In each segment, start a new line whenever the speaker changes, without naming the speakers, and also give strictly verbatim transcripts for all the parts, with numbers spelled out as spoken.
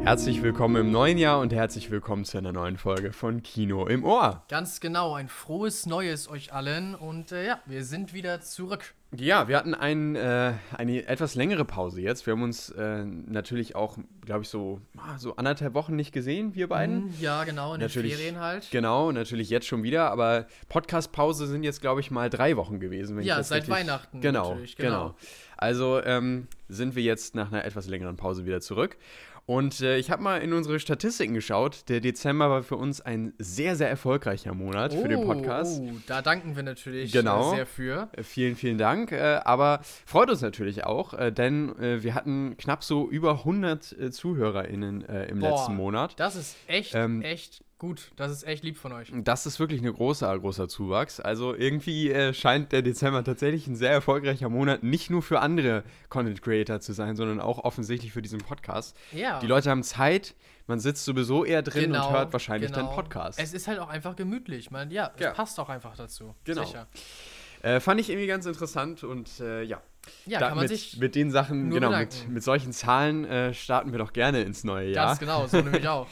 Herzlich willkommen im neuen Jahr und herzlich willkommen zu einer neuen Folge von Kino im Ohr.
Ganz genau, ein frohes Neues euch allen und äh, ja, wir sind wieder zurück.
Ja, wir hatten ein, äh, eine etwas längere Pause jetzt. Wir haben uns äh, natürlich auch, glaube ich, so, ah, so anderthalb Wochen nicht gesehen, wir beiden.
Mm, ja, genau, in
natürlich,
den Ferien halt.
Genau, natürlich jetzt schon wieder, aber Podcast-Pause sind jetzt, glaube ich, mal drei Wochen gewesen. Wenn
ja,
ich das
seit
richtig...
Weihnachten
genau,
natürlich,
genau.
genau.
Also ähm, sind wir jetzt nach einer etwas längeren Pause wieder zurück. Und äh, ich habe mal in unsere Statistiken geschaut. Der Dezember war für uns ein sehr, sehr erfolgreicher Monat
oh,
für den Podcast.
Oh, da danken wir natürlich
genau.
äh, sehr für.
Äh, vielen, vielen Dank. Äh, aber freut uns natürlich auch, äh, denn äh, wir hatten knapp so über hundert äh, ZuhörerInnen äh, im
Boah,
letzten Monat.
Das ist echt,
ähm,
echt gut. Das ist echt lieb von euch.
Das ist wirklich ein großer, großer Zuwachs. Also irgendwie äh, scheint der Dezember tatsächlich ein sehr erfolgreicher Monat, nicht nur für andere Content Creator zu sein, sondern auch offensichtlich für diesen Podcast.
Ja.
Die Leute haben Zeit, man sitzt sowieso eher drin
genau,
und hört wahrscheinlich
genau.
deinen Podcast.
Es ist halt auch einfach gemütlich. Man, ja, es
ja.
passt auch einfach dazu.
Genau.
Sicher.
Äh, fand ich irgendwie ganz interessant und äh, ja.
Ja,
da,
kann man
mit,
sich
mit den Sachen,
nur
genau,
bedanken.
mit, mit solchen Zahlen äh, starten wir doch gerne ins neue Jahr.
Ganz genau, so nämlich auch.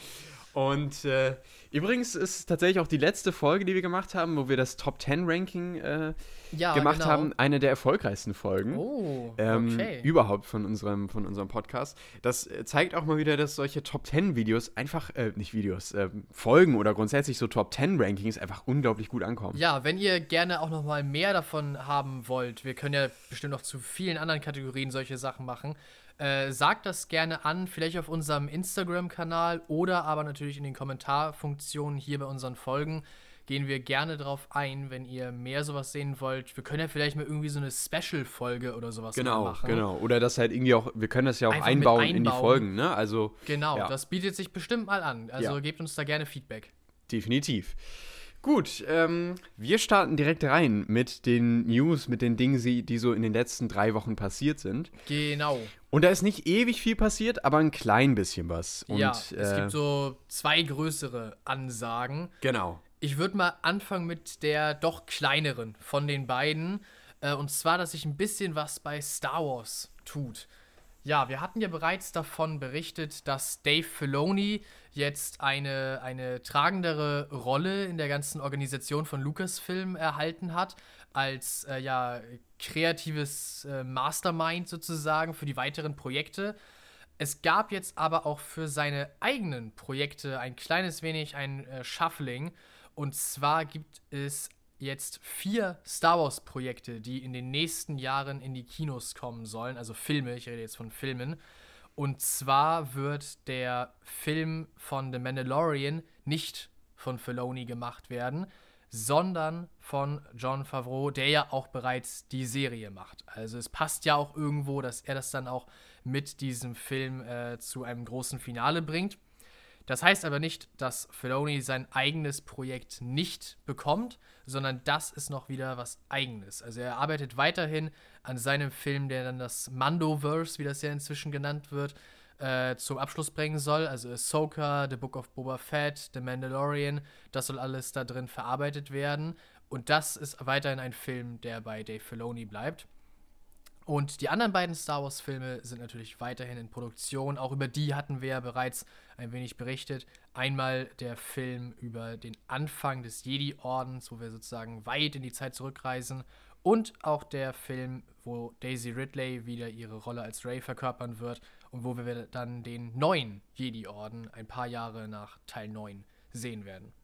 Und äh, übrigens ist tatsächlich auch die letzte Folge, die wir gemacht haben, wo wir das Top zehn Ranking äh,
ja,
gemacht
genau.
haben, eine der erfolgreichsten Folgen
oh,
ähm,
okay.
überhaupt von unserem, von unserem Podcast. Das äh, zeigt auch mal wieder, dass solche Top zehn Videos einfach, äh, nicht Videos, äh, Folgen oder grundsätzlich so Top zehn Rankings einfach unglaublich gut ankommen.
Ja, wenn ihr gerne auch noch mal mehr davon haben wollt, wir können ja bestimmt noch zu vielen anderen Kategorien solche Sachen machen, Äh, sagt das gerne an, vielleicht auf unserem Instagram-Kanal oder aber natürlich in den Kommentarfunktionen hier bei unseren Folgen. Gehen wir gerne drauf ein, wenn ihr mehr sowas sehen wollt. Wir können ja vielleicht mal irgendwie so eine Special-Folge oder sowas
genau,
machen.
Genau, oder das halt irgendwie auch, wir können das ja auch
Einfach
einbauen,
einbauen
in die Folgen, ne? Also,
genau,
ja.
Das bietet sich bestimmt mal an. Also
ja.
gebt uns da gerne Feedback.
Definitiv. Gut, ähm, wir starten direkt rein mit den News, mit den Dingen, die so in den letzten drei Wochen passiert sind.
Genau.
Und da ist nicht ewig viel passiert, aber ein klein bisschen was. Und,
ja, es
äh,
gibt so zwei größere Ansagen.
Genau.
Ich würde mal anfangen mit der doch kleineren von den beiden. Äh, und zwar, dass sich ein bisschen was bei Star Wars tut. Ja, wir hatten ja bereits davon berichtet, dass Dave Filoni jetzt eine, eine tragendere Rolle in der ganzen Organisation von Lucasfilm erhalten hat, als äh, ja, kreatives äh, Mastermind sozusagen für die weiteren Projekte. Es gab jetzt aber auch für seine eigenen Projekte ein kleines wenig ein äh, Shuffling. Und zwar gibt es jetzt vier Star Wars-Projekte, die in den nächsten Jahren in die Kinos kommen sollen. Also Filme, ich rede jetzt von Filmen. Und zwar wird der Film von The Mandalorian nicht von Filoni gemacht werden, sondern von Jon Favreau, der ja auch bereits die Serie macht. Also es passt ja auch irgendwo, dass er das dann auch mit diesem Film äh, zu einem großen Finale bringt. Das heißt aber nicht, dass Filoni sein eigenes Projekt nicht bekommt, sondern das ist noch wieder was Eigenes. Also er arbeitet weiterhin an seinem Film, der dann das Mandoverse, wie das ja inzwischen genannt wird, äh, zum Abschluss bringen soll. Also Ahsoka, The Book of Boba Fett, The Mandalorian, das soll alles da drin verarbeitet werden. Und das ist weiterhin ein Film, der bei Dave Filoni bleibt. Und die anderen beiden Star Wars-Filme sind natürlich weiterhin in Produktion. Auch über die hatten wir ja bereits ein wenig berichtet. Einmal der Film über den Anfang des Jedi-Ordens, wo wir sozusagen weit in die Zeit zurückreisen. Und auch der Film, wo Daisy Ridley wieder ihre Rolle als Rey verkörpern wird. Und wo wir dann den neuen Jedi-Orden ein paar Jahre nach Teil neun sehen werden.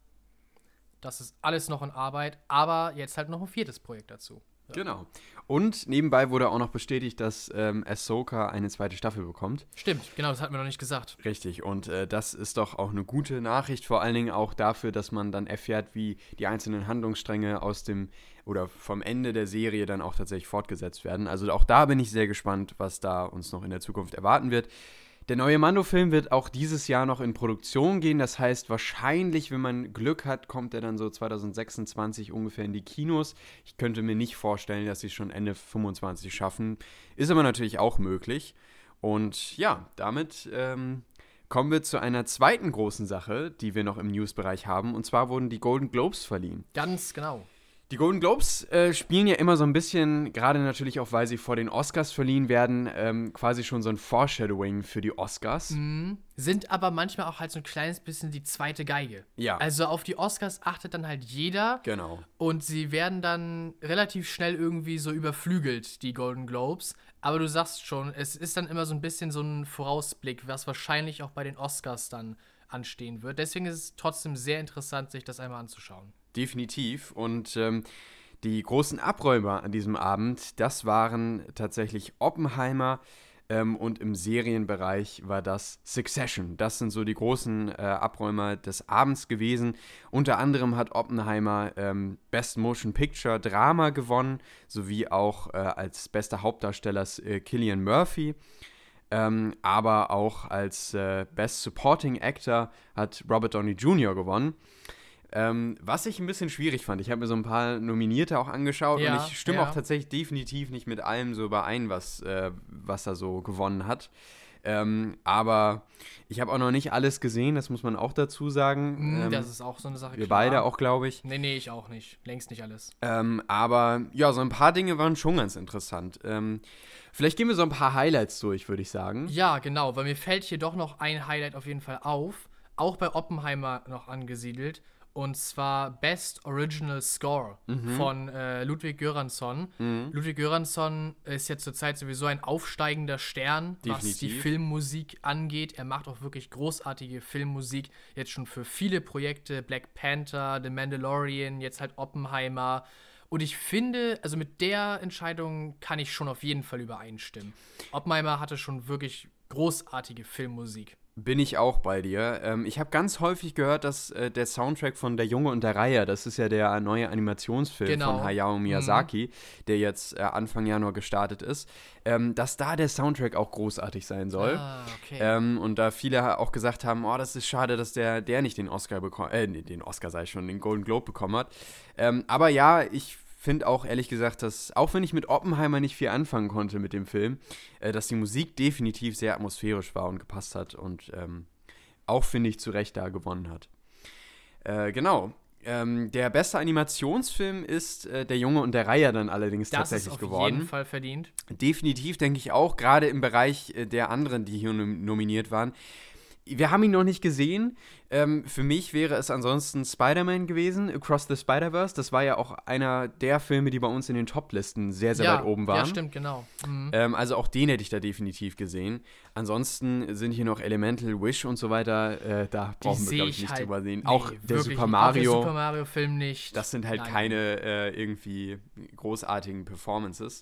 Das ist alles noch in Arbeit, aber jetzt halt noch ein viertes Projekt dazu.
Ja. Genau. Und nebenbei wurde auch noch bestätigt, dass ähm, Ahsoka eine zweite Staffel bekommt.
Stimmt, genau, das hatten wir noch nicht gesagt.
Richtig, und äh, das ist doch auch eine gute Nachricht, vor allen Dingen auch dafür, dass man dann erfährt, wie die einzelnen Handlungsstränge aus dem oder vom Ende der Serie dann auch tatsächlich fortgesetzt werden. Also auch da bin ich sehr gespannt, was da uns noch in der Zukunft erwarten wird. Der neue Mando-Film wird auch dieses Jahr noch in Produktion gehen. Das heißt, wahrscheinlich, wenn man Glück hat, kommt er dann so zwanzig sechsundzwanzig ungefähr in die Kinos. Ich könnte mir nicht vorstellen, dass sie es schon Ende fünfundzwanzig schaffen. Ist aber natürlich auch möglich. Und ja, damit ähm, kommen wir zu einer zweiten großen Sache, die wir noch im News-Bereich haben. Und zwar wurden die Golden Globes verliehen.
Ganz genau.
Die Golden Globes äh, spielen ja immer so ein bisschen, gerade natürlich auch, weil sie vor den Oscars verliehen werden, ähm, quasi schon so ein Foreshadowing für die Oscars.
Mhm. Sind aber manchmal auch halt so ein kleines bisschen die zweite Geige.
Ja.
Also auf die Oscars achtet dann halt jeder.
Genau.
Und sie werden dann relativ schnell irgendwie so überflügelt, die Golden Globes. Aber du sagst schon, es ist dann immer so ein bisschen so ein Vorausblick, was wahrscheinlich auch bei den Oscars dann anstehen wird. Deswegen ist es trotzdem sehr interessant, sich das einmal anzuschauen.
Definitiv. Und ähm, die großen Abräumer an diesem Abend, das waren tatsächlich Oppenheimer ähm, und im Serienbereich war das Succession. Das sind so die großen äh, Abräumer des Abends gewesen. Unter anderem hat Oppenheimer ähm, Best Motion Picture Drama gewonnen, sowie auch äh, als bester Hauptdarsteller äh, Cillian Murphy. Ähm, aber auch als äh, Best Supporting Actor hat Robert Downey Junior gewonnen. Ähm, was ich ein bisschen schwierig fand, ich habe mir so ein paar Nominierte auch angeschaut
Ja,
und ich stimme
ja.
auch tatsächlich definitiv nicht mit allem so überein, was, äh, was er so gewonnen hat. Ähm, aber ich habe auch noch nicht alles gesehen, das muss man auch dazu sagen.
Mm,
Ähm,
das ist auch so eine Sache.
wir
klar.
beide auch, glaube ich.
Nee, nee, ich auch nicht. Längst nicht alles.
Ähm, aber ja, so ein paar Dinge waren schon ganz interessant. Ähm, vielleicht gehen wir so ein paar Highlights durch, würde ich sagen.
Ja, genau, weil mir fällt hier doch noch ein Highlight auf jeden Fall auf. Auch bei Oppenheimer noch angesiedelt. Und zwar Best Original Score
Mhm.
von äh, Ludwig Göransson.
Mhm.
Ludwig Göransson ist jetzt zurzeit sowieso ein aufsteigender Stern, was die
Definitiv.
Filmmusik angeht. Er macht auch wirklich großartige Filmmusik. Jetzt schon für viele Projekte. Black Panther, The Mandalorian, jetzt halt Oppenheimer. Und ich finde, also mit der Entscheidung kann ich schon auf jeden Fall übereinstimmen. Oppenheimer hatte schon wirklich großartige Filmmusik.
Bin ich auch bei dir. Ähm, ich habe ganz häufig gehört, dass äh, der Soundtrack von Der Junge und der Reiher, das ist ja der neue Animationsfilm
Genau.
von Hayao Miyazaki, mhm. der jetzt äh, Anfang Januar gestartet ist, ähm, dass da der Soundtrack auch großartig sein soll.
Ah, okay.
Ähm, und da viele auch gesagt haben, oh, das ist schade, dass der, der nicht den Oscar bekommen, äh, nee, den Oscar sei schon, den Golden Globe bekommen hat. Ähm, aber ja, ich finde auch ehrlich gesagt, dass, auch wenn ich mit Oppenheimer nicht viel anfangen konnte mit dem Film, äh, dass die Musik definitiv sehr atmosphärisch war und gepasst hat und ähm, auch, finde ich, zu Recht da gewonnen hat. Äh, genau. Ähm, der beste Animationsfilm ist äh, Der Junge und der Reiher dann allerdings
das
tatsächlich
ist auf
geworden.
jeden Fall verdient.
Definitiv, denke ich auch, gerade im Bereich äh, der anderen, die hier nom- nominiert waren. Wir haben ihn noch nicht gesehen. Ähm, für mich wäre es ansonsten Spider-Man gewesen, Across the Spider-Verse. Das war ja auch einer der Filme, die bei uns in den Top-Listen sehr, sehr
ja,
weit oben waren.
Ja, stimmt, genau. Mhm.
Ähm, also auch den hätte ich da definitiv gesehen. Ansonsten sind hier noch Elemental, Wish und so weiter. Äh, da
Die
brauchen wir,
seh
glaube ich,
ich
nicht
halt-
drüber sehen.
nee,
auch der
wirklich
Super
nicht.
Mario.
Auch der Super Mario-Film nicht.
Das sind halt
Nein.
keine äh, irgendwie großartigen Performances.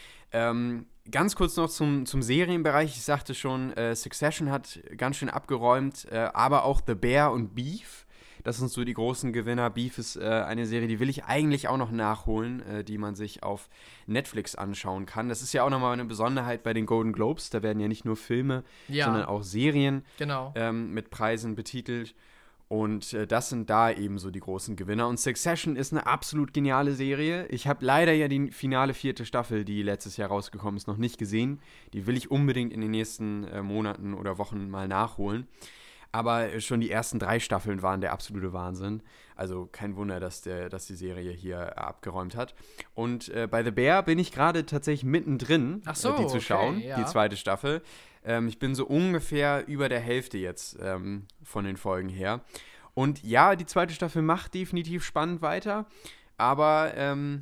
Ähm, ganz kurz noch zum, zum Serienbereich. Ich sagte schon, äh, Succession hat ganz schön abgeräumt, äh, aber auch The Bear und Beef. Das sind so die großen Gewinner. Beef ist äh, eine Serie, die will ich eigentlich auch noch nachholen, äh, die man sich auf Netflix anschauen kann. Das ist ja auch nochmal eine Besonderheit bei den Golden Globes. Da werden ja nicht nur Filme,
Ja.
sondern auch Serien
Genau.
ähm, mit Preisen betitelt. Und äh, das sind da eben so die großen Gewinner. Und Succession ist eine absolut geniale Serie. Ich habe leider ja die finale vierte Staffel, die letztes Jahr rausgekommen ist, noch nicht gesehen. Die will ich unbedingt in den nächsten äh, Monaten oder Wochen mal nachholen. Aber äh, schon die ersten drei Staffeln waren der absolute Wahnsinn. Also kein Wunder, dass, der, dass die Serie hier äh, abgeräumt hat. Und äh, bei The Bear bin ich gerade tatsächlich mittendrin,
Ach so,
äh, die zu
okay,
schauen,
ja.
die zweite Staffel. Ähm, ich bin so ungefähr über der Hälfte jetzt ähm, von den Folgen her. Und ja, die zweite Staffel macht definitiv spannend weiter. Aber ähm,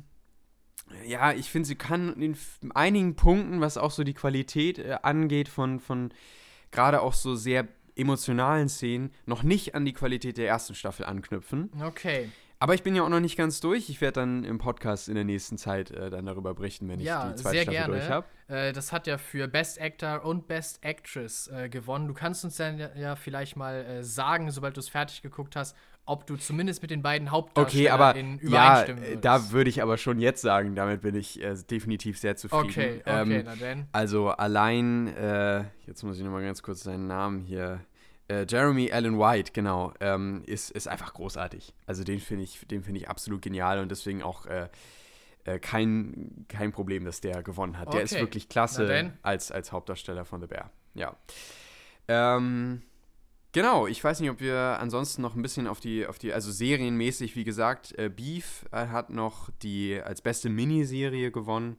ja, ich finde, sie kann in f- einigen Punkten, was auch so die Qualität äh, angeht, von, von gerade auch so sehr emotionalen Szenen, noch nicht an die Qualität der ersten Staffel anknüpfen.
Okay.
Aber ich bin ja auch noch nicht ganz durch. Ich werde dann im Podcast in der nächsten Zeit äh, dann darüber berichten, wenn ich
Ja,
die zweite
sehr
Staffel durch
gerne.
habe.
Äh, das hat ja für Best Actor und Best Actress äh, gewonnen. Du kannst uns dann ja, ja vielleicht mal äh, sagen, sobald du es fertig geguckt hast, ob du zumindest mit den beiden
Okay, aber
HauptdarstellerInnen
ja,
übereinstimmen
äh,
würdest.
da würde ich aber schon jetzt sagen, damit bin ich äh, definitiv sehr zufrieden.
Okay, okay,
Ähm,
na denn.
also allein, äh, jetzt muss ich nochmal ganz kurz seinen Namen hier, äh, Jeremy Allen White, genau, ähm, ist, ist einfach großartig. Also den finde ich, den finde ich absolut genial und deswegen auch äh, äh, kein, kein Problem, dass der gewonnen hat. Der ist
Okay,
wirklich
na
klasse
denn.
als, als Hauptdarsteller von The Bear. Ja. Ähm, Genau, ich weiß nicht, ob wir ansonsten noch ein bisschen auf die, auf die, also serienmäßig, wie gesagt, äh, Beef äh, hat noch die als beste Miniserie gewonnen.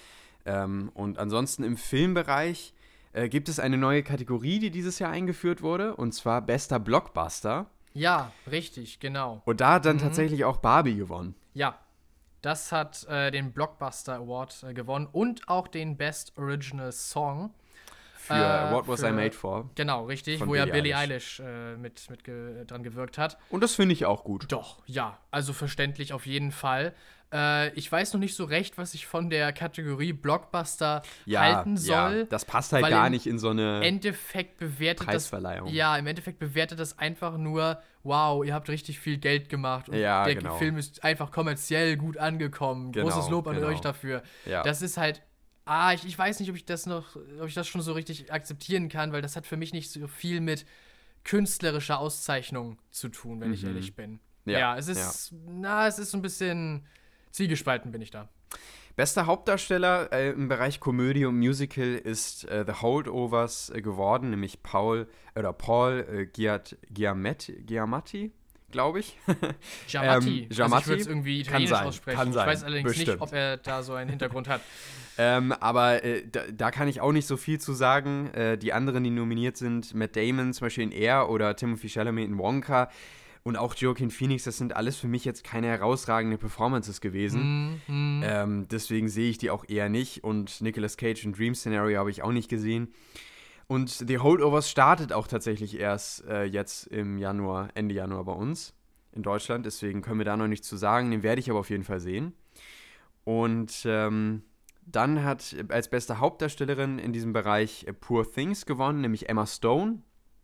Ähm, und ansonsten im Filmbereich äh, gibt es eine neue Kategorie, die dieses Jahr eingeführt wurde, und zwar bester Blockbuster.
Ja, richtig, genau.
Und da hat dann
Mhm.
tatsächlich auch Barbie gewonnen.
Ja, das hat äh, den Blockbuster Award äh, gewonnen und auch den Best Original Song.
Für
Äh,
What Was
für-
I Made For.
Genau, richtig,
Von
wo ja
Billie
Billie Eilish, äh, mit, mit ge dran gewirkt hat.
Und das finde ich auch gut.
Doch, ja, also verständlich auf jeden Fall. Äh, ich weiß noch nicht so recht, was ich von der Kategorie Blockbuster
Ja,
halten soll.
ja, das passt halt
weil
gar
im
nicht in so eine
Endeffekt bewertet das
Preisverleihung.
ja, im Endeffekt bewertet das einfach nur, wow, ihr habt richtig viel Geld gemacht und
Ja,
der
genau.
Film ist einfach kommerziell gut angekommen.
Genau,
Großes Lob an
genau.
euch dafür.
Ja.
Das ist halt, ah, ich, ich weiß nicht, ob ich das noch, ob ich das schon so richtig akzeptieren kann, weil das hat für mich nicht so viel mit künstlerischer Auszeichnung zu tun, wenn ich
Mhm.
ehrlich bin.
Ja,
Ja, es ist, na, es ist so ein bisschen zwiegespalten bin ich da.
Bester Hauptdarsteller äh, im Bereich Komödie und Musical ist äh, The Holdovers äh, geworden, nämlich Paul oder Paul äh, Giat, Giametti, Giamatti, glaube ich.
Giamatti.
Ähm, Giamatti?
Also ich würde es irgendwie
Kann
italienisch
sein,
aussprechen.
kann sein,
Ich weiß allerdings
bestimmt.
nicht, ob er da so einen Hintergrund hat.
Ähm, aber äh, da, da kann ich auch nicht so viel zu sagen. Äh, die anderen, die nominiert sind, Matt Damon zum Beispiel in Air oder Timothée Chalamet in Wonka und auch Joaquin Phoenix, das sind alles für mich jetzt keine herausragenden Performances gewesen.
Mhm.
Ähm, deswegen sehe ich die auch eher nicht. Und Nicolas Cage in Dream Scenario habe ich auch nicht gesehen. Und The Holdovers startet auch tatsächlich erst äh, jetzt im Januar, Ende Januar bei uns in Deutschland. Deswegen können wir da noch nichts zu sagen. Den werde ich aber auf jeden Fall sehen. Und ähm, dann hat als beste Hauptdarstellerin in diesem Bereich äh, Poor Things gewonnen, nämlich Emma Stone.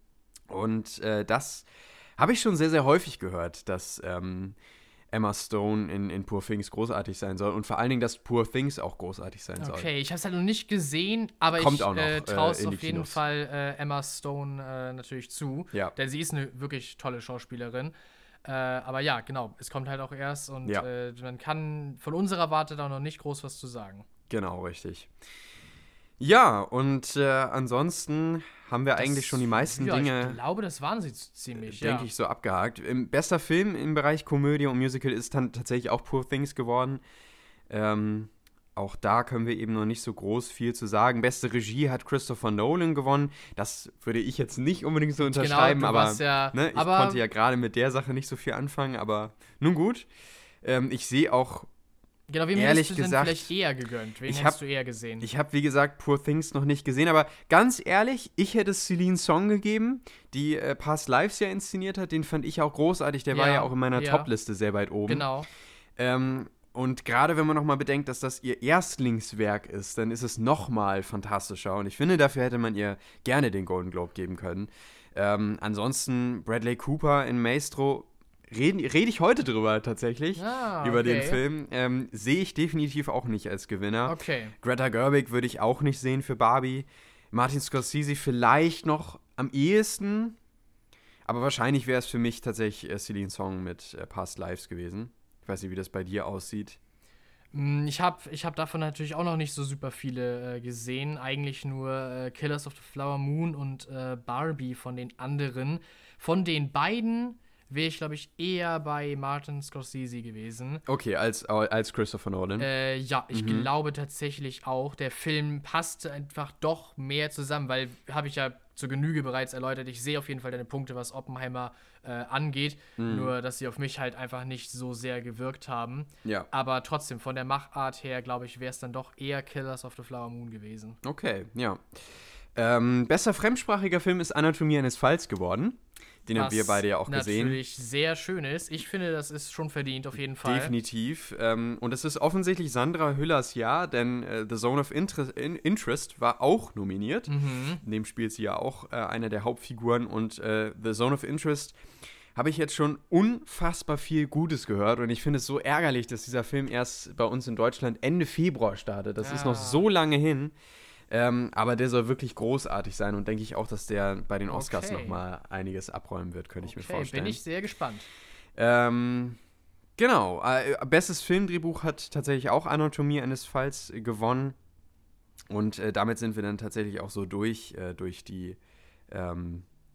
Und äh, das habe ich schon sehr, sehr häufig gehört, dass ähm, Emma Stone in, in Poor Things großartig sein soll. Und vor allen Dingen, dass Poor Things auch großartig sein soll.
Okay, ich habe es halt noch nicht gesehen, aber
Kommt
ich
auch noch,
äh,
äh,
traue es
in die
auf jeden
Kinos.
Fall äh, Emma Stone äh, natürlich zu.
Ja.
Denn sie ist eine wirklich tolle Schauspielerin. Äh, aber ja, genau, es kommt halt auch erst und
Ja.
äh, man kann von unserer Warte da noch nicht groß was zu sagen.
Genau, richtig. Ja, und äh, ansonsten haben wir eigentlich schon die meisten
ja,
Dinge,
Ich glaube, das waren sie z- ziemlich.
denke
ja.
ich, so abgehakt. Im bester Film im Bereich Komödie und Musical ist dann tatsächlich auch Poor Things geworden. Ähm, auch da können wir eben noch nicht so groß viel zu sagen. Beste Regie hat Christopher Nolan gewonnen. Das würde ich jetzt nicht unbedingt so unterschreiben,
du
aber
warst ja-
ne, ich
aber-
konnte ja gerade mit der Sache nicht so viel anfangen, aber nun gut. Ähm, ich sehe auch,
Genau, wem
Ehrlich
hättest du denn
gesagt,
vielleicht eher gegönnt? Wen
ich
hättest
hab-
du eher gesehen?
ich habe wie gesagt Poor Things noch nicht gesehen, aber ganz ehrlich, ich hätte Celine Song gegeben, die äh, Past Lives ja inszeniert hat. Den fand ich auch großartig. Der war
Ja,
ja auch in meiner
ja.
Top-Liste sehr weit oben.
Genau.
Ähm, und gerade wenn man nochmal bedenkt, dass das ihr Erstlingswerk ist, dann ist es nochmal fantastischer. Und ich finde, dafür hätte man ihr gerne den Golden Globe geben können. Ähm, ansonsten Bradley Cooper in Maestro, rede red ich heute drüber tatsächlich,
Ah,
über den
okay.
Film. Ähm, sehe ich definitiv auch nicht als Gewinner.
Okay.
Greta Gerwig würde ich auch nicht sehen für Barbie. Martin Scorsese vielleicht noch am ehesten. Aber wahrscheinlich wäre es für mich tatsächlich äh, Celine Song mit äh, Past Lives gewesen. Ich weiß nicht, wie das bei dir aussieht.
Mm, Ich habe ich hab davon natürlich auch noch nicht so super viele äh, gesehen. Eigentlich nur äh, Killers of the Flower Moon und äh, Barbie von den anderen. Von den beiden wäre ich, glaube ich, eher bei Martin Scorsese gewesen.
Okay, als, als Christopher Nolan.
Äh, ja, ich
Mhm.
glaube tatsächlich auch. Der Film passte einfach doch mehr zusammen, weil, habe ich ja zur Genüge bereits erläutert, ich sehe auf jeden Fall deine Punkte, was Oppenheimer äh, angeht.
Mhm.
Nur, dass sie auf mich halt einfach nicht so sehr gewirkt haben.
Ja,
Aber trotzdem, von der Machart her, glaube ich, wäre es dann doch eher Killers of the Flower Moon gewesen.
okay, ja. Ähm, bester fremdsprachiger Film ist Anatomie eines Falls geworden. Den haben
Was
wir beide ja auch gesehen.
natürlich sehr schön ist. Ich finde, das ist schon verdient, auf jeden Fall.
Definitiv. Ähm, und es ist offensichtlich Sandra Hüllers Jahr, denn äh, The Zone of Inter in Interest war auch nominiert.
Mhm.
In dem spielt sie ja auch äh, eine der Hauptfiguren. Und äh, The Zone of Interest habe ich jetzt schon unfassbar viel Gutes gehört. Und ich finde es so ärgerlich, dass dieser Film erst bei uns in Deutschland Ende Februar startet. Das ist
Ja.
noch so lange hin. Ähm, aber der soll wirklich großartig sein. Und denke ich auch, dass der bei den Oscars
Okay.
nochmal einiges abräumen wird, könnte ich mir
Okay,
vorstellen.
bin ich sehr gespannt.
Ähm, genau. Äh, bestes Filmdrehbuch hat tatsächlich auch Anatomie eines Falls äh, gewonnen. Und äh, damit sind wir dann tatsächlich auch so durch, äh, durch die, ähm,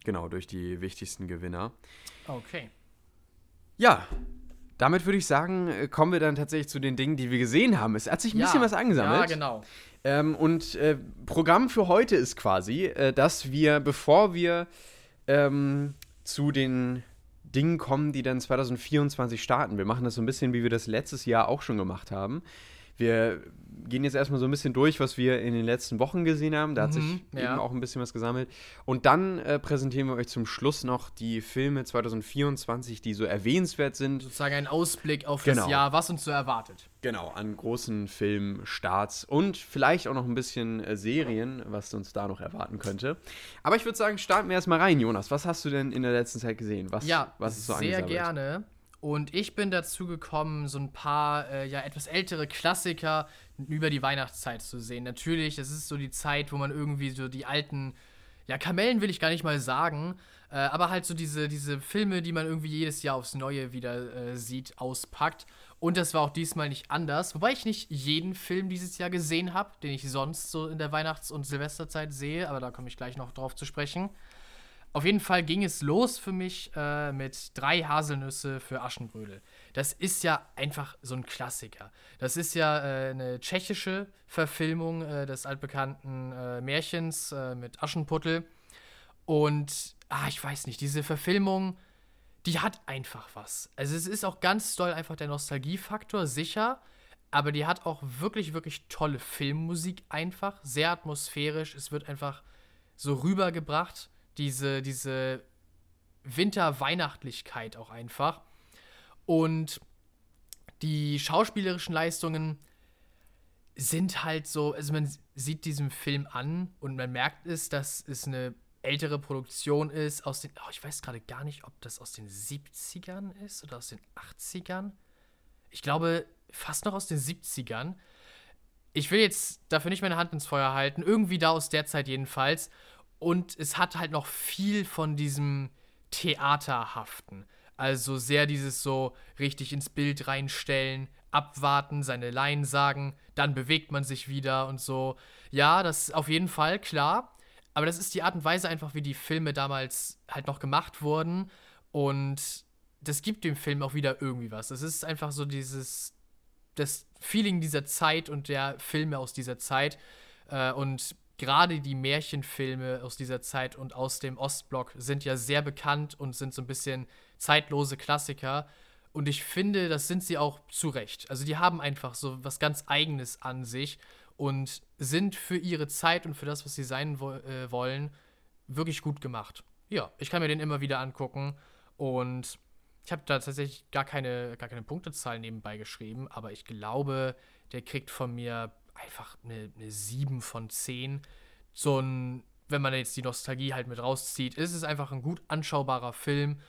genau, durch die wichtigsten Gewinner.
Okay.
Ja, damit würde ich sagen, äh, kommen wir dann tatsächlich zu den Dingen, die wir gesehen haben. Es hat sich ein
Ja,
bisschen was angesammelt.
Ja, genau.
Ähm, und äh, Programm für heute ist quasi, äh, dass wir, bevor wir ähm, zu den Dingen kommen, die dann zwanzig vierundzwanzig starten, wir machen das so ein bisschen, wie wir das letztes Jahr auch schon gemacht haben. Wir gehen jetzt erstmal so ein bisschen durch, was wir in den letzten Wochen gesehen haben. Da hat sich
Mhm, ja.
eben auch ein bisschen was gesammelt. Und dann äh, präsentieren wir euch zum Schluss noch die Filme zwanzig vierundzwanzig, die so erwähnenswert sind.
Sozusagen ein Ausblick auf
Genau.
das Jahr, was uns so erwartet.
Genau, an großen Filmstarts und vielleicht auch noch ein bisschen äh, Serien, was uns da noch erwarten könnte. Aber ich würde sagen, starten wir erstmal rein, Jonas. Was hast du denn in der letzten Zeit gesehen? Was,
Ja,
was ist so
sehr
angesammelt?
gerne. Und ich bin dazu gekommen, so ein paar äh, ja etwas ältere Klassiker über die Weihnachtszeit zu sehen. Natürlich, es ist so die Zeit, wo man irgendwie so die alten, ja, Kamellen will ich gar nicht mal sagen, äh, aber halt so diese, diese Filme, die man irgendwie jedes Jahr aufs Neue wieder äh, sieht, auspackt. Und das war auch diesmal nicht anders. Wobei ich nicht jeden Film dieses Jahr gesehen habe, den ich sonst so in der Weihnachts- und Silvesterzeit sehe, aber da komme ich gleich noch drauf zu sprechen. Auf jeden Fall ging es los für mich äh, mit drei Haselnüsse für Aschenbrödel. Das ist ja einfach so ein Klassiker. Das ist ja äh, eine tschechische Verfilmung äh, des altbekannten äh, Märchens äh, mit Aschenputtel. Und, ah, ich weiß nicht, diese Verfilmung, die hat einfach was. Also es ist auch ganz doll einfach der Nostalgiefaktor, sicher. Aber die hat auch wirklich, wirklich tolle Filmmusik einfach. Sehr atmosphärisch. Es wird einfach so rübergebracht. Diese, diese Winterweihnachtlichkeit auch einfach. Und die schauspielerischen Leistungen sind halt so, also man sieht diesen Film an und man merkt es, dass es eine ältere Produktion ist aus den, oh, ich weiß gerade gar nicht, ob das aus den siebzigern ist oder aus den achtzigern. Ich glaube, fast noch aus den siebzigern. Ich will jetzt dafür nicht meine Hand ins Feuer halten, irgendwie da aus der Zeit jedenfalls. Und es hat halt noch viel von diesem Theaterhaften. Also sehr dieses so richtig ins Bild reinstellen, abwarten, seine Line sagen, dann bewegt man sich wieder und so. Ja, das ist auf jeden Fall, klar. Aber das ist die Art und Weise einfach, wie die Filme damals halt noch gemacht wurden. Und das gibt dem Film auch wieder irgendwie was. Es ist einfach so dieses, das Feeling dieser Zeit und der Filme aus dieser Zeit. Äh, und gerade die Märchenfilme aus dieser Zeit und aus dem Ostblock sind ja sehr bekannt und sind so ein bisschen zeitlose Klassiker. Und ich finde, das sind sie auch zu Recht. Also die haben einfach so was ganz Eigenes an sich und sind für ihre Zeit und für das, was sie sein wo- äh, wollen, wirklich gut gemacht. Ja, ich kann mir den immer wieder angucken und ich habe da tatsächlich gar keine, gar keine Punktezahl nebenbei geschrieben, aber ich glaube, der kriegt von mir einfach eine, eine sieben von zehn. So ein, wenn man jetzt die Nostalgie halt mit rauszieht, ist es einfach ein gut anschaubarer Film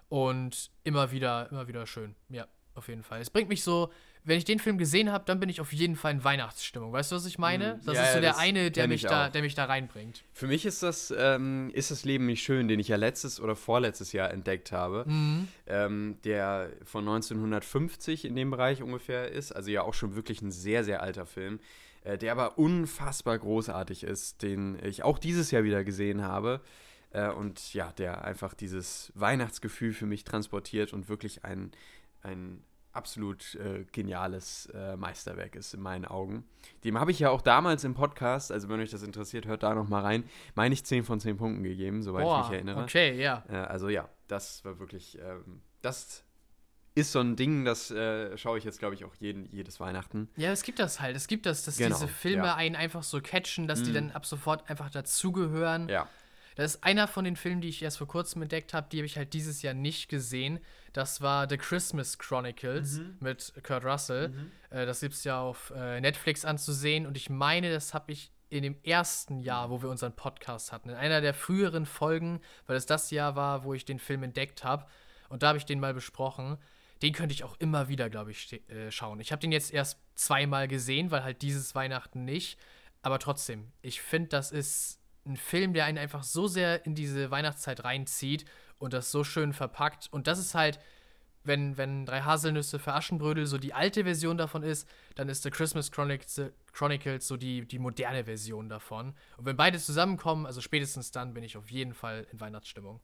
und immer wieder, immer wieder schön. Ja, auf jeden Fall. Es bringt mich so, wenn ich den Film gesehen habe, dann bin ich auf jeden Fall in Weihnachtsstimmung. Weißt du, was ich meine? Das
Ja,
ist so
ja,
der
das
eine, der
kenn
mich,
ich
da,
auch.
der mich da reinbringt.
Für mich ist das, ähm, ist das Leben nicht schön, den ich ja letztes oder vorletztes Jahr entdeckt habe,
Mhm.
ähm, der von neunzehnhundertfünfzig in dem Bereich ungefähr ist, also ja auch schon wirklich ein sehr, sehr alter Film, äh, der aber unfassbar großartig ist, den ich auch dieses Jahr wieder gesehen habe äh, und ja, der einfach dieses Weihnachtsgefühl für mich transportiert und wirklich ein, ein absolut äh, geniales äh, Meisterwerk ist in meinen Augen. Dem habe ich ja auch damals im Podcast, also wenn euch das interessiert, hört da noch mal rein, meine ich zehn von zehn Punkten gegeben, soweit
Boah,
ich mich erinnere.
okay, ja.
Äh, also ja, das war wirklich, ähm, das ist so ein Ding, das äh, schaue ich jetzt, glaube ich, auch jeden, jedes Weihnachten.
Ja, es gibt das halt. Es gibt das, dass
Genau,
diese Filme
ja.
einen einfach so catchen, dass die
Mhm.
dann ab sofort einfach dazugehören.
Ja.
Das ist einer von den Filmen, die ich erst vor kurzem entdeckt habe, die habe ich halt dieses Jahr nicht gesehen. Das war The Christmas Chronicles
Mhm.
mit Kurt Russell. Äh, das gibt es ja auf äh, Netflix anzusehen. Und ich meine, das habe ich in dem ersten Jahr, wo wir unseren Podcast hatten, in einer der früheren Folgen, weil es das Jahr war, wo ich den Film entdeckt habe. Und da habe ich den mal besprochen. Den könnte ich auch immer wieder, glaube ich, ste- äh, schauen. Ich habe den jetzt erst zweimal gesehen, weil halt dieses Weihnachten nicht. Aber trotzdem, ich finde, das ist ein Film, der einen einfach so sehr in diese Weihnachtszeit reinzieht und das so schön verpackt. Und das ist halt wenn, wenn drei Haselnüsse für Aschenbrödel so die alte Version davon ist, dann ist The Christmas Chronicles, Chronicles so die, die moderne Version davon. Und wenn beide zusammenkommen, also spätestens dann, bin ich auf jeden Fall in Weihnachtsstimmung.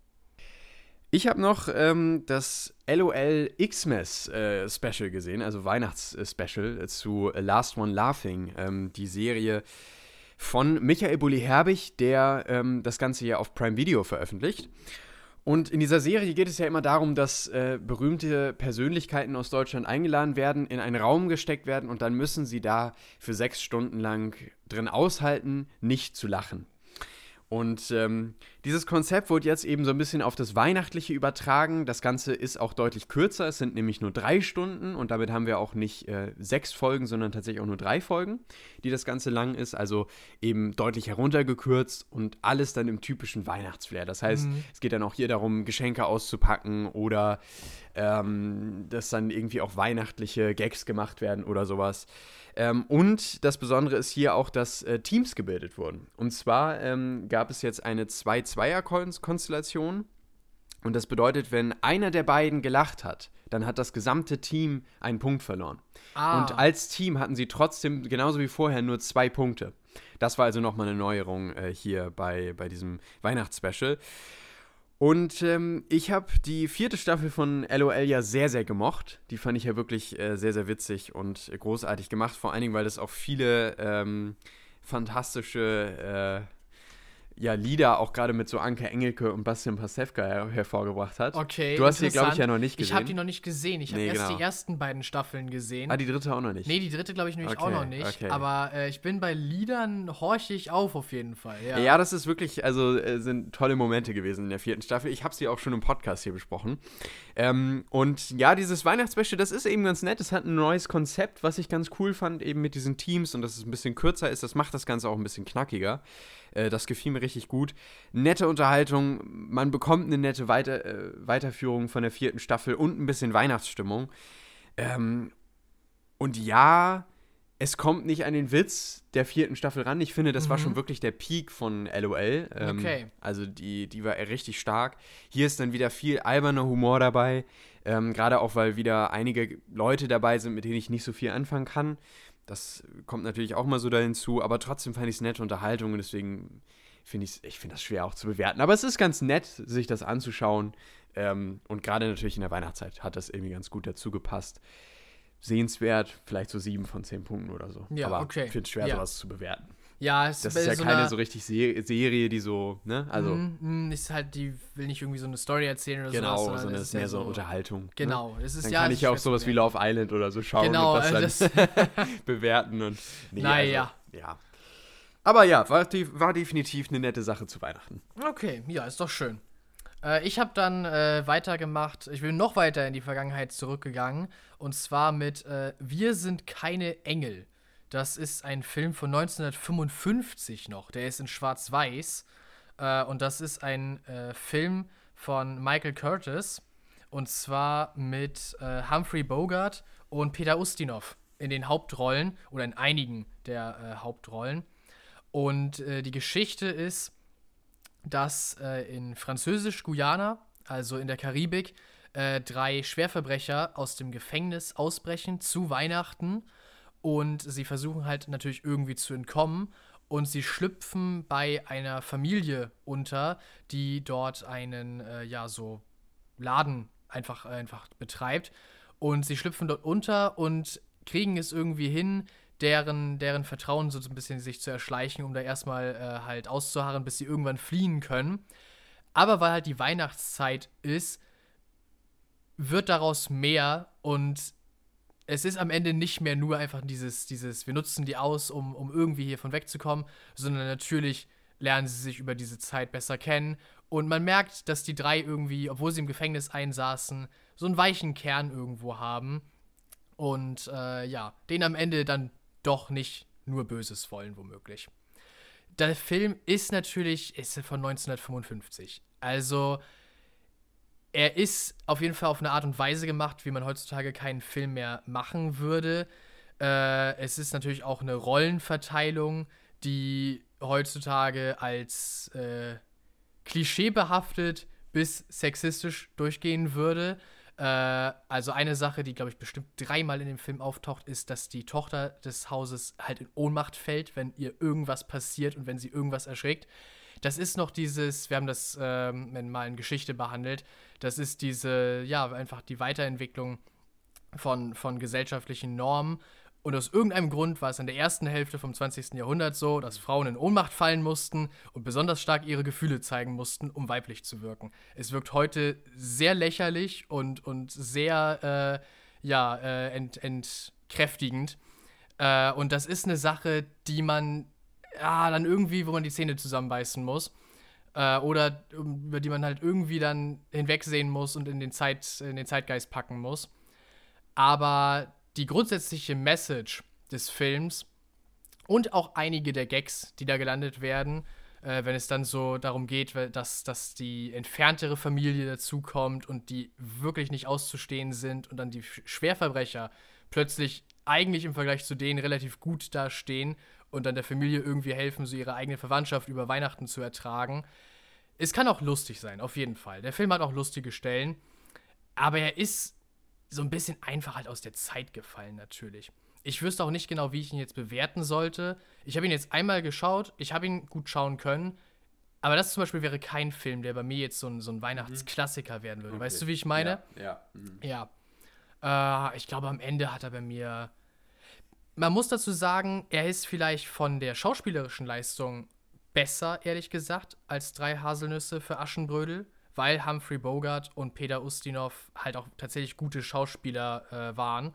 Ich habe noch ähm, das LOL Xmas äh, Special gesehen, also Weihnachts-Special zu Last One Laughing, ähm, die Serie von Michael Bulli-Herbig, der ähm, das Ganze ja auf Prime Video veröffentlicht. Und in dieser Serie geht es ja immer darum, dass äh, berühmte Persönlichkeiten aus Deutschland eingeladen werden, in einen Raum gesteckt werden und dann müssen sie da für sechs Stunden lang drin aushalten, nicht zu lachen. Und ähm, dieses Konzept wurde jetzt eben so ein bisschen auf das Weihnachtliche übertragen. Das Ganze ist auch deutlich kürzer. Es sind nämlich nur drei Stunden und damit haben wir auch nicht äh, sechs Folgen, sondern tatsächlich auch nur drei Folgen, die das Ganze lang ist. Also eben deutlich heruntergekürzt und alles dann im typischen Weihnachtsflair. Das heißt, mhm. es geht dann auch hier darum, Geschenke auszupacken oder ähm, dass dann irgendwie auch weihnachtliche Gags gemacht werden oder sowas. Ähm, und das Besondere ist hier auch, dass äh, Teams gebildet wurden. Und zwar ähm, gab es jetzt eine zwei-Zweier-Konstellation. Und das bedeutet, wenn einer der beiden gelacht hat, dann hat das gesamte Team einen Punkt verloren. Ah. Und als Team hatten sie trotzdem, genauso wie vorher, nur zwei Punkte. Das war also nochmal eine Neuerung äh, hier bei, bei diesem Weihnachtsspecial. Und ähm, ich habe die vierte Staffel von LOL ja sehr, sehr gemocht. Die fand ich ja wirklich äh, sehr, sehr witzig und äh, großartig gemacht. Vor allen Dingen, weil es auch viele ähm, fantastische äh, ja, Lieder auch gerade mit so Anke Engelke und Bastian Pastewka her- hervorgebracht hat.
Okay,
du hast die, glaube ich, ja noch nicht gesehen.
Ich habe die noch nicht gesehen. Ich habe
nee,
erst
genau.
die ersten beiden Staffeln gesehen.
Ah, die dritte auch noch nicht?
Nee, die dritte, glaube ich, nämlich
okay,
auch noch nicht.
Okay.
Aber äh, ich bin bei Liedern, horche ich auf auf jeden Fall. Ja,
ja das ist wirklich, also äh, sind tolle Momente gewesen in der vierten Staffel. Ich habe sie auch schon im Podcast hier besprochen. Ähm, und ja, dieses Weihnachtsspecial, das ist eben ganz nett. Es hat ein neues Konzept, was ich ganz cool fand, eben mit diesen Teams und dass es ein bisschen kürzer ist. Das macht das Ganze auch ein bisschen knackiger. Äh, das gefiel mir richtig gut. Nette Unterhaltung, man bekommt eine nette Weiter, äh, Weiterführung von der vierten Staffel und ein bisschen Weihnachtsstimmung. Ähm, und ja, es kommt nicht an den Witz der vierten Staffel ran. Ich finde, das mhm. war schon wirklich der Peak von LOL. Ähm,
okay.
Also die, die war richtig stark. Hier ist dann wieder viel alberner Humor dabei. Ähm, gerade auch, weil wieder einige Leute dabei sind, mit denen ich nicht so viel anfangen kann. Das kommt natürlich auch mal so da hinzu, aber trotzdem fand ich es nette Unterhaltung und deswegen finde ich ich finde das schwer auch zu bewerten. Aber es ist ganz nett, sich das anzuschauen ähm, und gerade natürlich in der Weihnachtszeit hat das irgendwie ganz gut dazu gepasst. Sehenswert, vielleicht so sieben von zehn Punkten oder so.
Ja,
aber
okay.
ich finde es schwer,
ja.
sowas zu bewerten.
Ja, es
das ist ja so keine so richtig Se- Serie, die so, ne, also
mm, ist halt, die will nicht irgendwie so eine Story erzählen oder
genau,
sowas.
Genau, sondern es ist mehr so eine Unterhaltung.
Genau.
Ne?
Es ist,
Dann
ja,
kann ich ja auch sowas wie Love Island oder so schauen
genau,
und das dann
das
bewerten und nee,
naja.
Also, ja. Aber ja, war, war definitiv eine nette Sache zu Weihnachten.
Okay, ja, ist doch schön. Äh, ich habe dann äh, weitergemacht, ich bin noch weiter in die Vergangenheit zurückgegangen und zwar mit äh, Wir sind keine Engel. Das ist ein Film von neunzehnhundertfünfundfünfzig noch. Der ist in Schwarz-Weiß. Äh, und das ist ein äh, Film von Michael Curtis. Und zwar mit äh, Humphrey Bogart und Peter Ustinov in den Hauptrollen. Oder in einigen der äh, Hauptrollen. Und äh, die Geschichte ist, dass äh, in Französisch-Guyana, also in der Karibik, äh, drei Schwerverbrecher aus dem Gefängnis ausbrechen zu Weihnachten. Und sie versuchen halt natürlich irgendwie zu entkommen. Und sie schlüpfen bei einer Familie unter, die dort einen, äh, ja, so Laden einfach, einfach betreibt. Und sie schlüpfen dort unter und kriegen es irgendwie hin, deren, deren Vertrauen so ein bisschen sich zu erschleichen, um da erstmal äh, halt auszuharren, bis sie irgendwann fliehen können. Aber weil halt die Weihnachtszeit ist, wird daraus mehr und es ist am Ende nicht mehr nur einfach dieses, dieses wir nutzen die aus, um, um irgendwie hiervon wegzukommen, sondern natürlich lernen sie sich über diese Zeit besser kennen. Und man merkt, dass die drei irgendwie, obwohl sie im Gefängnis einsaßen, so einen weichen Kern irgendwo haben. Und äh, ja, denen am Ende dann doch nicht nur Böses wollen, womöglich. Der Film ist natürlich, ist von neunzehnhundertfünfundfünfzig. Also er ist auf jeden Fall auf eine Art und Weise gemacht, wie man heutzutage keinen Film mehr machen würde. Äh, es ist natürlich auch eine Rollenverteilung, die heutzutage als äh, klischeebehaftet bis sexistisch durchgehen würde. Äh, also eine Sache, die, glaube ich, bestimmt dreimal in dem Film auftaucht, ist, dass die Tochter des Hauses halt in Ohnmacht fällt, wenn ihr irgendwas passiert und wenn sie irgendwas erschreckt. Das ist noch dieses, wir haben das ähm, in mal in Geschichte behandelt, das ist diese, ja, einfach die Weiterentwicklung von, von gesellschaftlichen Normen. Und aus irgendeinem Grund war es in der ersten Hälfte vom zwanzigsten Jahrhundert so, dass Frauen in Ohnmacht fallen mussten und besonders stark ihre Gefühle zeigen mussten, um weiblich zu wirken. Es wirkt heute sehr lächerlich und, und sehr äh, ja, äh, ent, entkräftigend. Äh, und das ist eine Sache, die man ja, dann irgendwie, wo man die Zähne zusammenbeißen muss. Äh, oder über die man halt irgendwie dann hinwegsehen muss und in den, Zeit, in den Zeitgeist packen muss. Aber die grundsätzliche Message des Films und auch einige der Gags, die da gelandet werden, äh, wenn es dann so darum geht, dass, dass die entferntere Familie dazukommt und die wirklich nicht auszustehen sind und dann die Schwerverbrecher plötzlich eigentlich im Vergleich zu denen relativ gut dastehen und dann der Familie irgendwie helfen, so ihre eigene Verwandtschaft über Weihnachten zu ertragen. Es kann auch lustig sein, auf jeden Fall. Der Film hat auch lustige Stellen, aber er ist so ein bisschen einfach halt aus der Zeit gefallen, natürlich. Ich wüsste auch nicht genau, wie ich ihn jetzt bewerten sollte. Ich habe ihn jetzt einmal geschaut, ich habe ihn gut schauen können, aber das zum Beispiel wäre kein Film, der bei mir jetzt so ein, so ein Weihnachtsklassiker werden würde. Okay. Weißt du, wie ich meine?
Ja. Ja. Mhm.
ja. Äh, ich glaube, am Ende hat er bei mir. Man muss dazu sagen, er ist vielleicht von der schauspielerischen Leistung besser, ehrlich gesagt, als Drei Haselnüsse für Aschenbrödel, weil Humphrey Bogart und Peter Ustinov halt auch tatsächlich gute Schauspieler äh, waren.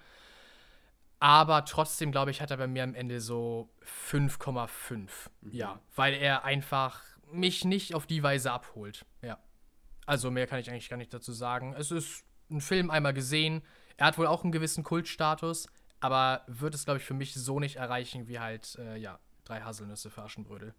Aber trotzdem, glaube ich, hat er bei mir am Ende so fünf Komma fünf. Mhm. Ja, weil er einfach mich nicht auf die Weise abholt. Ja. Also mehr kann ich eigentlich gar nicht dazu sagen. Es ist ein Film einmal gesehen. Er hat wohl auch einen gewissen Kultstatus, aber wird es, glaube ich, für mich so nicht erreichen wie halt, äh, ja, Drei Haselnüsse für Aschenbrödel.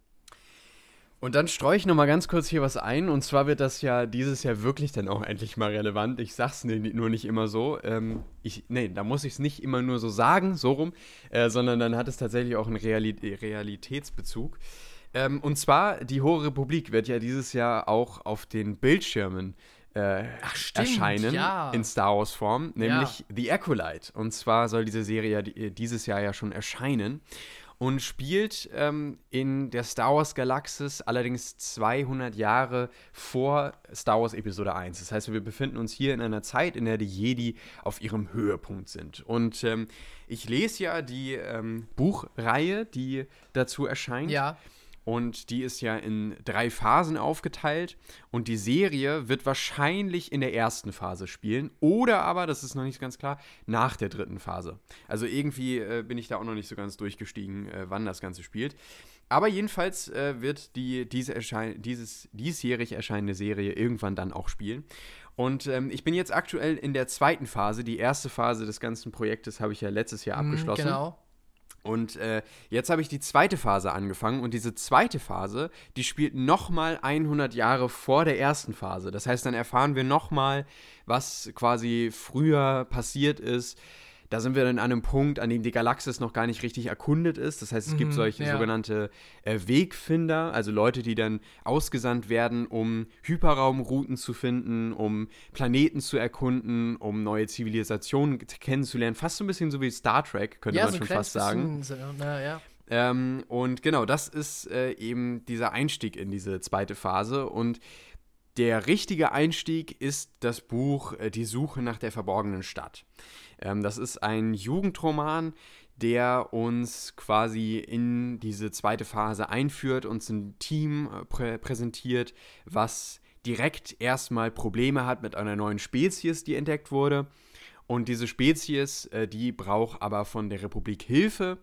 Und dann streue ich noch mal ganz kurz hier was ein. Und zwar wird das ja dieses Jahr wirklich dann auch endlich mal relevant. Ich sag's nur nicht immer so. Ähm, ich, nee, da muss ich es nicht immer nur so sagen, so rum, äh, sondern dann hat es tatsächlich auch einen Reali- Realitätsbezug. Ähm, und zwar, die Hohe Republik wird ja dieses Jahr auch auf den Bildschirmen äh,
Ach, stimmt,
erscheinen,
ja.
in Star Wars Form, nämlich
Ja.
The Acolyte. Und zwar soll diese Serie ja die, dieses Jahr ja schon erscheinen. Und spielt ähm, in der Star Wars Galaxis allerdings zweihundert Jahre vor Star Wars Episode eins. Das heißt, wir befinden uns hier in einer Zeit, in der die Jedi auf ihrem Höhepunkt sind. Und ähm, ich lese ja die ähm, Buchreihe, die dazu erscheint.
Ja.
Und die ist ja in drei Phasen aufgeteilt. Und die Serie wird wahrscheinlich in der ersten Phase spielen. Oder aber, das ist noch nicht ganz klar, nach der dritten Phase. Also irgendwie äh, bin ich da auch noch nicht so ganz durchgestiegen, äh, wann das Ganze spielt. Aber jedenfalls äh, wird die diese erschein- dieses diesjährig erscheinende Serie irgendwann dann auch spielen. Und ähm, ich bin jetzt aktuell in der zweiten Phase. Die erste Phase des ganzen Projektes habe ich ja letztes Jahr abgeschlossen.
Genau.
Und äh, jetzt habe ich die zweite Phase angefangen und diese zweite Phase, die spielt nochmal hundert Jahre vor der ersten Phase. Das heißt, dann erfahren wir nochmal, was quasi früher passiert ist. Da sind wir dann an einem Punkt, an dem die Galaxis noch gar nicht richtig erkundet ist. Das heißt, es mhm, gibt solche ja. sogenannte äh, Wegfinder, also Leute, die dann ausgesandt werden, um Hyperraumrouten zu finden, um Planeten zu erkunden, um neue Zivilisationen kennenzulernen. Fast so ein bisschen so wie Star Trek, könnte
ja,
man
so
schon fast sagen.
So, na, ja.
Ähm, und genau, das ist äh, eben dieser Einstieg in diese zweite Phase. Und der richtige Einstieg ist das Buch äh, Die Suche nach der verborgenen Stadt. Ähm, das ist ein Jugendroman, der uns quasi in diese zweite Phase einführt, uns ein Team äh, prä- präsentiert, was direkt erstmal Probleme hat mit einer neuen Spezies, die entdeckt wurde. Und diese Spezies, äh, die braucht aber von der Republik Hilfe.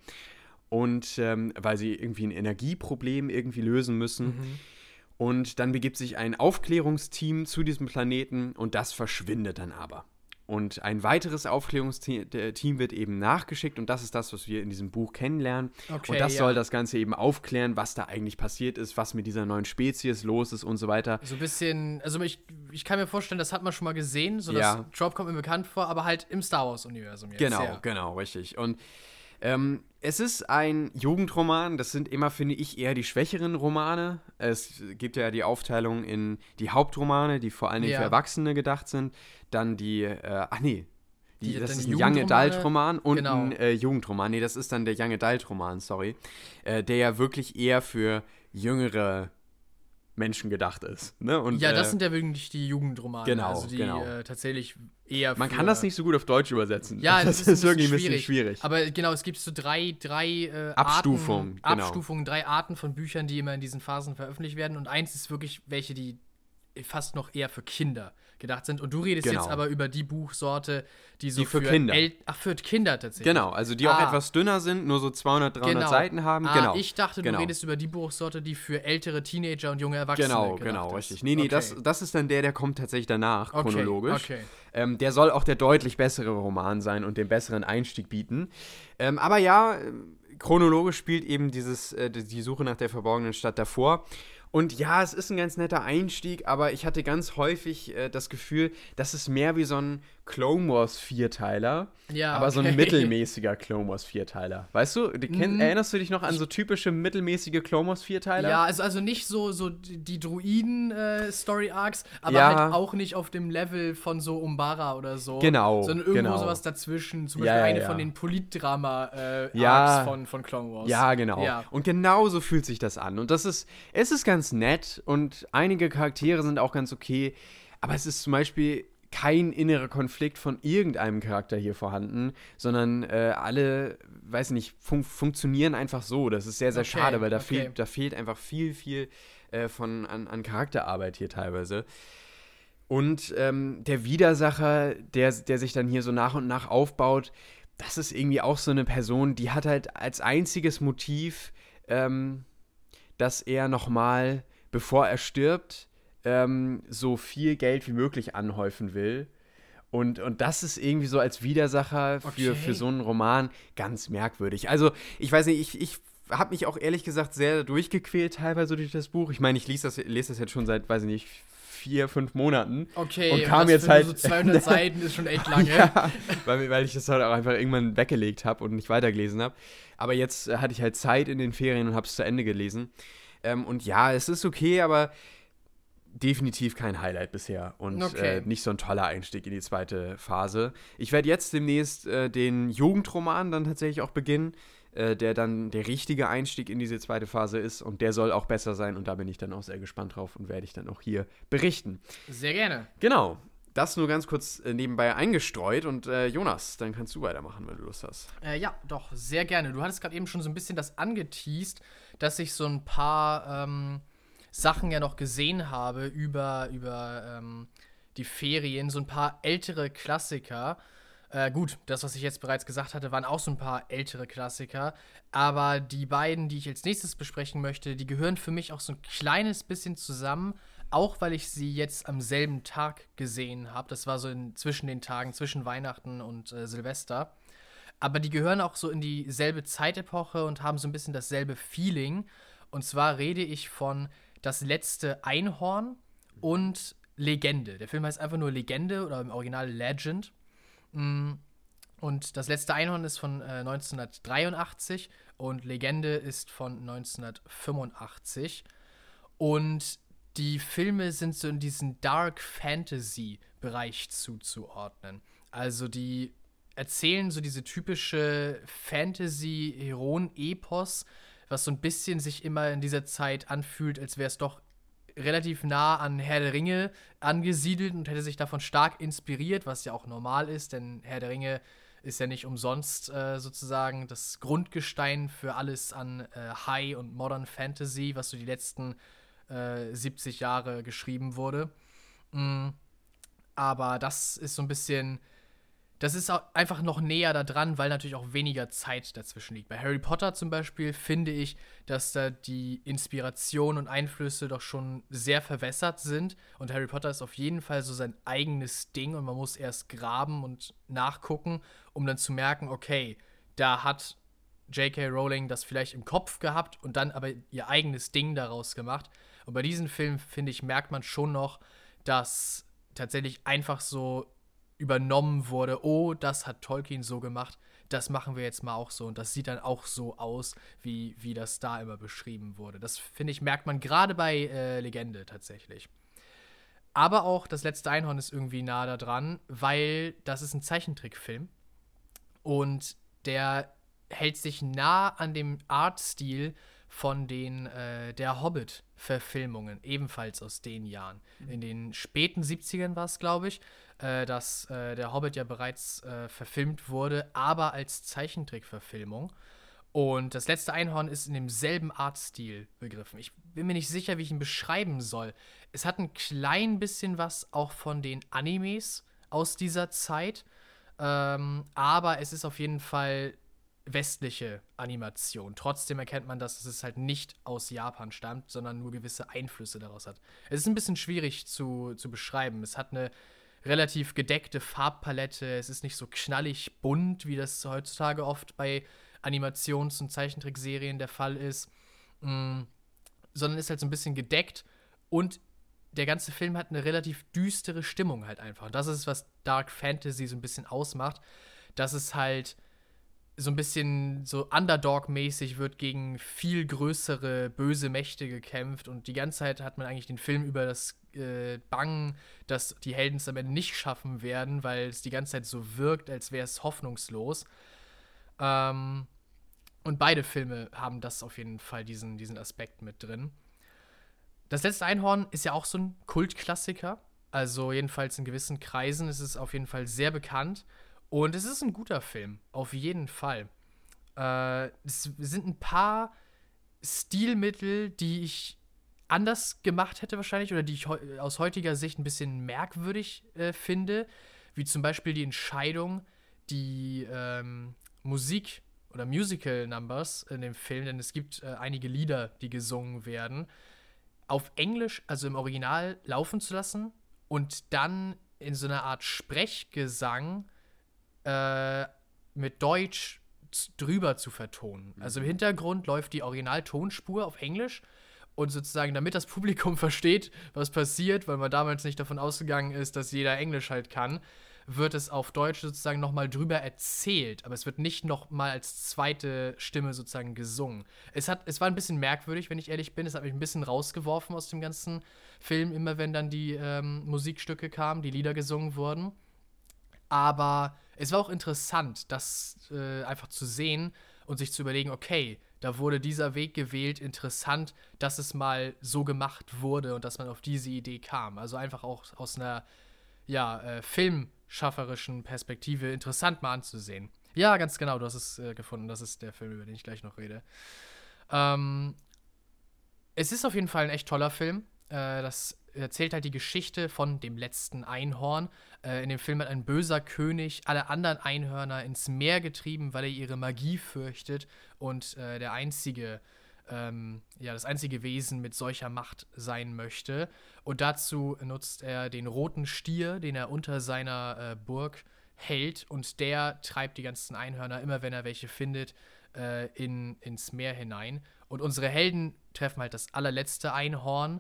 Und ähm, weil sie irgendwie ein Energieproblem irgendwie lösen müssen. Mhm. Und dann begibt sich ein Aufklärungsteam zu diesem Planeten und das verschwindet dann aber. Und ein weiteres Aufklärungsteam wird eben nachgeschickt und das ist das, was wir in diesem Buch kennenlernen. Okay, und das ja. soll das Ganze eben aufklären, was da eigentlich passiert ist, was mit dieser neuen Spezies los ist und so weiter.
So ein bisschen, also ich, ich kann mir vorstellen, das hat man schon mal gesehen, so
ja.
das Drop kommt mir bekannt vor, aber halt im Star Wars-Universum jetzt.
Genau,
ja.
genau, richtig. Und Ähm, es ist ein Jugendroman, das sind immer, finde ich, eher die schwächeren Romane. Es gibt ja die Aufteilung in die Hauptromane, die vor allen Dingen
Ja.
für Erwachsene gedacht sind, dann die, äh, ach nee, die,
Die-
das
dann
ist
die
ein Young
Jugendromane.
Adult Roman und
Genau.
ein äh, Jugendroman. Nee, das ist dann der Young Adult Roman, sorry, äh, der ja wirklich eher für jüngere Menschen gedacht ist. Ne? Und,
ja, das
äh,
sind ja wirklich die Jugendromane.
Genau,
also die
genau.
Äh, tatsächlich eher
man
für,
kann das nicht so gut auf Deutsch übersetzen.
Ja,
das,
das
ist wirklich ein bisschen schwierig.
Aber genau, es gibt so drei, drei äh,
Abstufungen,
Arten,
genau.
Abstufungen, drei Arten von Büchern, die immer in diesen Phasen veröffentlicht werden. Und eins ist wirklich welche, die fast noch eher für Kinder gedacht sind. Und du redest
Genau.
jetzt aber über die Buchsorte, die so
Die für Kinder.
El- Ach, für Kinder tatsächlich.
Genau, also die auch
Ah.
etwas dünner sind, nur so zweihundert, dreihundert
Genau.
Seiten haben.
Ah,
Genau.
ich dachte, du
genau.
redest über die Buchsorte, die für ältere Teenager und junge Erwachsene
Genau,
gedacht
genau,
ist.
richtig. Nee, nee,
Okay.
das, das ist dann der, der kommt tatsächlich danach,
Okay,
chronologisch.
okay.
Ähm, der soll auch der deutlich bessere Roman sein und den besseren Einstieg bieten. Ähm, aber ja, äh, chronologisch spielt eben dieses, äh, die Suche nach der verborgenen Stadt davor. Und ja, es ist ein ganz netter Einstieg, aber ich hatte ganz häufig äh, das Gefühl, das ist mehr wie so ein Clone Wars Vierteiler,
Ja,
aber so ein
okay.
mittelmäßiger Clone Wars Vierteiler. Weißt du, die, kenn,
Mhm.
erinnerst du dich noch an so typische mittelmäßige Clone Wars Vierteiler?
Ja, also, also nicht so, so die Druiden-Story-Arcs, aber
Ja.
halt auch nicht auf dem Level von so Umbara oder so.
Genau,
Sondern irgendwo
genau.
sowas dazwischen. Zum
Ja,
Beispiel
ja,
eine
ja.
von den Politdrama-Arcs
Ja.
von, von Clone Wars.
Ja, genau.
Ja.
Und genau so fühlt sich das an. Und das ist, es ist ganz nett und einige Charaktere sind auch ganz okay, aber es ist zum Beispiel kein innerer Konflikt von irgendeinem Charakter hier vorhanden, sondern äh, alle, weiß nicht, fun funktionieren einfach so. Das ist sehr, sehr
Okay,
schade, weil da,
okay.
fehlt, da fehlt einfach viel, viel äh, von, an, an Charakterarbeit hier teilweise. Und ähm, der Widersacher, der, der sich dann hier so nach und nach aufbaut, das ist irgendwie auch so eine Person, die hat halt als einziges Motiv, ähm, dass er nochmal, bevor er stirbt, ähm, so viel Geld wie möglich anhäufen will. Und, und das ist irgendwie so als Widersacher für,
Okay.
für so einen Roman ganz merkwürdig. Also, ich weiß nicht, ich, ich habe mich auch ehrlich gesagt sehr durchgequält teilweise durch das Buch. Ich meine, ich lese das, lese das jetzt schon seit, weiß ich nicht, vier, fünf Monaten.
Okay,
Und kam
das
jetzt
für
halt-
so zweihundert Seiten ist schon echt lange.
Ja, weil, weil ich das halt auch einfach irgendwann weggelegt habe und nicht weitergelesen habe. Aber jetzt äh, hatte ich halt Zeit in den Ferien und habe es zu Ende gelesen. Ähm, und ja, es ist okay, aber definitiv kein Highlight bisher und
Okay.
äh, nicht so ein toller Einstieg in die zweite Phase. Ich werde jetzt demnächst äh, den Jugendroman dann tatsächlich auch beginnen, äh, der dann der richtige Einstieg in diese zweite Phase ist und der soll auch besser sein und da bin ich dann auch sehr gespannt drauf und werde ich dann auch hier berichten.
Sehr gerne.
Genau, das nur ganz kurz äh, nebenbei eingestreut und äh, Jonas, dann kannst du weitermachen, wenn du Lust hast.
Äh, ja, doch, sehr gerne. Du hattest gerade eben schon so ein bisschen das angeteased, dass ich so ein paar ähm, Sachen ja noch gesehen habe über, über ähm, die Ferien, so ein paar ältere Klassiker. Äh, gut, das, was ich jetzt bereits gesagt hatte, waren auch so ein paar ältere Klassiker. Aber die beiden, die ich als nächstes besprechen möchte, die gehören für mich auch so ein kleines bisschen zusammen. Auch weil ich sie jetzt am selben Tag gesehen habe. Das war so in, zwischen den Tagen, zwischen Weihnachten und äh, Silvester. Aber die gehören auch so in dieselbe Zeitepoche und haben so ein bisschen dasselbe Feeling. Und zwar rede ich von Das letzte Einhorn und Legende. Der Film heißt einfach nur Legende oder im Original Legend. Mm, Und Das letzte Einhorn ist von äh, neunzehnhundertdreiundachtzig und Legende ist von neunzehnhundertfünfundachtzig. Und die Filme sind so in diesen Dark Fantasy-Bereich zuzuordnen. Also die erzählen so diese typische Fantasy-Heroen-Epos, was so ein bisschen sich immer in dieser Zeit anfühlt, als wäre es doch relativ nah an Herr der Ringe angesiedelt und hätte sich davon stark inspiriert, was ja auch normal ist, denn Herr der Ringe ist ja nicht umsonst äh, sozusagen das Grundgestein für alles an äh, High- und Modern Fantasy, was so die letzten äh, siebzig Jahre geschrieben wurde. Mm, aber das ist so ein bisschen, das ist auch einfach noch näher da dran, weil natürlich auch weniger Zeit dazwischen liegt. Bei Harry Potter zum Beispiel finde ich, dass da die Inspiration und Einflüsse doch schon sehr verwässert sind. Und Harry Potter ist auf jeden Fall so sein eigenes Ding und man muss erst graben und nachgucken, um dann zu merken, okay, da hat J K. Rowling das vielleicht im Kopf gehabt und dann aber ihr eigenes Ding daraus gemacht. Und bei diesen Filmen, finde ich, merkt man schon noch, dass tatsächlich einfach so übernommen wurde, oh, das hat Tolkien so gemacht, das machen wir jetzt mal auch so und das sieht dann auch so aus, wie, wie das da immer beschrieben wurde. Das, finde ich, merkt man gerade bei äh, Legende tatsächlich. Aber auch Das letzte Einhorn ist irgendwie nah da dran, weil das ist ein Zeichentrickfilm und der hält sich nah an dem Artstil von den äh, der Hobbit-Verfilmungen, ebenfalls aus den Jahren. In den späten siebzigern war es, glaube ich, äh, dass äh, der Hobbit ja bereits äh, verfilmt wurde, aber als Zeichentrickverfilmung. Und Das letzte Einhorn ist in demselben Artstil begriffen. Ich bin mir nicht sicher, wie ich ihn beschreiben soll. Es hat ein klein bisschen was auch von den Animes aus dieser Zeit, ähm, aber es ist auf jeden Fall westliche Animation. Trotzdem erkennt man, dass es halt nicht aus Japan stammt, sondern nur gewisse Einflüsse daraus hat. Es ist ein bisschen schwierig zu, zu beschreiben. Es hat eine relativ gedeckte Farbpalette. Es ist nicht so knallig bunt, wie das heutzutage oft bei Animations- und Zeichentrickserien der Fall ist, mm, sondern ist halt so ein bisschen gedeckt und der ganze Film hat eine relativ düstere Stimmung halt einfach. Und das ist, was Dark Fantasy so ein bisschen ausmacht, dass es halt so ein bisschen so Underdog-mäßig wird gegen viel größere böse Mächte gekämpft und die ganze Zeit hat man eigentlich den Film über das äh, Bangen, dass die Helden es am Ende nicht schaffen werden, weil es die ganze Zeit so wirkt, als wäre es hoffnungslos. Ähm, und beide Filme haben das auf jeden Fall, diesen, diesen Aspekt mit drin. Das letzte Einhorn ist ja auch so ein Kultklassiker. Also jedenfalls in gewissen Kreisen ist es auf jeden Fall sehr bekannt. Und es ist ein guter Film, auf jeden Fall. Äh, es sind ein paar Stilmittel, die ich anders gemacht hätte wahrscheinlich oder die ich heu- aus heutiger Sicht ein bisschen merkwürdig äh, finde. Wie zum Beispiel die Entscheidung, die ähm, Musik oder Musical Numbers in dem Film, denn es gibt äh, einige Lieder, die gesungen werden, auf Englisch, also im Original, laufen zu lassen und dann in so einer Art Sprechgesang äh, mit Deutsch z- drüber zu vertonen. Mhm. Also im Hintergrund läuft die Originaltonspur auf Englisch und sozusagen, damit das Publikum versteht, was passiert, weil man damals nicht davon ausgegangen ist, dass jeder Englisch halt kann, wird es auf Deutsch sozusagen nochmal drüber erzählt, aber es wird nicht nochmal als zweite Stimme sozusagen gesungen. Es, hat, es war ein bisschen merkwürdig, wenn ich ehrlich bin. Es hat mich ein bisschen rausgeworfen aus dem ganzen Film, immer wenn dann die ähm, Musikstücke kamen, die Lieder gesungen wurden. Aber es war auch interessant, das äh, einfach zu sehen und sich zu überlegen, okay, da wurde dieser Weg gewählt, interessant, dass es mal so gemacht wurde und dass man auf diese Idee kam. Also einfach auch aus einer ja, äh, filmschafferischen Perspektive interessant mal anzusehen. Ja, ganz genau, du hast es äh, gefunden. Das ist der Film, über den ich gleich noch rede. Ähm, es ist auf jeden Fall ein echt toller Film. Äh, das erzählt halt die Geschichte von dem letzten Einhorn. Äh, in dem Film hat ein böser König alle anderen Einhörner ins Meer getrieben, weil er ihre Magie fürchtet und äh, der einzige, ähm, ja, das einzige Wesen mit solcher Macht sein möchte. Und dazu nutzt er den roten Stier, den er unter seiner äh, Burg hält, und der treibt die ganzen Einhörner, immer wenn er welche findet, äh, in, ins Meer hinein. Und unsere Helden treffen halt das allerletzte Einhorn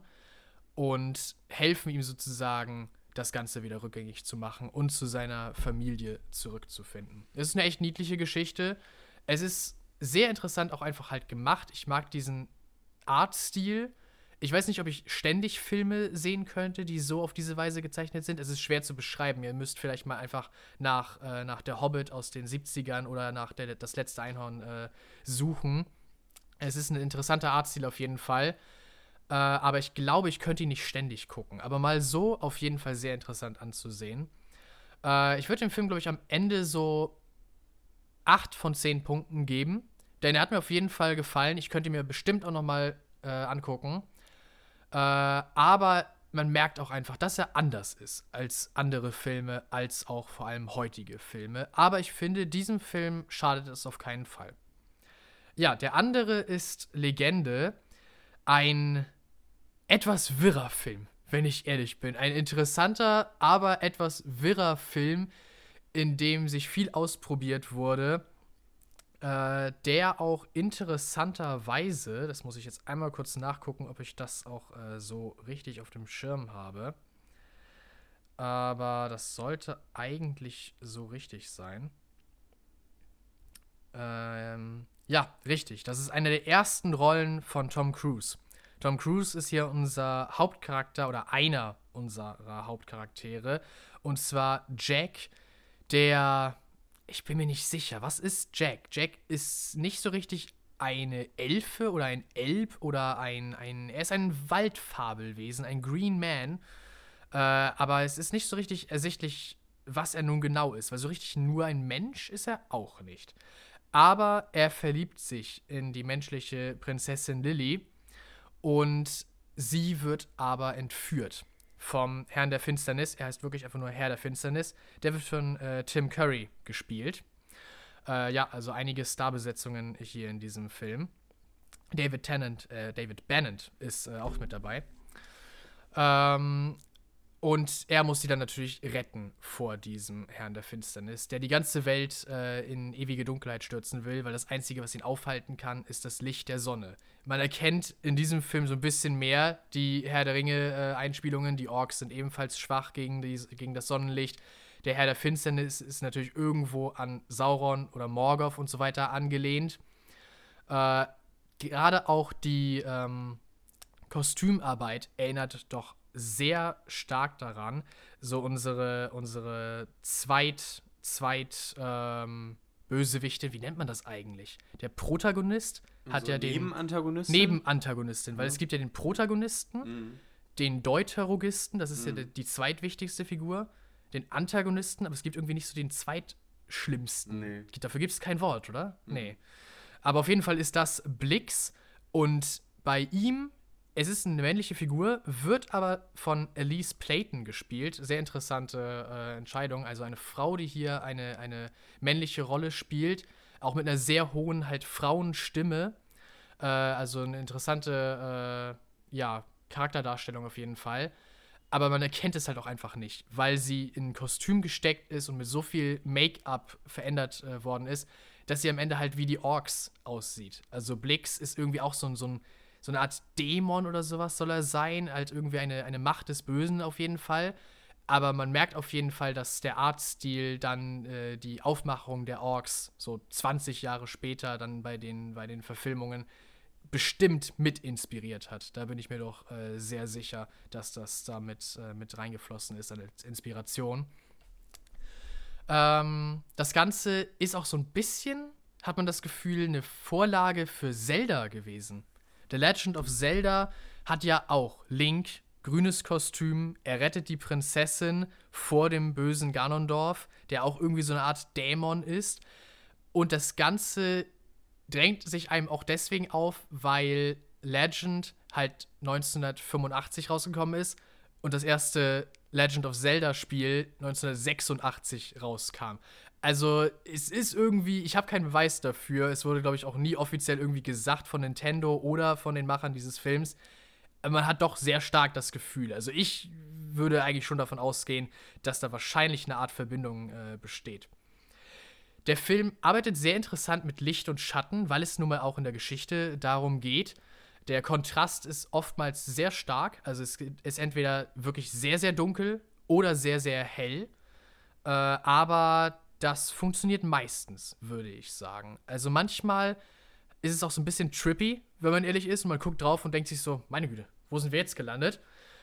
und helfen ihm sozusagen, das Ganze wieder rückgängig zu machen und zu seiner Familie zurückzufinden. Es ist eine echt niedliche Geschichte. Es ist sehr interessant auch einfach halt gemacht. Ich mag diesen Artstil. Ich weiß nicht, ob ich ständig Filme sehen könnte, die so auf diese Weise gezeichnet sind. Es ist schwer zu beschreiben. Ihr müsst vielleicht mal einfach nach, äh, nach Der Hobbit aus den siebzigern oder nach der, Das letzte Einhorn äh, suchen. Es ist ein interessanter Artstil auf jeden Fall. Äh, aber ich glaube, ich könnte ihn nicht ständig gucken. Aber mal so auf jeden Fall sehr interessant anzusehen. Äh, ich würde dem Film, glaube ich, am Ende so acht von zehn Punkten geben. Denn er hat mir auf jeden Fall gefallen. Ich könnte ihn mir bestimmt auch noch mal äh, angucken. Äh, aber man merkt auch einfach, dass er anders ist als andere Filme, als auch vor allem heutige Filme. Aber ich finde, diesem Film schadet es auf keinen Fall. Ja, der andere ist Legende. Ein etwas wirrer Film, wenn ich ehrlich bin. Ein interessanter, aber etwas wirrer Film, in dem sich viel ausprobiert wurde, äh, der auch interessanterweise, das muss ich jetzt einmal kurz nachgucken, ob ich das auch äh, so richtig auf dem Schirm habe, aber das sollte eigentlich so richtig sein. Ähm, ja, richtig. Das ist eine der ersten Rollen von Tom Cruise. Tom Cruise ist hier unser Hauptcharakter oder einer unserer Hauptcharaktere. Und zwar Jack, der, ich bin mir nicht sicher, was ist Jack? Jack ist nicht so richtig eine Elfe oder ein Elb oder ein, ein er ist ein Waldfabelwesen, ein Green Man. Äh, aber es ist nicht so richtig ersichtlich, was er nun genau ist, weil so richtig nur ein Mensch ist er auch nicht. Aber er verliebt sich in die menschliche Prinzessin Lily und sie wird aber entführt vom Herrn der Finsternis. Er heißt wirklich einfach nur Herr der Finsternis. Der wird von äh, Tim Curry gespielt. Äh, ja, also einige Starbesetzungen hier in diesem Film. David Tennant, äh, David Bennett ist äh, auch mit dabei. Ähm, und er muss sie dann natürlich retten vor diesem Herrn der Finsternis, der die ganze Welt äh, in ewige Dunkelheit stürzen will, weil das Einzige, was ihn aufhalten kann, ist das Licht der Sonne. Man erkennt in diesem Film so ein bisschen mehr die Herr der Ringe-Einspielungen. Die Orks sind ebenfalls schwach gegen, die, gegen das Sonnenlicht. Der Herr der Finsternis ist natürlich irgendwo an Sauron oder Morgoth und so weiter angelehnt. Äh, gerade auch die ähm, Kostümarbeit erinnert doch sehr stark daran. So unsere, unsere Zweit, Zweit, ähm, Bösewichte, wie nennt man das eigentlich? Der Protagonist hat
so
ja den
Nebenantagonistin?
Nebenantagonistin, weil
Mhm.
es gibt ja den Protagonisten,
Mhm.
den Deuterogisten, das ist
Mhm.
ja die, die zweitwichtigste Figur, den Antagonisten, aber es gibt irgendwie nicht so den zweitschlimmsten.
Nee.
Dafür gibt es kein Wort, oder?
Mhm.
Nee. Aber auf jeden Fall ist das Blix und bei ihm, es ist eine männliche Figur, wird aber von Elise Playton gespielt. Sehr interessante äh, Entscheidung. Also eine Frau, die hier eine, eine männliche Rolle spielt, auch mit einer sehr hohen halt Frauenstimme. Äh, also eine interessante äh, ja, Charakterdarstellung auf jeden Fall. Aber man erkennt es halt auch einfach nicht, weil sie in ein Kostüm gesteckt ist und mit so viel Make-up verändert äh, worden ist, dass sie am Ende halt wie die Orks aussieht. Also Blix ist irgendwie auch so, ein- so, ein, so eine Art Dämon oder sowas soll er sein, halt irgendwie eine, eine Macht des Bösen auf jeden Fall. Aber man merkt auf jeden Fall, dass der Artstil dann äh, die Aufmachung der Orks so zwanzig Jahre später dann bei den, bei den Verfilmungen bestimmt mit inspiriert hat. Da bin ich mir doch äh, sehr sicher, dass das da mit, äh, mit reingeflossen ist als Inspiration. Ähm, das Ganze ist auch so ein bisschen, hat man das Gefühl, eine Vorlage für Zelda gewesen. The Legend of Zelda hat ja auch Link, grünes Kostüm, er rettet die Prinzessin vor dem bösen Ganondorf, der auch irgendwie so eine Art Dämon ist. Und das Ganze drängt sich einem auch deswegen auf, weil Legend halt neunzehnhundertfünfundachtzig rausgekommen ist und das erste Legend of Zelda-Spiel neunzehnhundertsechsundachtzig rauskam. Also es ist irgendwie, ich habe keinen Beweis dafür, es wurde, glaube ich, auch nie offiziell irgendwie gesagt von Nintendo oder von den Machern dieses Films. Aber man hat doch sehr stark das Gefühl. Also ich würde eigentlich schon davon ausgehen, dass da wahrscheinlich eine Art Verbindung äh, besteht. Der Film arbeitet sehr interessant mit Licht und Schatten, weil es nun mal auch in der Geschichte darum geht. Der Kontrast ist oftmals sehr stark. Also es ist entweder wirklich sehr, sehr dunkel oder sehr, sehr hell. Äh, aber das funktioniert meistens, würde ich sagen. Also manchmal ist es auch so ein bisschen trippy, wenn man ehrlich ist. Und man guckt drauf und denkt sich so, meine Güte, wo sind wir jetzt gelandet?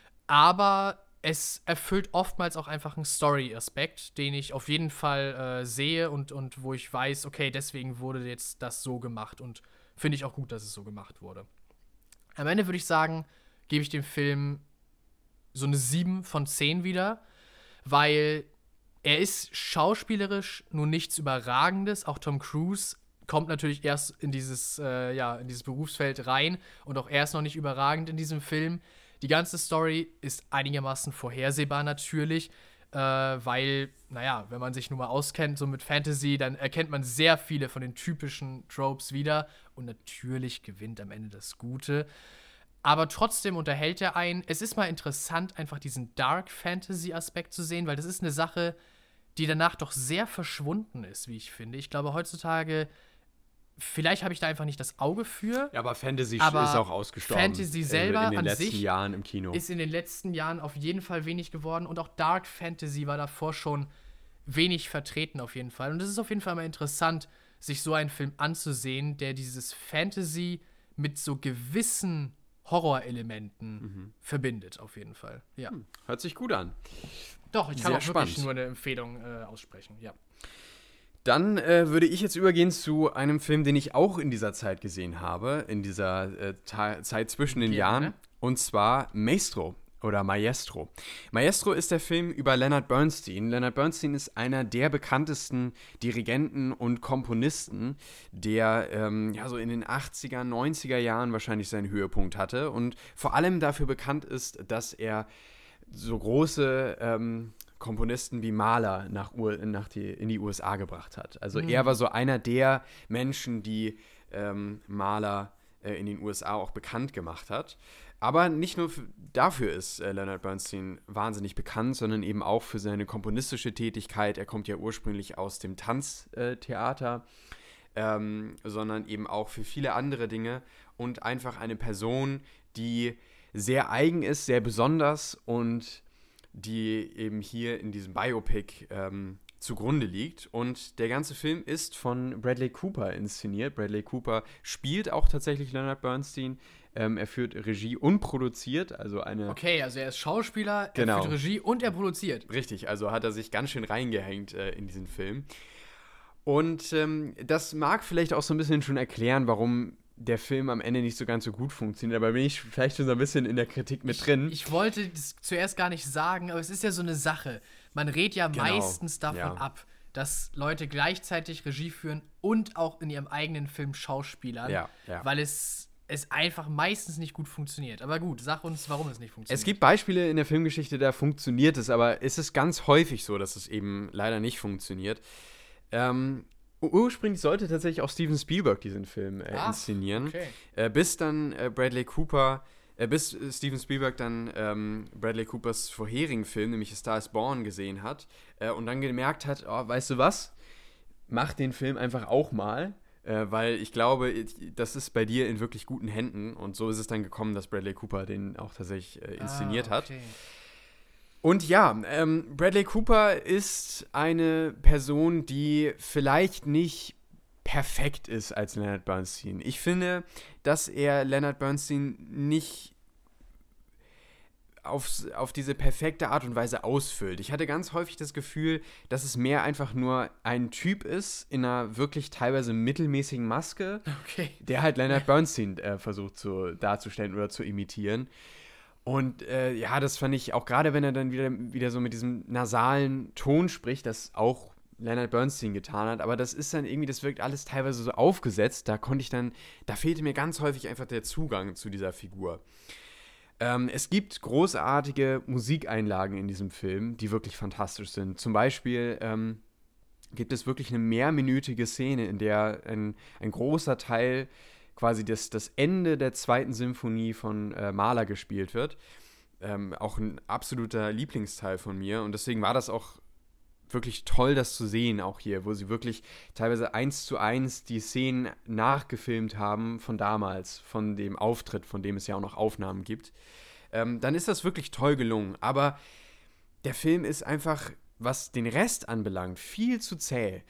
Aber es erfüllt oftmals auch einfach einen Story-Aspekt, den ich auf jeden Fall äh, sehe und, und wo ich weiß, okay, deswegen wurde jetzt das so gemacht und finde ich auch gut, dass es so gemacht wurde. Am Ende würde ich sagen, gebe ich dem Film so eine sieben von zehn wieder, weil er ist schauspielerisch nun nichts Überragendes. Auch Tom Cruise kommt natürlich erst in dieses, äh, ja, in dieses Berufsfeld rein und auch er ist noch nicht überragend in diesem Film. Die ganze Story ist einigermaßen vorhersehbar natürlich, äh, weil, naja, wenn man sich nun mal auskennt so mit Fantasy, dann erkennt man sehr viele von den typischen Tropes wieder und natürlich gewinnt am Ende das Gute. Aber trotzdem unterhält er einen. Es ist mal interessant, einfach diesen Dark-Fantasy-Aspekt zu sehen, weil das ist eine Sache, die danach doch sehr verschwunden ist, wie ich finde. Ich glaube, heutzutage vielleicht habe ich da einfach nicht das Auge für.
Ja, aber Fantasy
aber
ist auch ausgestorben.
Fantasy selber
in den
an
letzten
sich
Jahren im Kino.
Ist in den letzten Jahren auf jeden Fall wenig geworden. Und auch Dark Fantasy war davor schon wenig vertreten auf jeden Fall. Und es ist auf jeden Fall mal interessant, sich so einen Film anzusehen, der dieses Fantasy mit so gewissen Horrorelementen mhm. verbindet, auf jeden Fall. Ja. Hm,
hört sich gut an.
Doch, ich kann
Sehr
auch
spannend.
wirklich nur eine Empfehlung äh, aussprechen, ja.
Dann äh, würde ich jetzt übergehen zu einem Film, den ich auch in dieser Zeit gesehen habe, in dieser äh, Ta- Zeit zwischen den
Ja,
Jahren,
ne?
und zwar Maestro oder Maestro. Maestro ist der Film über Leonard Bernstein. Leonard Bernstein ist einer der bekanntesten Dirigenten und Komponisten, der ähm, ja so in den achtziger, neunziger Jahren wahrscheinlich seinen Höhepunkt hatte und vor allem dafür bekannt ist, dass er so große ähm, Komponisten wie Mahler nach, Ur- nach die, in die U S A gebracht hat. Also mhm. er war so einer der Menschen, die ähm, Mahler äh, in den U S A auch bekannt gemacht hat. Aber nicht nur für, dafür ist äh, Leonard Bernstein wahnsinnig bekannt, sondern eben auch für seine komponistische Tätigkeit. Er kommt ja ursprünglich aus dem Tanztheater, ähm, sondern eben auch für viele andere Dinge und einfach eine Person, die sehr eigen ist, sehr besonders und die eben hier in diesem Biopic ähm, zugrunde liegt. Und der ganze Film ist von Bradley Cooper inszeniert. Bradley Cooper spielt auch tatsächlich Leonard Bernstein. Ähm, er führt Regie und produziert, also eine...
Okay, also er ist Schauspieler,
genau.
er führt Regie und er produziert.
Richtig, also hat er sich ganz schön reingehängt äh, in diesen Film. Und ähm, das mag vielleicht auch so ein bisschen schon erklären, warum der Film am Ende nicht so ganz so gut funktioniert, aber bin ich vielleicht schon so ein bisschen in der Kritik mit drin.
Ich, ich wollte das zuerst gar nicht sagen, aber es ist ja so eine Sache. Man redet ja
genau.
meistens davon
ja.
ab, dass Leute gleichzeitig Regie führen und auch in ihrem eigenen Film schauspielern,
ja, ja.
weil es, es einfach meistens nicht gut funktioniert. Aber gut, sag uns, warum es nicht funktioniert.
Es gibt Beispiele in der Filmgeschichte, da funktioniert es, aber es ist ganz häufig so, dass es eben leider nicht funktioniert. Ähm, Ursprünglich sollte tatsächlich auch Steven Spielberg diesen Film äh,
Ach,
inszenieren,
okay.
äh, bis dann äh, Bradley Cooper, äh, bis äh, Steven Spielberg dann ähm, Bradley Coopers vorherigen Film, nämlich A Star is Born, gesehen hat äh, und dann gemerkt hat, oh, weißt du was, mach den Film einfach auch mal, äh, weil ich glaube, das ist bei dir in wirklich guten Händen und so ist es dann gekommen, dass Bradley Cooper den auch tatsächlich äh, inszeniert
ah, okay.
hat. Und ja, ähm, Bradley Cooper ist eine Person, die vielleicht nicht perfekt ist als Leonard Bernstein. Ich finde, dass er Leonard Bernstein nicht auf, auf diese perfekte Art und Weise ausfüllt. Ich hatte ganz häufig das Gefühl, dass es mehr einfach nur ein Typ ist in einer wirklich teilweise mittelmäßigen Maske,
okay.
der halt Leonard Bernstein äh, versucht zu, darzustellen oder zu imitieren. Und äh, ja, das fand ich, auch gerade wenn er dann wieder, wieder so mit diesem nasalen Ton spricht, das auch Leonard Bernstein getan hat, aber das ist dann irgendwie, das wirkt alles teilweise so aufgesetzt, da konnte ich dann, da fehlte mir ganz häufig einfach der Zugang zu dieser Figur. Ähm, es gibt großartige Musikeinlagen in diesem Film, die wirklich fantastisch sind. Zum Beispiel ähm, gibt es wirklich eine mehrminütige Szene, in der ein, ein großer Teil quasi das, das Ende der zweiten Symphonie von äh, Mahler gespielt wird. Ähm, auch ein absoluter Lieblingsteil von mir. Und deswegen war das auch wirklich toll, das zu sehen, auch hier, wo sie wirklich teilweise eins zu eins die Szenen nachgefilmt haben von damals, von dem Auftritt, von dem es ja auch noch Aufnahmen gibt. Ähm, dann ist das wirklich toll gelungen. Aber der Film ist einfach, was den Rest anbelangt, viel zu zäh.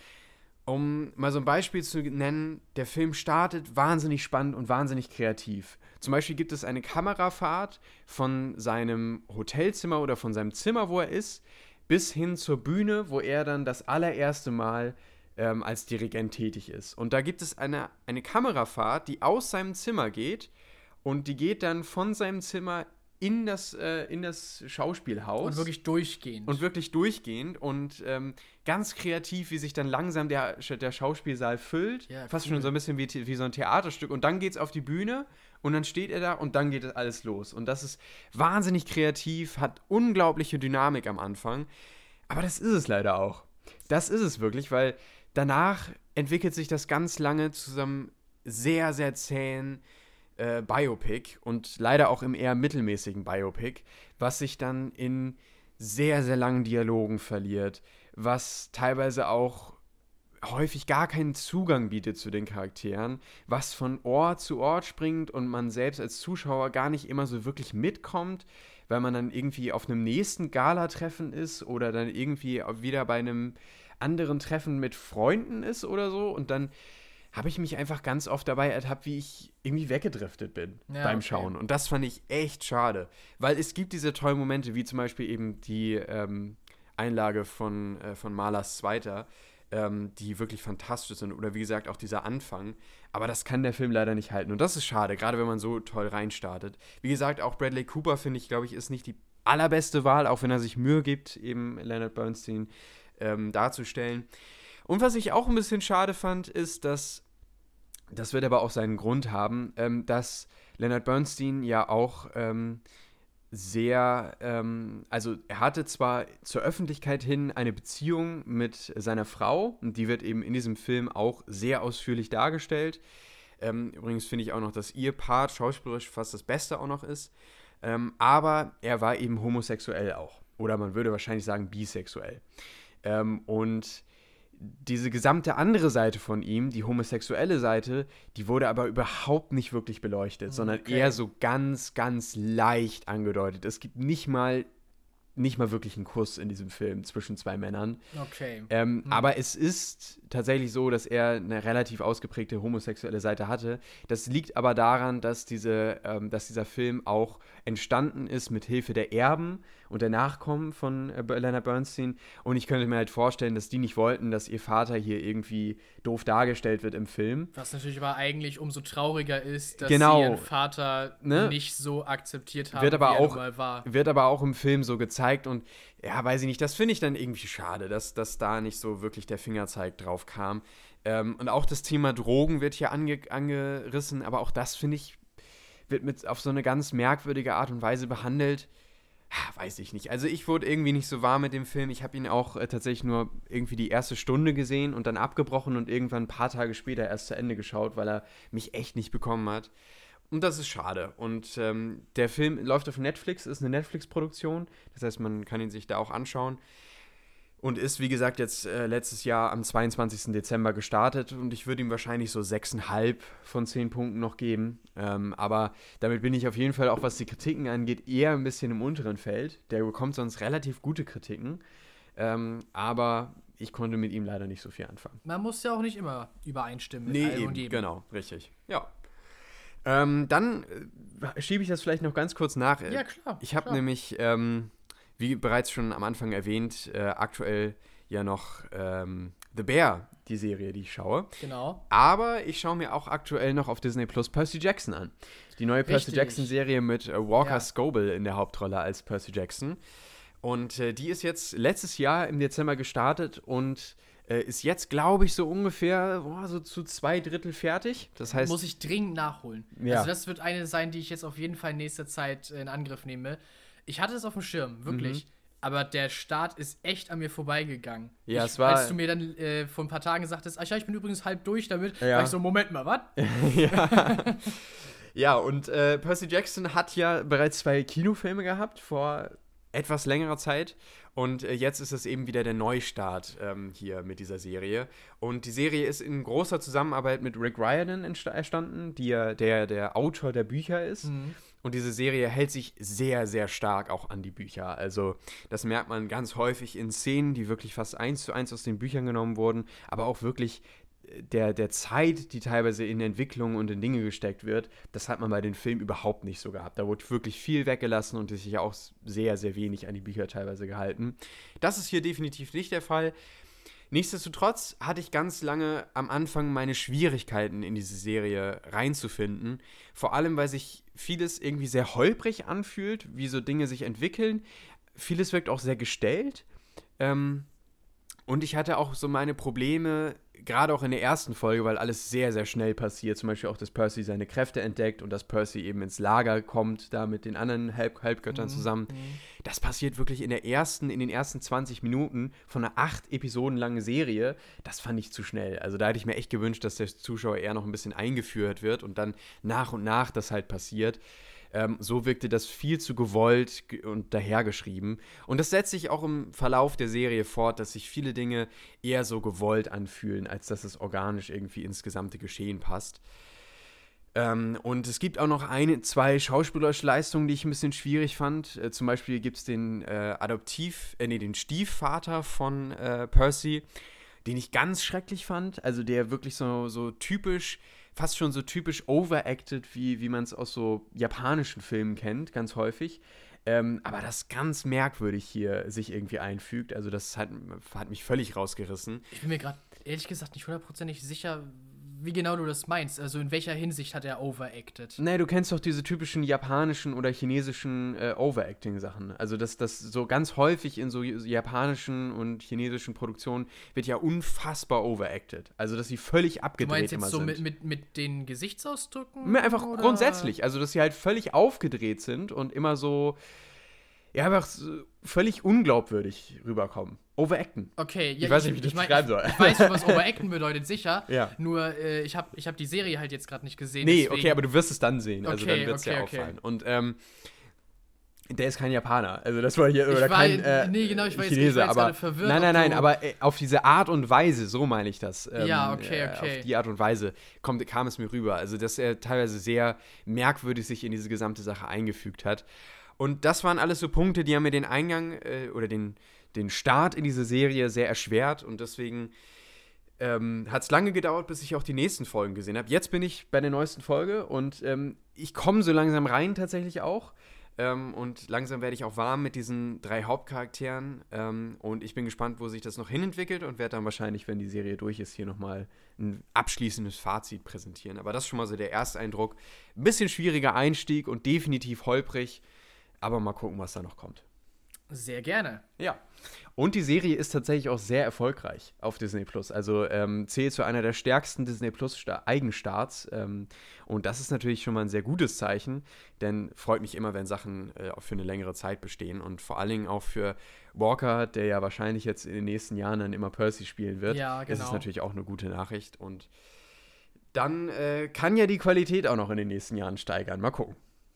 Um mal so ein Beispiel zu nennen, der Film startet wahnsinnig spannend und wahnsinnig kreativ. Zum Beispiel gibt es eine Kamerafahrt von seinem Hotelzimmer oder von seinem Zimmer, wo er ist, bis hin zur Bühne, wo er dann das allererste Mal ähm, als Dirigent tätig ist. Und da gibt es eine, eine Kamerafahrt, die aus seinem Zimmer geht und die geht dann von seinem Zimmer in das, äh, in das Schauspielhaus.
Und wirklich durchgehend.
Und wirklich durchgehend und ähm, ganz kreativ, wie sich dann langsam der, der Schauspielsaal füllt. Ja, fast cool. Schon so ein bisschen wie, wie so ein Theaterstück. Und dann geht's auf die Bühne und dann steht er da und dann geht alles los. Und das ist wahnsinnig kreativ, hat unglaubliche Dynamik am Anfang. Aber das ist es leider auch. Das ist es wirklich, weil danach entwickelt sich das ganz lange zusammen sehr, sehr zähen Äh, Biopic und leider auch im eher mittelmäßigen Biopic, was sich dann in sehr, sehr langen Dialogen verliert, was teilweise auch häufig gar keinen Zugang bietet zu den Charakteren, was von Ort zu Ort springt und man selbst als Zuschauer gar nicht immer so wirklich mitkommt, weil man dann irgendwie auf einem nächsten Gala-Treffen ist oder dann irgendwie wieder bei einem anderen Treffen mit Freunden ist oder so und dann habe ich mich einfach ganz oft dabei ertappt, wie ich irgendwie weggedriftet bin
Ja,
beim
okay.
Schauen. Und das fand ich echt schade, weil es gibt diese tollen Momente, wie zum Beispiel eben die ähm, Einlage von, äh, von Malers Zweiter, ähm, die wirklich fantastisch sind. Oder wie gesagt, auch dieser Anfang. Aber das kann der Film leider nicht halten. Und das ist schade, gerade wenn man so toll reinstartet. Wie gesagt, auch Bradley Cooper, finde ich, glaube ich, ist nicht die allerbeste Wahl, auch wenn er sich Mühe gibt, eben Leonard Bernstein ähm, darzustellen. Und was ich auch ein bisschen schade fand, ist, dass, das wird aber auch seinen Grund haben, ähm, dass Leonard Bernstein ja auch ähm, sehr, ähm, also er hatte zwar zur Öffentlichkeit hin eine Beziehung mit seiner Frau, und die wird eben in diesem Film auch sehr ausführlich dargestellt. Ähm, übrigens finde ich auch noch, dass ihr Part schauspielerisch fast das Beste auch noch ist. Ähm, aber er war eben homosexuell auch. Oder man würde wahrscheinlich sagen bisexuell. Ähm, und diese gesamte andere Seite von ihm, die homosexuelle Seite, die wurde aber überhaupt nicht wirklich beleuchtet, okay. sondern eher so ganz, ganz leicht angedeutet. Es gibt nicht mal, nicht mal wirklich einen Kuss in diesem Film zwischen zwei Männern.
Okay.
Ähm,
hm.
Aber es ist tatsächlich so, dass er eine relativ ausgeprägte homosexuelle Seite hatte. Das liegt aber daran, dass, diese, ähm, dass dieser Film auch entstanden ist mit Hilfe der Erben und der Nachkommen von äh, Leonard Bernstein. Und ich könnte mir halt vorstellen, dass die nicht wollten, dass ihr Vater hier irgendwie doof dargestellt wird im Film.
Was natürlich aber eigentlich umso trauriger ist, dass
genau.
sie ihren Vater
ne?
nicht so akzeptiert haben,
wird aber
wie er
auch,
nun mal war.
Wird aber auch im Film so gezeigt und ja, weiß ich nicht, das finde ich dann irgendwie schade, dass, dass da nicht so wirklich der Fingerzeig drauf kam. Ähm, und auch das Thema Drogen wird hier ange, angerissen, aber auch das, finde ich, wird mit auf so eine ganz merkwürdige Art und Weise behandelt. Ja, weiß ich nicht. Also ich wurde irgendwie nicht so warm mit dem Film. Ich habe ihn auch äh, tatsächlich nur irgendwie die erste Stunde gesehen und dann abgebrochen und irgendwann ein paar Tage später erst zu Ende geschaut, weil er mich echt nicht bekommen hat. Und das ist schade. Und ähm, der Film läuft auf Netflix, ist eine Netflix-Produktion. Das heißt, man kann ihn sich da auch anschauen. Und ist, wie gesagt, jetzt äh, letztes Jahr am zweiundzwanzigsten Dezember gestartet. Und ich würde ihm wahrscheinlich so sechs Komma fünf von zehn Punkten noch geben. Ähm, aber damit bin ich auf jeden Fall, auch was die Kritiken angeht, eher ein bisschen im unteren Feld. Der bekommt sonst relativ gute Kritiken. Ähm, aber ich konnte mit ihm leider nicht so viel anfangen.
Man muss ja auch nicht immer übereinstimmen mit
nee,
allem
eben,
und jedem.
Genau, richtig. Ja. Ähm, dann äh, schiebe ich das vielleicht noch ganz kurz nach.
Ja, klar.
Ich habe
klar.
nämlich, ähm, wie bereits schon am Anfang erwähnt, äh, aktuell ja noch ähm, The Bear, die Serie, die ich schaue.
Genau.
Aber ich schaue mir auch aktuell noch auf Disney Plus Percy Jackson an. Die neue Percy
Richtig.
Jackson-Serie mit äh, Walker
Ja.
Scobell in der Hauptrolle als Percy Jackson. Und äh, die ist jetzt letztes Jahr im Dezember gestartet und äh, ist jetzt, glaube ich, so ungefähr boah, so zu zwei Drittel fertig. Das heißt,
Muss ich dringend nachholen.
Ja.
Also das wird eine sein, die ich jetzt auf jeden Fall in nächster Zeit in Angriff nehme. Ich hatte es auf dem Schirm, wirklich.
Mhm.
Aber der Start ist echt an mir vorbeigegangen.
Ja,
ich,
es war-
Als du mir dann äh, vor ein paar Tagen sagtest, ach ja, ich bin übrigens halb durch damit,
Ja.
war ich so, Moment mal, was?
ja. ja, und äh, Percy Jackson hat ja bereits zwei Kinofilme gehabt vor etwas längerer Zeit. Und äh, jetzt ist es eben wieder der Neustart ähm, hier mit dieser Serie. Und die Serie ist in großer Zusammenarbeit mit Rick Riordan entsta- entstanden, die ja der, der Autor der Bücher ist.
Mhm.
Und diese Serie hält sich sehr, sehr stark auch an die Bücher. Also das merkt man ganz häufig in Szenen, die wirklich fast eins zu eins aus den Büchern genommen wurden, aber auch wirklich der, der Zeit, die teilweise in Entwicklung und in Dinge gesteckt wird, das hat man bei den Filmen überhaupt nicht so gehabt. Da wurde wirklich viel weggelassen und sich auch sehr, sehr wenig an die Bücher teilweise gehalten. Das ist hier definitiv nicht der Fall. Nichtsdestotrotz hatte ich ganz lange am Anfang meine Schwierigkeiten, in diese Serie reinzufinden. Vor allem, weil sich vieles irgendwie sehr holprig anfühlt, wie so Dinge sich entwickeln. Vieles wirkt auch sehr gestellt. Ähm, und ich hatte auch so meine Probleme, gerade auch in der ersten Folge, weil alles sehr, sehr schnell passiert. Zum Beispiel auch, dass Percy seine Kräfte entdeckt und dass Percy eben ins Lager kommt, da mit den anderen Halb Halbgöttern
Mhm.
zusammen. Das passiert wirklich in der ersten, in den ersten zwanzig Minuten von einer acht Episoden langen Serie. Das fand ich zu schnell. Also da hätte ich mir echt gewünscht, dass der Zuschauer eher noch ein bisschen eingeführt wird und dann nach und nach das halt passiert. Ähm, so wirkte das viel zu gewollt ge- und dahergeschrieben. Und das setzt sich auch im Verlauf der Serie fort, dass sich viele Dinge eher so gewollt anfühlen, als dass es organisch irgendwie ins gesamte Geschehen passt. Ähm, und es gibt auch noch eine, zwei schauspielerische Leistungen, die ich ein bisschen schwierig fand. Äh, zum Beispiel gibt es den äh, Adoptiv, äh, nee, den Stiefvater von äh, Percy, den ich ganz schrecklich fand. Also der wirklich so, so typisch, fast schon so typisch overacted, wie, wie man es aus so japanischen Filmen kennt, ganz häufig. Ähm, aber das ganz merkwürdig hier sich irgendwie einfügt. Also das hat, hat mich völlig rausgerissen.
Ich bin mir gerade ehrlich gesagt nicht hundertprozentig sicher, wie genau du das meinst. Also in welcher Hinsicht hat er overacted?
Nee, du kennst doch diese typischen japanischen oder chinesischen äh, Overacting-Sachen. Also das, das so ganz häufig in so japanischen und chinesischen Produktionen wird ja unfassbar overacted. Also dass sie völlig
Du
abgedreht
meinst
immer
jetzt so
sind.
mit, mit, mit den Gesichtsausdrücken?
Mir Einfach
oder?
grundsätzlich. Also dass sie halt völlig aufgedreht sind und immer so, ja, einfach so völlig unglaubwürdig rüberkommen. Overacten.
Okay, ja,
Ich weiß nicht, wie ich das
mein,
beschreiben soll.
Ich weiß schon, was Overacten bedeutet, sicher.
Ja.
Nur, äh, ich habe ich hab die Serie halt jetzt gerade nicht gesehen.
Nee,
deswegen-
okay, aber du wirst es dann sehen. Also
Okay,
dann wird es
okay,
dir
okay.
auffallen. Und ähm, der ist kein Japaner. Also das war hier
Ich
oder
war-
kein äh,
nee, genau, ich war jetzt- ich
Chinese.
war jetzt
aber
gerade verwirrt,
nein, nein,
ob
nein.
du-
Aber äh, auf diese Art und Weise, so meine ich das. Ähm,
Ja, okay,
äh,
okay.
Auf die Art und Weise kommt, kam es mir rüber. Also dass er teilweise sehr merkwürdig sich in diese gesamte Sache eingefügt hat. Und das waren alles so Punkte, die haben mir den Eingang äh, oder den, den Start in diese Serie sehr erschwert. Und deswegen ähm, hat es lange gedauert, bis ich auch die nächsten Folgen gesehen habe. Jetzt bin ich bei der neuesten Folge und ähm, ich komme so langsam rein tatsächlich auch. Ähm, und langsam werde ich auch warm mit diesen drei Hauptcharakteren. Ähm, und ich bin gespannt, wo sich das noch hinentwickelt und werde dann wahrscheinlich, wenn die Serie durch ist, hier nochmal ein abschließendes Fazit präsentieren. Aber das ist schon mal so der Ersteindruck. Ein bisschen schwieriger Einstieg und definitiv holprig. Aber mal gucken, was da noch kommt.
Sehr gerne.
Ja. Und die Serie ist tatsächlich auch sehr erfolgreich auf Disney Plus. Also ähm, zählt zu einer der stärksten Disney Plus Sta- Eigenstarts. Ähm, und das ist natürlich schon mal ein sehr gutes Zeichen, denn freut mich immer, wenn Sachen äh, auch für eine längere Zeit bestehen. Und vor allen Dingen auch für Walker, der ja wahrscheinlich jetzt in den nächsten Jahren dann immer Percy spielen wird.
Ja,
Das ist
genau.
natürlich auch eine gute Nachricht. Und dann äh, kann ja die Qualität auch noch in den nächsten Jahren steigern. Mal gucken.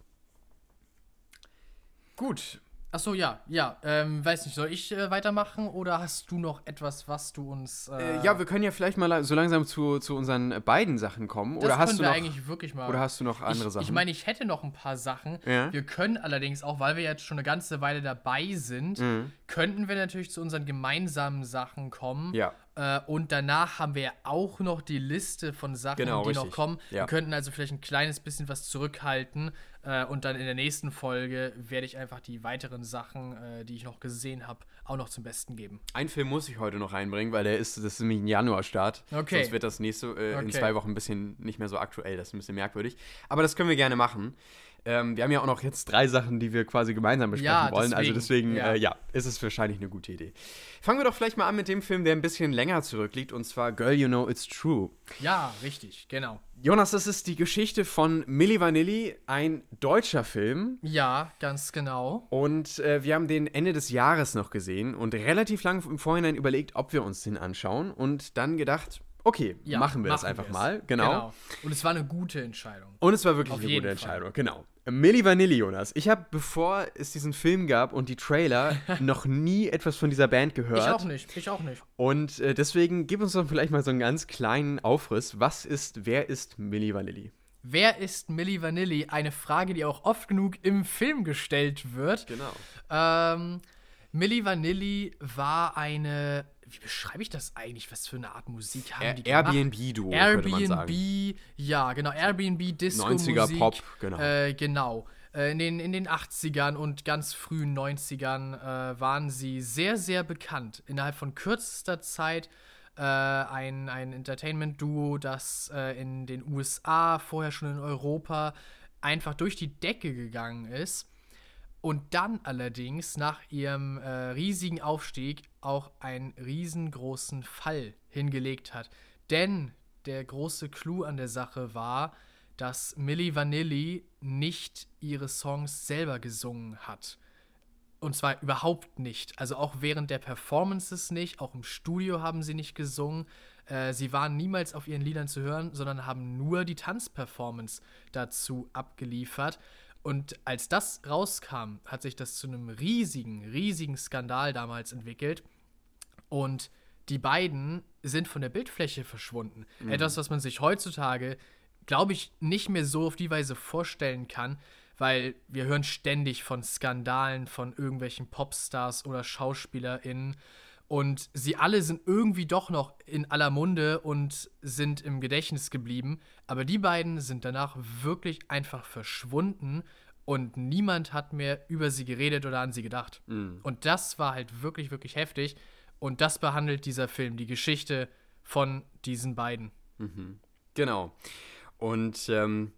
Gut. Achso, ja, ja. Ähm, weiß nicht, soll ich äh, weitermachen oder hast du noch etwas, was du uns. Äh,
Äh, ja, wir können ja vielleicht mal la- so langsam zu, zu unseren äh, beiden Sachen kommen.
das
Oder hast
können
du
wir
noch,
eigentlich wirklich mal.
oder hast du noch andere
ich,
Sachen?
Ich meine, ich hätte noch ein paar Sachen.
Ja.
Wir können allerdings auch, weil wir jetzt schon eine ganze Weile dabei sind,
Mhm.
könnten wir natürlich zu unseren gemeinsamen Sachen kommen.
Ja.
Äh, und danach haben wir ja auch noch die Liste von Sachen,
Genau,
die noch
richtig.
kommen.
Ja.
Wir könnten also vielleicht ein kleines bisschen was zurückhalten. Äh, und dann in der nächsten Folge werde ich einfach die weiteren Sachen, äh, die ich noch gesehen habe, auch noch zum Besten geben.
Einen Film muss ich heute noch reinbringen, weil der ist, das ist nämlich ein Januar-Start.
Okay.
Sonst wird das nächste äh, in
Okay.
zwei Wochen ein bisschen nicht mehr so aktuell. Das ist ein bisschen merkwürdig. Aber das können wir gerne machen. Ähm, wir haben ja auch noch jetzt drei Sachen, die wir quasi gemeinsam besprechen
Ja,
wollen. Also
deswegen,
deswegen,
ja.
Äh, ja, ist es wahrscheinlich eine gute Idee. Fangen wir doch vielleicht mal an mit dem Film, der ein bisschen länger zurückliegt. Und zwar Girl, You Know It's True.
Ja, richtig, genau.
Jonas, das ist die Geschichte von Milli Vanilli, ein deutscher Film.
Ja, ganz genau.
Und äh, wir haben den Ende des Jahres noch gesehen und relativ lang im Vorhinein überlegt, ob wir uns den anschauen. Und dann gedacht, okay,
Ja,
machen wir das einfach
wir es.
mal. Genau.
Und es war eine gute Entscheidung.
Und es war wirklich
Auf
eine
jeden
gute
Fall.
Entscheidung. Genau. Milli Vanilli, Jonas. Ich habe, bevor es diesen Film gab und die Trailer, noch nie etwas von dieser Band gehört.
Ich auch nicht, ich auch nicht.
Und äh, deswegen gib uns doch vielleicht mal so einen ganz kleinen Aufriss. Was ist, wer ist Milli Vanilli?
Wer ist Milli Vanilli? Eine Frage, die auch oft genug im Film gestellt wird.
Genau.
Ähm, Milli Vanilli war eine, wie beschreibe ich das eigentlich? Was für eine Art Musik haben die gemacht?
Airbnb-Duo, könnte man sagen.
Airbnb, ja, genau, Airbnb, Disco-Musik.
neunziger Pop, genau.
Äh, genau. Äh, in, den, in den achtzigern und ganz frühen neunzigern äh, waren sie sehr, sehr bekannt. Innerhalb von kürzester Zeit äh, ein, ein Entertainment-Duo, das äh, in den U S A, vorher schon in Europa, einfach durch die Decke gegangen ist. Und dann allerdings nach ihrem äh, riesigen Aufstieg auch einen riesengroßen Fall hingelegt hat. Denn der große Clou an der Sache war, dass Milli Vanilli nicht ihre Songs selber gesungen hat. Und zwar überhaupt nicht. Also auch während der Performances nicht, auch im Studio haben sie nicht gesungen. Äh, sie waren niemals auf ihren Liedern zu hören, sondern haben nur die Tanzperformance dazu abgeliefert. Und als das rauskam, hat sich das zu einem riesigen, riesigen Skandal damals entwickelt. Und die beiden sind von der Bildfläche verschwunden. Mhm. Etwas, was man sich heutzutage, glaube ich, nicht mehr so auf die Weise vorstellen kann, weil wir hören ständig von Skandalen von irgendwelchen Popstars oder SchauspielerInnen. Und sie alle sind irgendwie doch noch in aller Munde und sind im Gedächtnis geblieben. Aber die beiden sind danach wirklich einfach verschwunden und niemand hat mehr über sie geredet oder an sie gedacht. Mhm. Und das war halt wirklich, wirklich heftig. Und das behandelt dieser Film, die Geschichte von diesen beiden.
Mhm. Genau. Und ähm,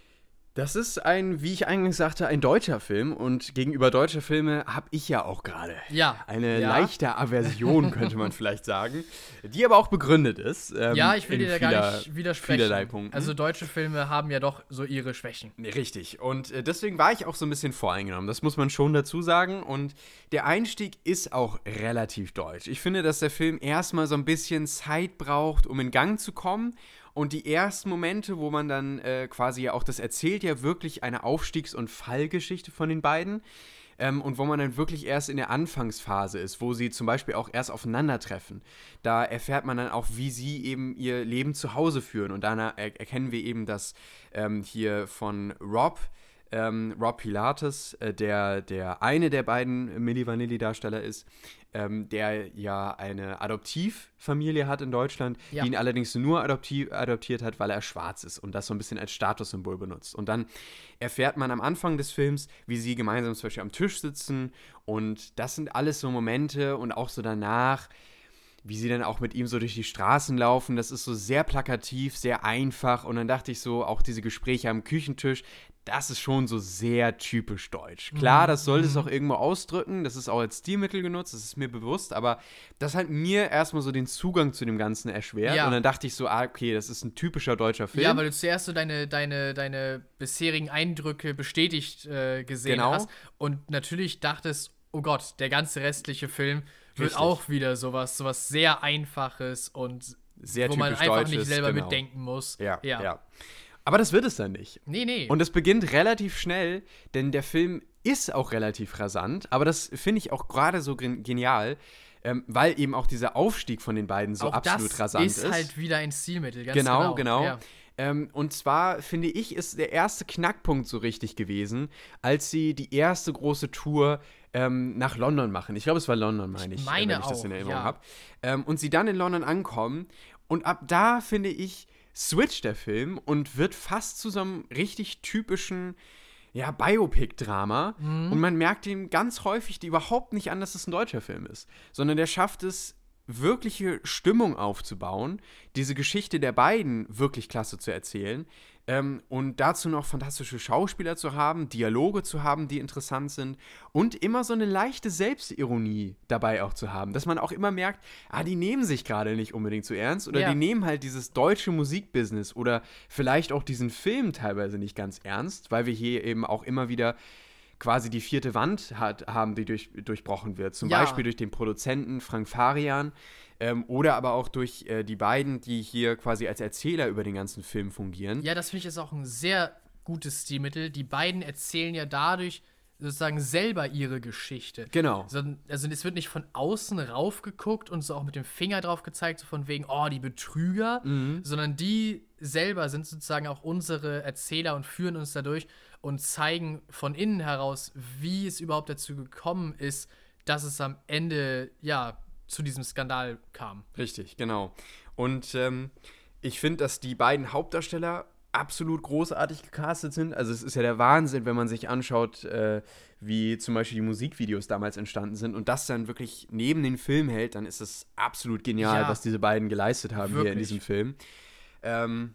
das ist ein, wie ich eingangs sagte, ein deutscher Film. Und gegenüber deutscher Filme habe ich ja auch gerade
ja,
eine
ja.
leichte Aversion, könnte man vielleicht sagen, die aber auch begründet ist. Ähm,
ja, ich will dir da
vieler,
gar nicht widersprechen.
Vielerlei Punkten.
Also deutsche Filme haben ja doch so ihre Schwächen.
Nee, richtig. Und äh, deswegen war ich auch so ein bisschen voreingenommen. Das muss man schon dazu sagen. Und der Einstieg ist auch relativ deutsch. Ich finde, dass der Film erstmal so ein bisschen Zeit braucht, um in Gang zu kommen. Und die ersten Momente, wo man dann äh, quasi ja auch, das erzählt ja wirklich eine Aufstiegs- und Fallgeschichte von den beiden. Ähm, und wo man dann wirklich erst in der Anfangsphase ist, wo sie zum Beispiel auch erst aufeinandertreffen. Da erfährt man dann auch, wie sie eben ihr Leben zu Hause führen. Und dann er- erkennen wir eben, dass ähm, hier von Rob, ähm, Rob Pilatus, äh, der, der eine der beiden Milli Vanilli-Darsteller ist, ähm, der ja eine Adoptivfamilie hat in Deutschland,
Ja.
die ihn allerdings nur adoptiv, adoptiert hat, weil er schwarz ist und das so ein bisschen als Statussymbol benutzt. Und dann erfährt man am Anfang des Films, wie sie gemeinsam zum Beispiel am Tisch sitzen und das sind alles so Momente und auch so danach, wie sie dann auch mit ihm so durch die Straßen laufen, das ist so sehr plakativ, sehr einfach und dann dachte ich so, auch diese Gespräche am Küchentisch, das ist schon so sehr typisch deutsch. Klar, das soll es auch irgendwo ausdrücken, das ist auch als Stilmittel genutzt, das ist mir bewusst, aber das hat mir erstmal so den Zugang zu dem Ganzen erschwert
Ja.
und dann dachte ich so, ah, okay, das ist ein typischer deutscher Film.
Ja, weil du zuerst so deine, deine, deine bisherigen Eindrücke bestätigt äh, gesehen
Genau.
hast und natürlich dachtest, oh Gott, der ganze restliche Film wird
Richtig.
auch wieder sowas, sowas sehr Einfaches und
Sehr
wo man
typisch
einfach
Deutsches,
nicht selber
genau.
mitdenken muss.
Ja, ja,
ja.
Aber das wird es dann nicht.
Nee, nee.
Und es beginnt relativ schnell, denn der Film ist auch relativ rasant, aber das finde ich auch gerade so gen- genial, ähm, weil eben auch dieser Aufstieg von den beiden so
auch
absolut
das
rasant
ist.
ist.
halt wieder ein Stilmittel, ganz
Genau,
genau.
genau.
Ja.
Ähm, und zwar, finde ich, ist der erste Knackpunkt so richtig gewesen, als sie die erste große Tour ähm, nach London machen. Ich glaube, es war London, meine ich,
Ich meine
äh, wenn ich das
auch,
in Erinnerung
ja.
habe. Ähm, und sie dann in London ankommen. Und ab da, finde ich, switcht der Film und wird fast zu so einem richtig typischen ja, Biopic-Drama.
Mhm.
Und man merkt ihm ganz häufig die überhaupt nicht an, dass es ein deutscher Film ist. Sondern der schafft es, wirkliche Stimmung aufzubauen, diese Geschichte der beiden wirklich klasse zu erzählen ähm, und dazu noch fantastische Schauspieler zu haben, Dialoge zu haben, die interessant sind und immer so eine leichte Selbstironie dabei auch zu haben, dass man auch immer merkt, ah, die nehmen sich gerade nicht unbedingt so ernst oder
Ja.
die nehmen halt dieses deutsche Musikbusiness oder vielleicht auch diesen Film teilweise nicht ganz ernst, weil wir hier eben auch immer wieder quasi die vierte Wand hat, haben, die durch, durchbrochen wird. Zum
Ja.
Beispiel durch den Produzenten Frank Farian ähm, oder aber auch durch äh, die beiden, die hier quasi als Erzähler über den ganzen Film fungieren.
Ja, das finde ich ist auch ein sehr gutes Stilmittel. Die beiden erzählen ja dadurch sozusagen selber ihre Geschichte.
Genau.
So, also es wird nicht von außen raufgeguckt und so auch mit dem Finger drauf gezeigt, so von wegen, oh, die Betrüger,
Mhm.
sondern die selber sind sozusagen auch unsere Erzähler und führen uns dadurch und zeigen von innen heraus, wie es überhaupt dazu gekommen ist, dass es am Ende, ja, zu diesem Skandal kam.
Richtig, genau. Und ähm, ich finde, dass die beiden Hauptdarsteller absolut großartig gecastet sind. Also es ist ja der Wahnsinn, wenn man sich anschaut, äh, wie zum Beispiel die Musikvideos damals entstanden sind und das dann wirklich neben den Film hält, dann ist es absolut genial,
Ja.
was diese beiden geleistet haben hier in
Wirklich.
diesem Film. Ähm,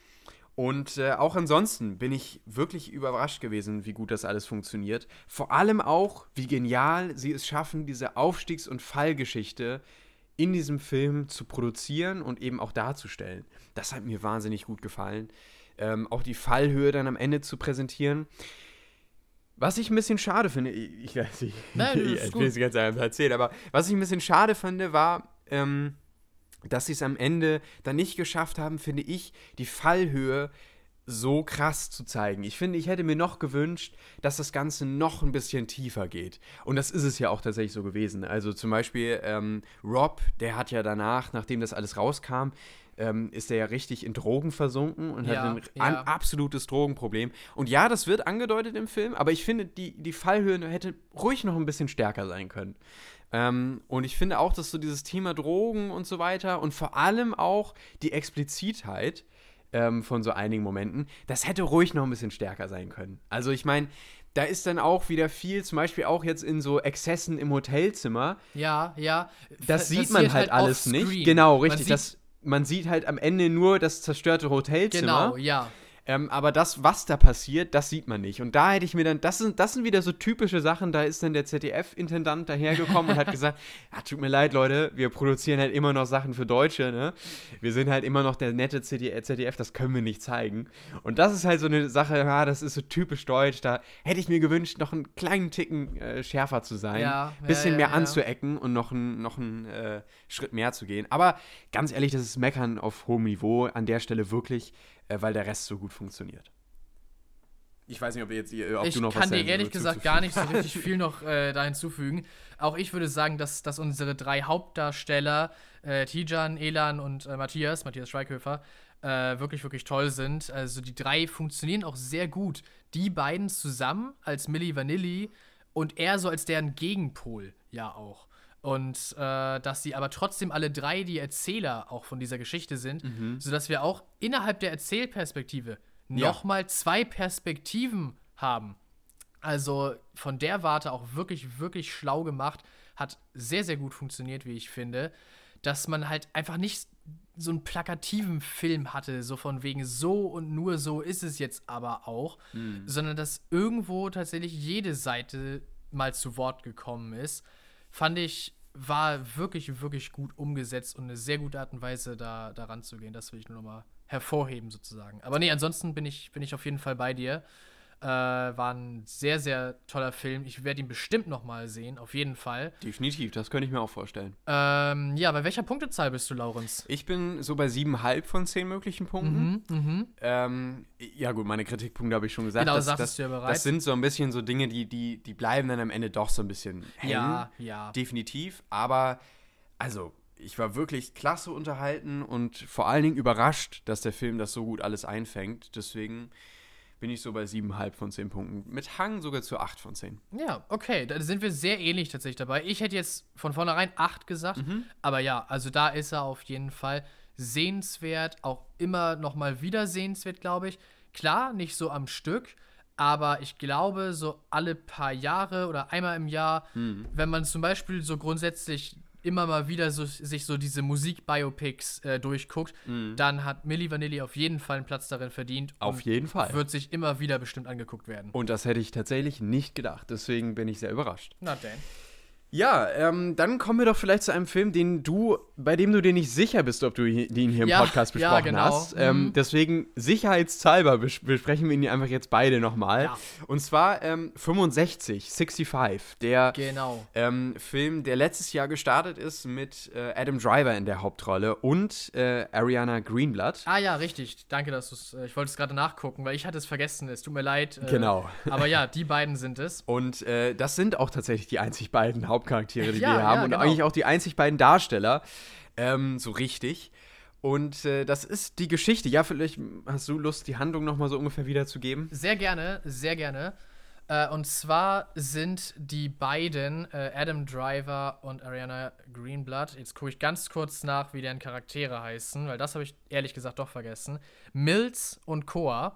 und äh, auch ansonsten bin ich wirklich überrascht gewesen, wie gut das alles funktioniert. Vor allem auch, wie genial sie es schaffen, diese Aufstiegs- und Fallgeschichte in diesem Film zu produzieren und eben auch darzustellen. Das hat mir wahnsinnig gut gefallen. Ähm, auch die Fallhöhe dann am Ende zu präsentieren. Was ich ein bisschen schade finde, ich, ich weiß nicht,
Nein, das ist
ich
gut.
will es ganz einfach erzählen, aber was ich ein bisschen schade fand, war, ähm, dass sie es am Ende dann nicht geschafft haben, finde ich, die Fallhöhe so krass zu zeigen. Ich finde, ich hätte mir noch gewünscht, dass das Ganze noch ein bisschen tiefer geht. Und das ist es ja auch tatsächlich so gewesen. Also zum Beispiel ähm, Rob, der hat ja danach, nachdem das alles rauskam, ähm, ist er ja richtig in Drogen versunken und
Ja,
hat ein
ja.
an, absolutes Drogenproblem. Und ja, das wird angedeutet im Film, aber ich finde, die, die Fallhöhe hätte ruhig noch ein bisschen stärker sein können. Ähm, und ich finde auch, dass so dieses Thema Drogen und so weiter und vor allem auch die Explizitheit ähm, von so einigen Momenten, das hätte ruhig noch ein bisschen stärker sein können. Also ich meine, da ist dann auch wieder viel, zum Beispiel auch jetzt in so Exzessen im Hotelzimmer.
Ja, ja.
Das
F-
sieht man halt, alles
offscreen.
nicht. Genau,
Man
richtig.
sieht-
das, man sieht halt am Ende nur das zerstörte Hotelzimmer.
Genau, ja.
Ähm, aber das, was da passiert, das sieht man nicht. Und da hätte ich mir dann, das sind, das sind wieder so typische Sachen, da ist dann der Z D F-Intendant dahergekommen und hat gesagt, ja, tut mir leid, Leute, wir produzieren halt immer noch Sachen für Deutsche, ne? Wir sind halt immer noch der nette Z D F, das können wir nicht zeigen. Und das ist halt so eine Sache, ja, das ist so typisch deutsch, da hätte ich mir gewünscht, noch einen kleinen Ticken äh, schärfer zu sein,
Ja, ja,
bisschen
ja,
mehr
ja.
anzuecken und noch einen noch einen, äh, Schritt mehr zu gehen. Aber ganz ehrlich, das ist Meckern auf hohem Niveau, an der Stelle wirklich, äh, weil der Rest so gut funktioniert. Ich weiß nicht, ob, jetzt, ob
Ich
du noch was
kann dir
sagen-
ehrlich gesagt
zuzufügen-
gar nicht so richtig viel noch äh, da hinzufügen. Auch ich würde sagen, dass, dass unsere drei Hauptdarsteller, äh, Tijan, Elan und äh, Matthias, Matthias Schweighöfer, äh, wirklich, wirklich toll sind. Also die drei funktionieren auch sehr gut. Die beiden zusammen als Milli Vanilli und er so als deren Gegenpol ja auch. Und äh, dass sie aber trotzdem alle drei die Erzähler auch von dieser Geschichte sind,
Mhm.
sodass wir auch innerhalb der Erzählperspektive
Ja.
nochmal zwei Perspektiven haben. Also von der Warte auch wirklich, wirklich schlau gemacht. Hat sehr, sehr gut funktioniert, wie ich finde. Dass man halt einfach nicht so einen plakativen Film hatte, so von wegen so und nur so ist es jetzt aber auch,
Mhm.
sondern dass irgendwo tatsächlich jede Seite mal zu Wort gekommen ist, fand ich, war wirklich, wirklich gut umgesetzt und eine sehr gute Art und Weise, da, da ranzugehen. Das will ich nur noch mal hervorheben, sozusagen. Aber nee, ansonsten bin ich, bin ich auf jeden Fall bei dir. Äh, war ein sehr, sehr toller Film. Ich werde ihn bestimmt noch mal sehen, auf jeden Fall.
Definitiv, das könnte ich mir auch vorstellen.
Ähm, ja, bei welcher Punktezahl bist du, Laurenz?
Ich bin so bei siebeneinhalb von zehn möglichen Punkten.
Mhm, mhm.
Ähm, ja gut, meine Kritikpunkte habe ich schon gesagt.
Genau,
das,
sagtest
das,
du ja bereits.
das sind so ein bisschen so Dinge, die, die, die bleiben dann am Ende doch so ein bisschen hängen.
Ja, ja.
Definitiv. Aber, also, ich war wirklich klasse unterhalten und vor allen Dingen überrascht, dass der Film das so gut alles einfängt. Deswegen bin ich so bei siebeneinhalb von zehn Punkten. Mit Hang sogar zu acht von zehn.
Ja, okay, da sind wir sehr ähnlich tatsächlich dabei. Ich hätte jetzt von vornherein acht gesagt,
Mhm.
aber ja, also da ist er auf jeden Fall sehenswert, auch immer noch mal wieder sehenswert, glaube ich. Klar, nicht so am Stück, aber ich glaube, so alle paar Jahre oder einmal im Jahr,
Mhm.
wenn man zum Beispiel so grundsätzlich immer mal wieder so, sich so diese Musik-Biopics äh, durchguckt,
Mhm.
dann hat Milli Vanilli auf jeden Fall einen Platz darin verdient.
Auf
und
jeden Fall.
Wird sich immer wieder bestimmt angeguckt werden.
Und das hätte ich tatsächlich nicht gedacht. Deswegen bin ich sehr überrascht.
Na denn.
Ja, ähm, dann kommen wir doch vielleicht zu einem Film, den du, bei dem du dir nicht sicher bist, ob du hi- den hier im
Ja,
Podcast
ja,
besprochen
genau.
hast. Ähm,
Mhm.
Deswegen sicherheitshalber bes besprechen wir ihn einfach jetzt beide nochmal.
Ja.
Und zwar ähm, fünfundsechzig, fünfundsechzig, der
Genau.
ähm, Film, der letztes Jahr gestartet ist mit äh, Adam Driver in der Hauptrolle und äh, Ariana Greenblatt.
Ah ja, richtig. Danke, dass du es. Äh, ich wollte es gerade nachgucken, weil ich hatte es vergessen. Es tut mir leid. Äh,
Genau.
Aber ja, die beiden sind es.
Und äh, das sind auch tatsächlich die einzig beiden Hauptcharaktere, die
Ja,
wir haben.
ja,
und
genau.
eigentlich auch die einzig beiden Darsteller. Ähm, so richtig. Und äh, das ist die Geschichte. Ja, vielleicht hast du Lust, die Handlung nochmal so ungefähr wiederzugeben?
Sehr gerne, sehr gerne. Äh, und zwar sind die beiden, äh, Adam Driver und Ariana Greenblatt, jetzt gucke ich ganz kurz nach, wie deren Charaktere heißen, weil das habe ich ehrlich gesagt doch vergessen. Mills und Koa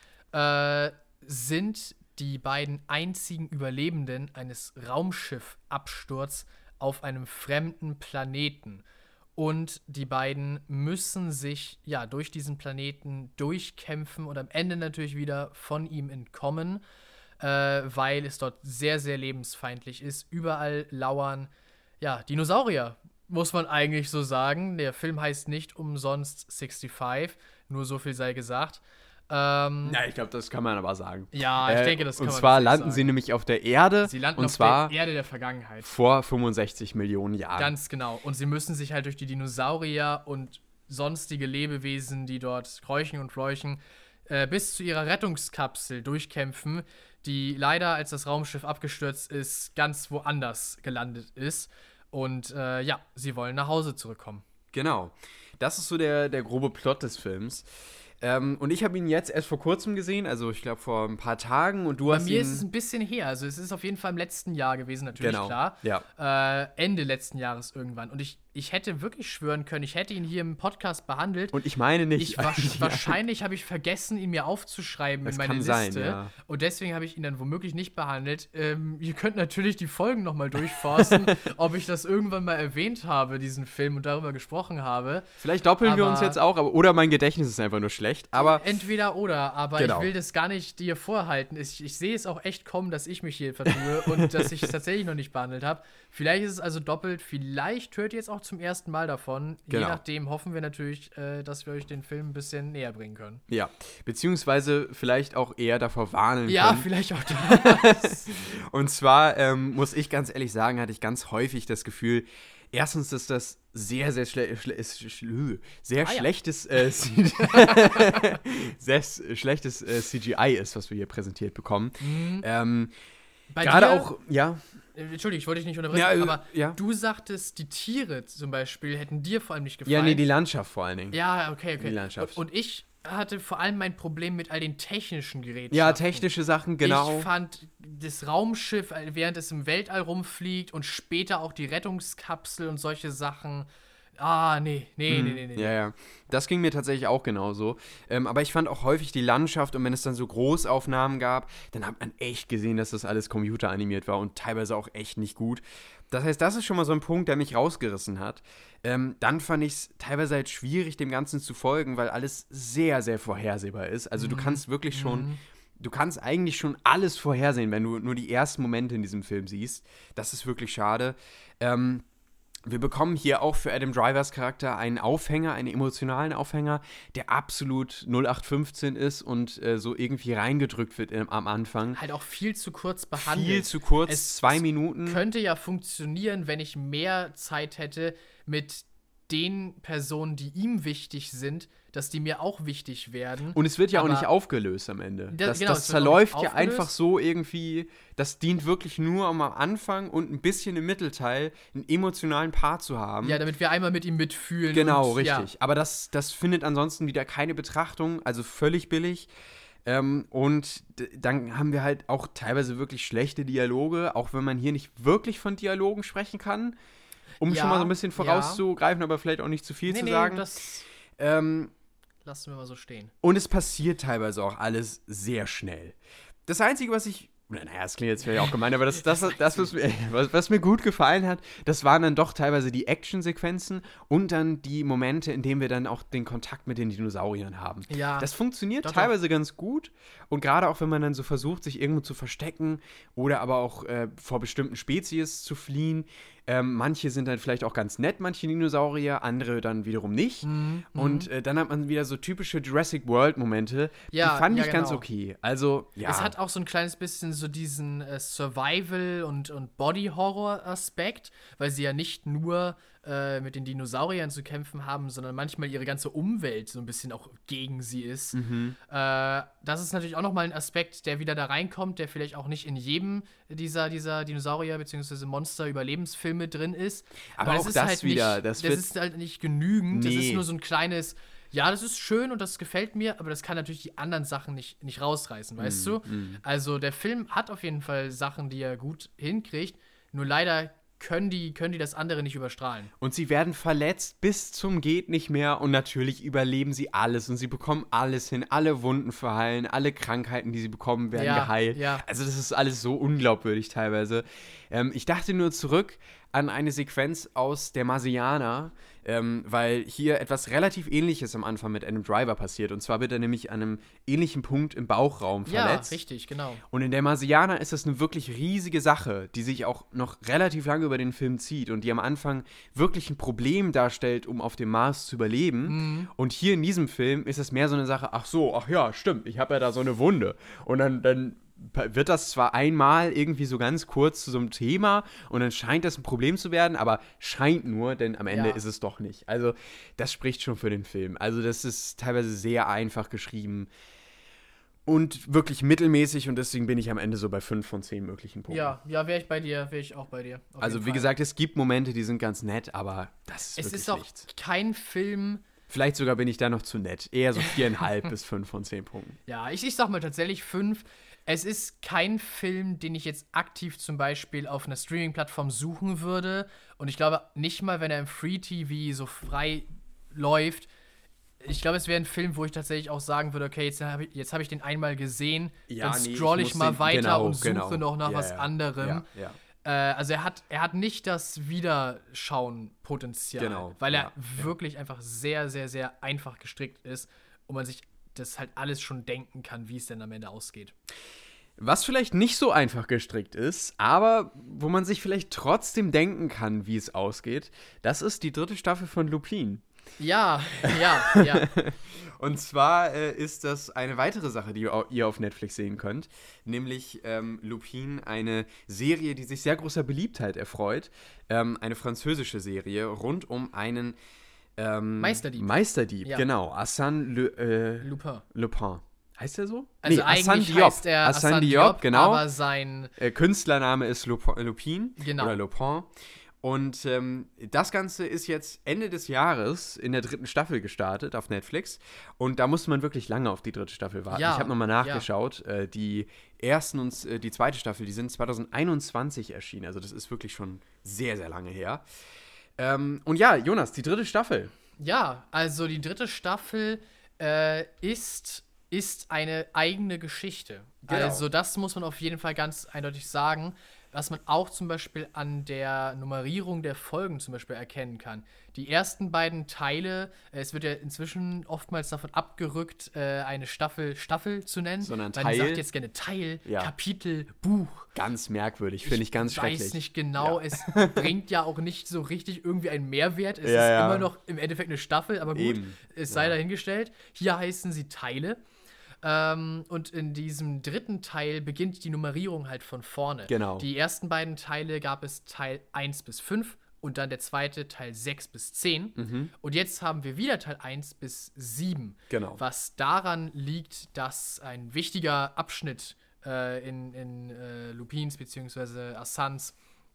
äh, sind die beiden einzigen Überlebenden eines Raumschiffabsturzes auf einem fremden Planeten. Und die beiden müssen sich ja durch diesen Planeten durchkämpfen und am Ende natürlich wieder von ihm entkommen, äh, weil es dort sehr, sehr lebensfeindlich ist. Überall lauern ja Dinosaurier, muss man eigentlich so sagen. Der Film heißt nicht umsonst sechsundsechzig, nur so viel sei gesagt. Ähm,
Ja, ich glaube, das kann man aber sagen.
Ja, ich denke, das kann
Und
man
zwar
tatsächlich
landen
sagen.
sie nämlich auf der Erde.
Sie landen
und
auf
zwar
der Erde der Vergangenheit.
vor fünfundsechzig Millionen Jahren.
Ganz genau. Und sie müssen sich halt durch die Dinosaurier und sonstige Lebewesen, die dort kräuchen und fleuchen, äh, bis zu ihrer Rettungskapsel durchkämpfen, die leider, als das Raumschiff abgestürzt ist, ganz woanders gelandet ist. Und äh, ja, sie wollen nach Hause zurückkommen.
Genau. Das ist so der, der grobe Plot des Films. Ähm, und ich habe ihn jetzt erst vor kurzem gesehen, also ich glaube vor ein paar Tagen. Und du
Bei
hast
mir
ihn
ist es ein bisschen her. Also es ist auf jeden Fall im letzten Jahr gewesen, natürlich,
Genau,
klar.
ja.
Äh, Ende letzten Jahres irgendwann. Und ich, ich hätte wirklich schwören können, ich hätte ihn hier im Podcast behandelt.
Und ich meine nicht.
Ich, wa wahrscheinlich habe ich vergessen, ihn mir aufzuschreiben
Das
in meine
kann
Liste.
sein, ja.
Und deswegen habe ich ihn dann womöglich nicht behandelt. Ähm, ihr könnt natürlich die Folgen nochmal durchforsten, ob ich das irgendwann mal erwähnt habe, diesen Film, und darüber gesprochen habe.
Vielleicht doppeln
aber
wir uns jetzt auch, aber, oder mein Gedächtnis ist einfach nur schlecht. Aber
Entweder oder, aber
Genau.
ich will das gar nicht dir vorhalten. Ich, ich sehe es auch echt kommen, dass ich mich hier vertue und dass ich es tatsächlich noch nicht behandelt habe. Vielleicht ist es also doppelt, vielleicht hört ihr jetzt auch zum ersten Mal davon.
Genau.
Je nachdem hoffen wir natürlich, äh, dass wir euch den Film ein bisschen näher bringen können.
ja, beziehungsweise vielleicht auch eher davor warnen
Ja,
können.
vielleicht auch das.
Und zwar ähm, muss ich ganz ehrlich sagen, hatte ich ganz häufig das Gefühl, erstens, dass das sehr, sehr, schle schle schle sehr
Ah, ja.
schlechtes äh, sehr s- schlechtes äh, C G I ist, was wir hier präsentiert bekommen.
Mhm.
Ähm,
Bei
Gerade
dir,
auch, ja,
äh, Entschuldigung, ich wollte dich nicht unterbrechen,
Ja, äh,
aber
ja.
du sagtest, die Tiere zum Beispiel hätten dir vor allem nicht gefallen.
ja, nee, die Landschaft vor allen Dingen.
Ja, okay, okay.
Die Landschaft.
Und, und ich hatte vor allem mein Problem mit all den technischen Geräten.
Ja, technische Sachen, genau.
Ich fand das Raumschiff, während es im Weltall rumfliegt und später auch die Rettungskapsel und solche Sachen. Ah, nee, nee, nee, nee, nee.
Ja, ja. Das ging mir tatsächlich auch genauso. Ähm, aber ich fand auch häufig die Landschaft, und wenn es dann so Großaufnahmen gab, dann hat man echt gesehen, dass das alles computeranimiert war und teilweise auch echt nicht gut. Das heißt, das ist schon mal so ein Punkt, der mich rausgerissen hat. Ähm, dann fand ich es teilweise halt schwierig, dem Ganzen zu folgen, weil alles sehr, sehr vorhersehbar ist. Also du kannst wirklich schon, du kannst eigentlich schon alles vorhersehen, wenn du nur die ersten Momente in diesem Film siehst. Das ist wirklich schade. Ähm, Wir bekommen hier auch für Adam Drivers Charakter einen Aufhänger, einen emotionalen Aufhänger, der absolut null acht fünfzehn ist und äh, so irgendwie reingedrückt wird im, am Anfang.
Halt auch viel zu kurz behandelt.
Viel zu kurz,
Es-
zwei
es
Minuten.
Könnte ja funktionieren, wenn ich mehr Zeit hätte mit den Personen, die ihm wichtig sind, dass die mir auch wichtig werden.
Und es wird ja auch
Aber-
nicht aufgelöst am Ende.
Da-
Das,
genau,
das
es wird auch
zerläuft
nicht
ja
aufgelöst.
einfach so irgendwie, das dient wirklich nur, um am Anfang und ein bisschen im Mittelteil einen emotionalen Part zu haben.
Ja, damit wir einmal mit ihm mitfühlen.
Genau,
und,
richtig.
Ja.
Aber das, das findet ansonsten wieder keine Betrachtung, also völlig billig. Ähm, und d- dann haben wir halt auch teilweise wirklich schlechte Dialoge, auch wenn man hier nicht wirklich von Dialogen sprechen kann, um
Ja,
schon mal so ein bisschen
ja.
vorauszugreifen, aber vielleicht auch nicht zu viel
Nee,
zu
nee,
sagen.
das
Ähm,
lassen wir mal so stehen.
und es passiert teilweise auch alles sehr schnell. Das Einzige, was ich. Naja, das klingt jetzt vielleicht auch gemein, aber das, das, das was, mir, was, was mir gut gefallen hat, das waren dann doch teilweise die Actionsequenzen und dann die Momente, in denen wir dann auch den Kontakt mit den Dinosauriern haben.
Ja.
Das funktioniert
Doch,
teilweise ganz gut und gerade auch, wenn man dann so versucht, sich irgendwo zu verstecken oder aber auch äh, vor bestimmten Spezies zu fliehen. Ähm, manche sind dann vielleicht auch ganz nett, manche Dinosaurier, andere dann wiederum nicht.
Mhm,
Und äh, dann hat man wieder so typische Jurassic World-Momente.
Ja,
die fand
ja,
ich ganz
genau.
okay. Also, ja.
Es hat auch so ein kleines bisschen so diesen äh, Survival- und, und Body-Horror-Aspekt, weil sie ja nicht nur äh, mit den Dinosauriern zu kämpfen haben, sondern manchmal ihre ganze Umwelt so ein bisschen auch gegen sie ist.
Mhm.
Äh, das ist natürlich auch nochmal ein Aspekt, der wieder da reinkommt, der vielleicht auch nicht in jedem dieser, dieser Dinosaurier- bzw. Monster-Überlebensfilme drin ist.
Aber auch das wieder,
Nicht,
das
das,
wird-
ist halt nicht genügend. Das
Nee.
ist nur so ein kleines. Ja, das ist schön und das gefällt mir, aber das kann natürlich die anderen Sachen nicht, nicht rausreißen, weißt du? Also der Film hat auf jeden Fall Sachen, die er gut hinkriegt, nur leider können die, können die das andere nicht überstrahlen.
Und sie werden verletzt bis zum geht nicht mehr und natürlich überleben sie alles und sie bekommen alles hin, alle Wunden verheilen, alle Krankheiten, die sie bekommen, werden
Ja,
geheilt.
ja.
Also das ist alles so unglaubwürdig teilweise. Ähm, ich dachte nur zurück an eine Sequenz aus Der Marsianer, ähm, weil hier etwas relativ Ähnliches am Anfang mit Adam Driver passiert. Und zwar wird er nämlich an einem ähnlichen Punkt im Bauchraum verletzt.
Ja, richtig, genau.
Und in Der Marsianer ist das eine wirklich riesige Sache, die sich auch noch relativ lange über den Film zieht und die am Anfang wirklich ein Problem darstellt, um auf dem Mars zu überleben. Und hier in diesem Film ist es mehr so eine Sache, ach so, ach ja, stimmt, ich habe ja da so eine Wunde. Und dann, dann wird das zwar einmal irgendwie so ganz kurz zu so einem Thema und dann scheint das ein Problem zu werden, aber scheint nur, denn am Ende
Ja.
ist es doch nicht. Also das spricht schon für den Film. Also das ist teilweise sehr einfach geschrieben. und wirklich mittelmäßig und deswegen bin ich am Ende so bei fünf von zehn möglichen Punkten.
Ja, ja, wäre ich bei dir, wäre ich auch bei dir.
Also wie gesagt, es gibt Momente, die sind ganz nett, aber das ist
es
wirklich
ist auch
nichts.
kein Film.
Vielleicht sogar bin ich da noch zu nett. Eher so viereinhalb bis fünf von zehn Punkten.
Ja, ich, ich sag mal tatsächlich fünf. Es ist kein Film, den ich jetzt aktiv zum Beispiel auf einer Streaming-Plattform suchen würde. Und ich glaube nicht mal, wenn er im Free-T V so frei läuft. Ich glaube, es wäre ein Film, wo ich tatsächlich auch sagen würde, okay, jetzt habe ich, jetzt hab ich den einmal gesehen,
Ja,
dann
nee,
scroll
ich
ich,
muss
mal
den-
weiter
genau,
und suche
genau.
noch nach
Ja,
was
ja.
anderem.
Ja, ja.
Äh, also er hat, er hat nicht das Wiederschauen-Potenzial,
Genau,
weil er
ja,
wirklich einfach sehr, sehr, sehr einfach gestrickt ist und man sich das halt alles schon denken kann, wie es denn am Ende ausgeht.
Was vielleicht nicht so einfach gestrickt ist, aber wo man sich vielleicht trotzdem denken kann, wie es ausgeht, das ist die dritte Staffel von Lupin.
Ja, ja, ja.
Und zwar äh, ist das eine weitere Sache, die ihr ihr auf Netflix sehen könnt, nämlich ähm, Lupin, eine Serie, die sich sehr großer Beliebtheit erfreut, ähm, eine französische Serie rund um einen ähm,
Meisterdieb.
Meisterdieb,
Ja.
genau, Arsène Le, äh,
Lupin.
Lupin. Heißt er so?
Also eigentlich heißt er
Arsène Diop, genau.
aber sein
Äh, Künstlername ist Lupin, Lupin
Genau.
oder Lupin. Und ähm, das Ganze ist jetzt Ende des Jahres in der dritten Staffel gestartet auf Netflix. Und da musste man wirklich lange auf die dritte Staffel warten.
Ja,
ich habe nochmal nachgeschaut. Äh, die ersten und äh, die zweite Staffel, die sind zwanzig einundzwanzig erschienen. Also das ist wirklich schon sehr, sehr lange her. Ähm, und ja, Jonas, die dritte Staffel.
Ja, also die dritte Staffel äh, ist, ist eine eigene Geschichte.
Genau.
Also das muss man auf jeden Fall ganz eindeutig sagen, was man auch zum Beispiel an der Nummerierung der Folgen zum Beispiel erkennen kann. Die ersten beiden Teile, äh, es wird ja inzwischen oftmals davon abgerückt, äh, eine Staffel Staffel zu nennen.
Sondern
Man
Teil.
sagt jetzt gerne Teil,
Ja.
Buch. Buch.
Ganz merkwürdig, finde ich ganz
Ich weiß
schrecklich.
nicht genau,
Ja.
es bringt ja auch nicht so richtig irgendwie einen Mehrwert. Es
Ja,
ist
ja.
immer noch im Endeffekt eine Staffel, aber gut,
Eben.
es sei
Ja.
dahingestellt. Hier heißen sie Teile. Ähm, und in diesem dritten Teil beginnt die Nummerierung halt von vorne.
Genau.
Die ersten beiden Teile gab es Teil eins bis fünf und dann der zweite Teil sechs bis zehn.
Mhm.
Und jetzt haben wir wieder Teil eins bis sieben.
Genau.
Was daran liegt, dass ein wichtiger Abschnitt äh, in, in äh, Lupins bzw. Assans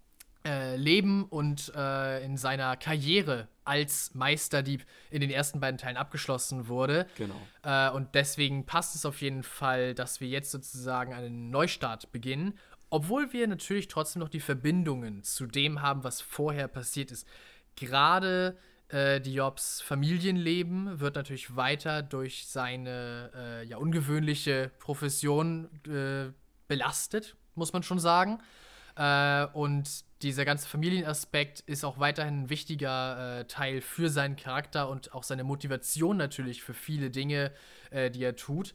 äh, Leben und äh, in seiner Karriere als Meisterdieb in den ersten beiden Teilen abgeschlossen wurde.
Genau.
Äh, und deswegen passt es auf jeden Fall, dass wir jetzt sozusagen einen Neustart beginnen, obwohl wir natürlich trotzdem noch die Verbindungen zu dem haben, was vorher passiert ist. Gerade äh, Diops Familienleben wird natürlich weiter durch seine äh, ja, ungewöhnliche Profession äh, belastet, muss man schon sagen. Äh, und dieser ganze Familienaspekt ist auch weiterhin ein wichtiger äh, Teil für seinen Charakter und auch seine Motivation natürlich für viele Dinge, äh, die er tut.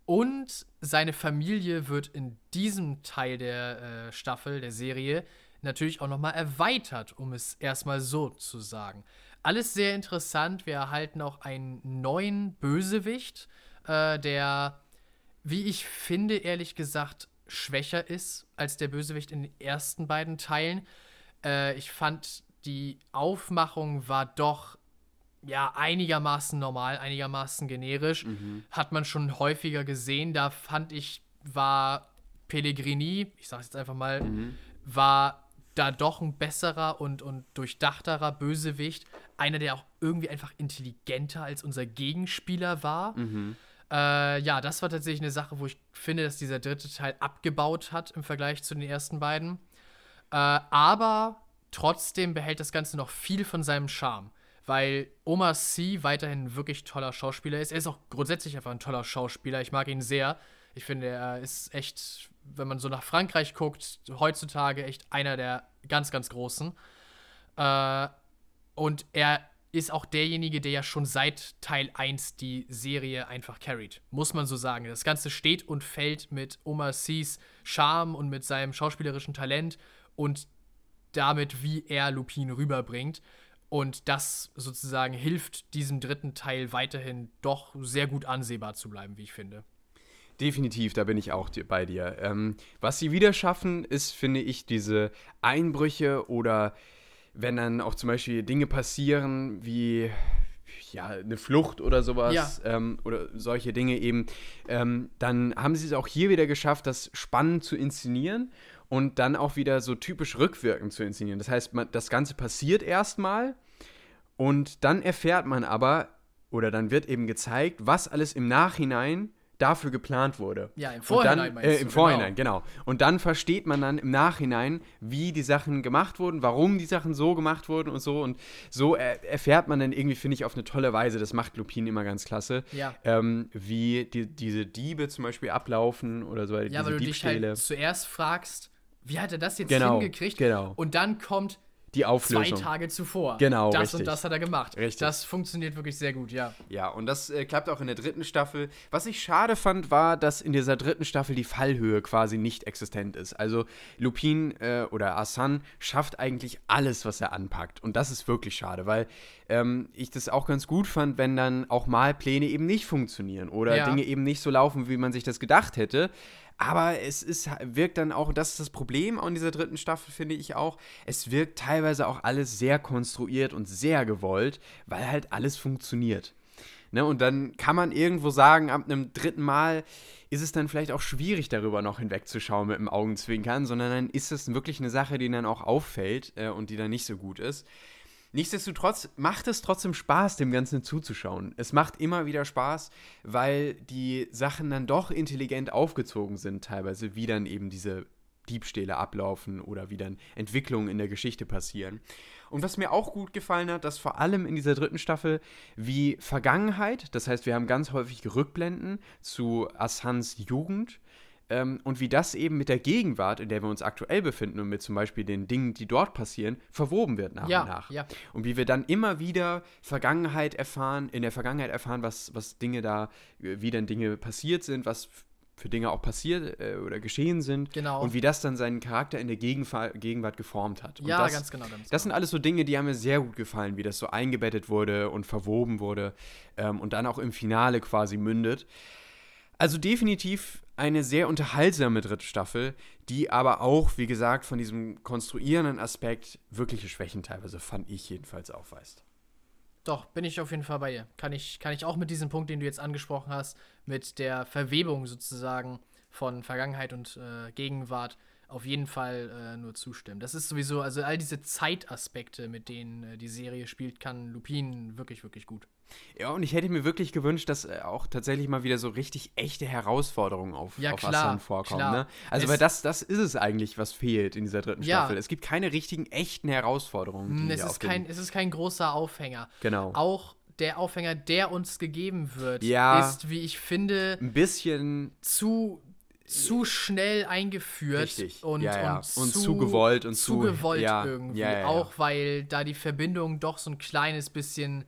Und seine Familie wird in diesem Teil der äh, Staffel, der Serie, natürlich auch nochmal erweitert, um es erstmal so zu sagen. Alles sehr interessant. Wir erhalten auch einen neuen Bösewicht, äh, der, wie ich finde, ehrlich gesagt, schwächer ist als der Bösewicht in den ersten beiden Teilen. Äh, ich fand, die Aufmachung war doch ja einigermaßen normal, einigermaßen generisch.
Mhm.
Hat man schon häufiger gesehen. Da fand ich, war Pellegrini, ich sag's jetzt einfach mal,
Mhm. war
da doch ein besserer und, und durchdachterer Bösewicht. Einer, der auch irgendwie einfach intelligenter als unser Gegenspieler war.
Mhm.
Äh, ja, das war tatsächlich eine Sache, wo ich finde, dass dieser dritte Teil abgebaut hat im Vergleich zu den ersten beiden. Äh, aber trotzdem behält das Ganze noch viel von seinem Charme, weil Omar Sy weiterhin ein wirklich toller Schauspieler ist. Er ist auch grundsätzlich einfach ein toller Schauspieler. Ich mag ihn sehr. Ich finde, er ist echt, wenn man so nach Frankreich guckt, heutzutage echt einer der ganz, ganz Großen. Äh, und er ist auch derjenige, der ja schon seit Teil eins die Serie einfach carried. Muss man so sagen. Das Ganze steht und fällt mit Omar Sys Charme und mit seinem schauspielerischen Talent und damit, wie er Lupin rüberbringt. Und das sozusagen hilft diesem dritten Teil weiterhin doch sehr gut ansehbar zu bleiben, wie ich finde.
Definitiv, da bin ich auch di- bei dir. Ähm, was sie wieder schaffen, ist, finde ich, diese Einbrüche oder wenn dann auch zum Beispiel Dinge passieren, wie ja, eine Flucht oder sowas
Ja.
ähm, oder solche Dinge eben, ähm, dann haben sie es auch hier wieder geschafft, das spannend zu inszenieren und dann auch wieder so typisch rückwirkend zu inszenieren. Das heißt, man, das Ganze passiert erstmal und dann erfährt man aber, oder dann wird eben gezeigt, was alles im Nachhinein dafür geplant wurde.
Ja, im
Und
Vorhinein
dann,
meinst
äh,
du,
Im Vorhinein, genau. Und dann versteht man dann im Nachhinein, wie die Sachen gemacht wurden, warum die Sachen so gemacht wurden und so. Und so er, erfährt man dann irgendwie, finde ich, auf eine tolle Weise, das macht Lupin immer ganz klasse,
Ja.
ähm, wie die, diese Diebe zum Beispiel ablaufen oder so,
Ja,
diese
weil du dich
Diebstähle.
halt zuerst fragst, wie hat er das jetzt
Genau,
hingekriegt?
genau.
Und dann kommt
Die Auflösung.
zwei Tage zuvor.
Genau,
Das
richtig.
und das hat er gemacht.
Richtig.
Das funktioniert wirklich sehr gut, ja.
Ja, und das äh, klappt auch in der dritten Staffel. Was ich schade fand, war, dass in dieser dritten Staffel die Fallhöhe quasi nicht existent ist. Also Lupin äh, oder Arsène schafft eigentlich alles, was er anpackt. Und das ist wirklich schade, weil ähm, ich das auch ganz gut fand, wenn dann auch mal Pläne eben nicht funktionieren oder
Ja.
Dinge eben nicht so laufen, wie man sich das gedacht hätte. Aber es ist, wirkt dann auch, das ist das Problem an dieser dritten Staffel, finde ich auch, es wirkt teilweise auch alles sehr konstruiert und sehr gewollt, weil halt alles funktioniert. Ne, und dann kann man irgendwo sagen, ab einem dritten Mal ist es dann vielleicht auch schwierig, darüber noch hinwegzuschauen mit dem Augenzwinkern, sondern dann ist es wirklich eine Sache, die dann auch auffällt äh, und die dann nicht so gut ist. Nichtsdestotrotz macht es trotzdem Spaß, dem Ganzen zuzuschauen. Es macht immer wieder Spaß, weil die Sachen dann doch intelligent aufgezogen sind teilweise, wie dann eben diese Diebstähle ablaufen oder wie dann Entwicklungen in der Geschichte passieren. Und was mir auch gut gefallen hat, dass vor allem in dieser dritten Staffel wie Vergangenheit, das heißt, wir haben ganz häufig Rückblenden zu Arsans Jugend, Ähm, und wie das eben mit der Gegenwart, in der wir uns aktuell befinden und mit zum Beispiel den Dingen, die dort passieren, verwoben wird nach
Ja,
und nach.
ja.
Und wie wir dann immer wieder Vergangenheit erfahren, in der Vergangenheit erfahren, was, was Dinge da, äh, wie dann Dinge passiert sind, was f- für Dinge auch passiert äh, oder geschehen sind.
Genau.
Und wie das dann seinen Charakter in der Gegenfa- Gegenwart geformt hat. Und
Ja,
das,
ganz genau. Ganz
das sind
genau.
alles so Dinge, die haben mir sehr gut gefallen, wie das so eingebettet wurde und verwoben wurde ähm, und dann auch im Finale quasi mündet. Also definitiv eine sehr unterhaltsame dritte Staffel, die aber auch, wie gesagt, von diesem konstruierenden Aspekt wirkliche Schwächen teilweise, fand ich jedenfalls, aufweist.
Doch, bin ich auf jeden Fall bei dir. Kann ich, kann ich auch mit diesem Punkt, den du jetzt angesprochen hast, mit der Verwebung sozusagen von Vergangenheit und äh, Gegenwart auf jeden Fall äh, nur zustimmen. Das ist sowieso, also all diese Zeitaspekte, mit denen äh, die Serie spielt, kann Lupin wirklich, wirklich gut.
Ja, und ich hätte mir wirklich gewünscht, dass äh, auch tatsächlich mal wieder so richtig echte Herausforderungen auf,
Ja,
auf
klar,
Arsène vorkommen.
klar.
Ne? Also,
Es-
weil das, das ist es eigentlich, was fehlt in dieser dritten
Ja.
Staffel. Es gibt keine richtigen, echten Herausforderungen. Die
Mm, Es
hier auf
ist,
den-
kein, es ist kein großer Aufhänger.
Genau.
Auch der Aufhänger, der uns gegeben wird,
Ja.
ist, wie ich finde,
Ein bisschen
zu, zu schnell eingeführt
Richtig.
und,
Ja, ja.
und,
Und
zu,
zu gewollt und
zu
zu-
gewollt
ja.
irgendwie.
Ja, ja, ja.
Auch weil da die Verbindung doch so ein kleines bisschen,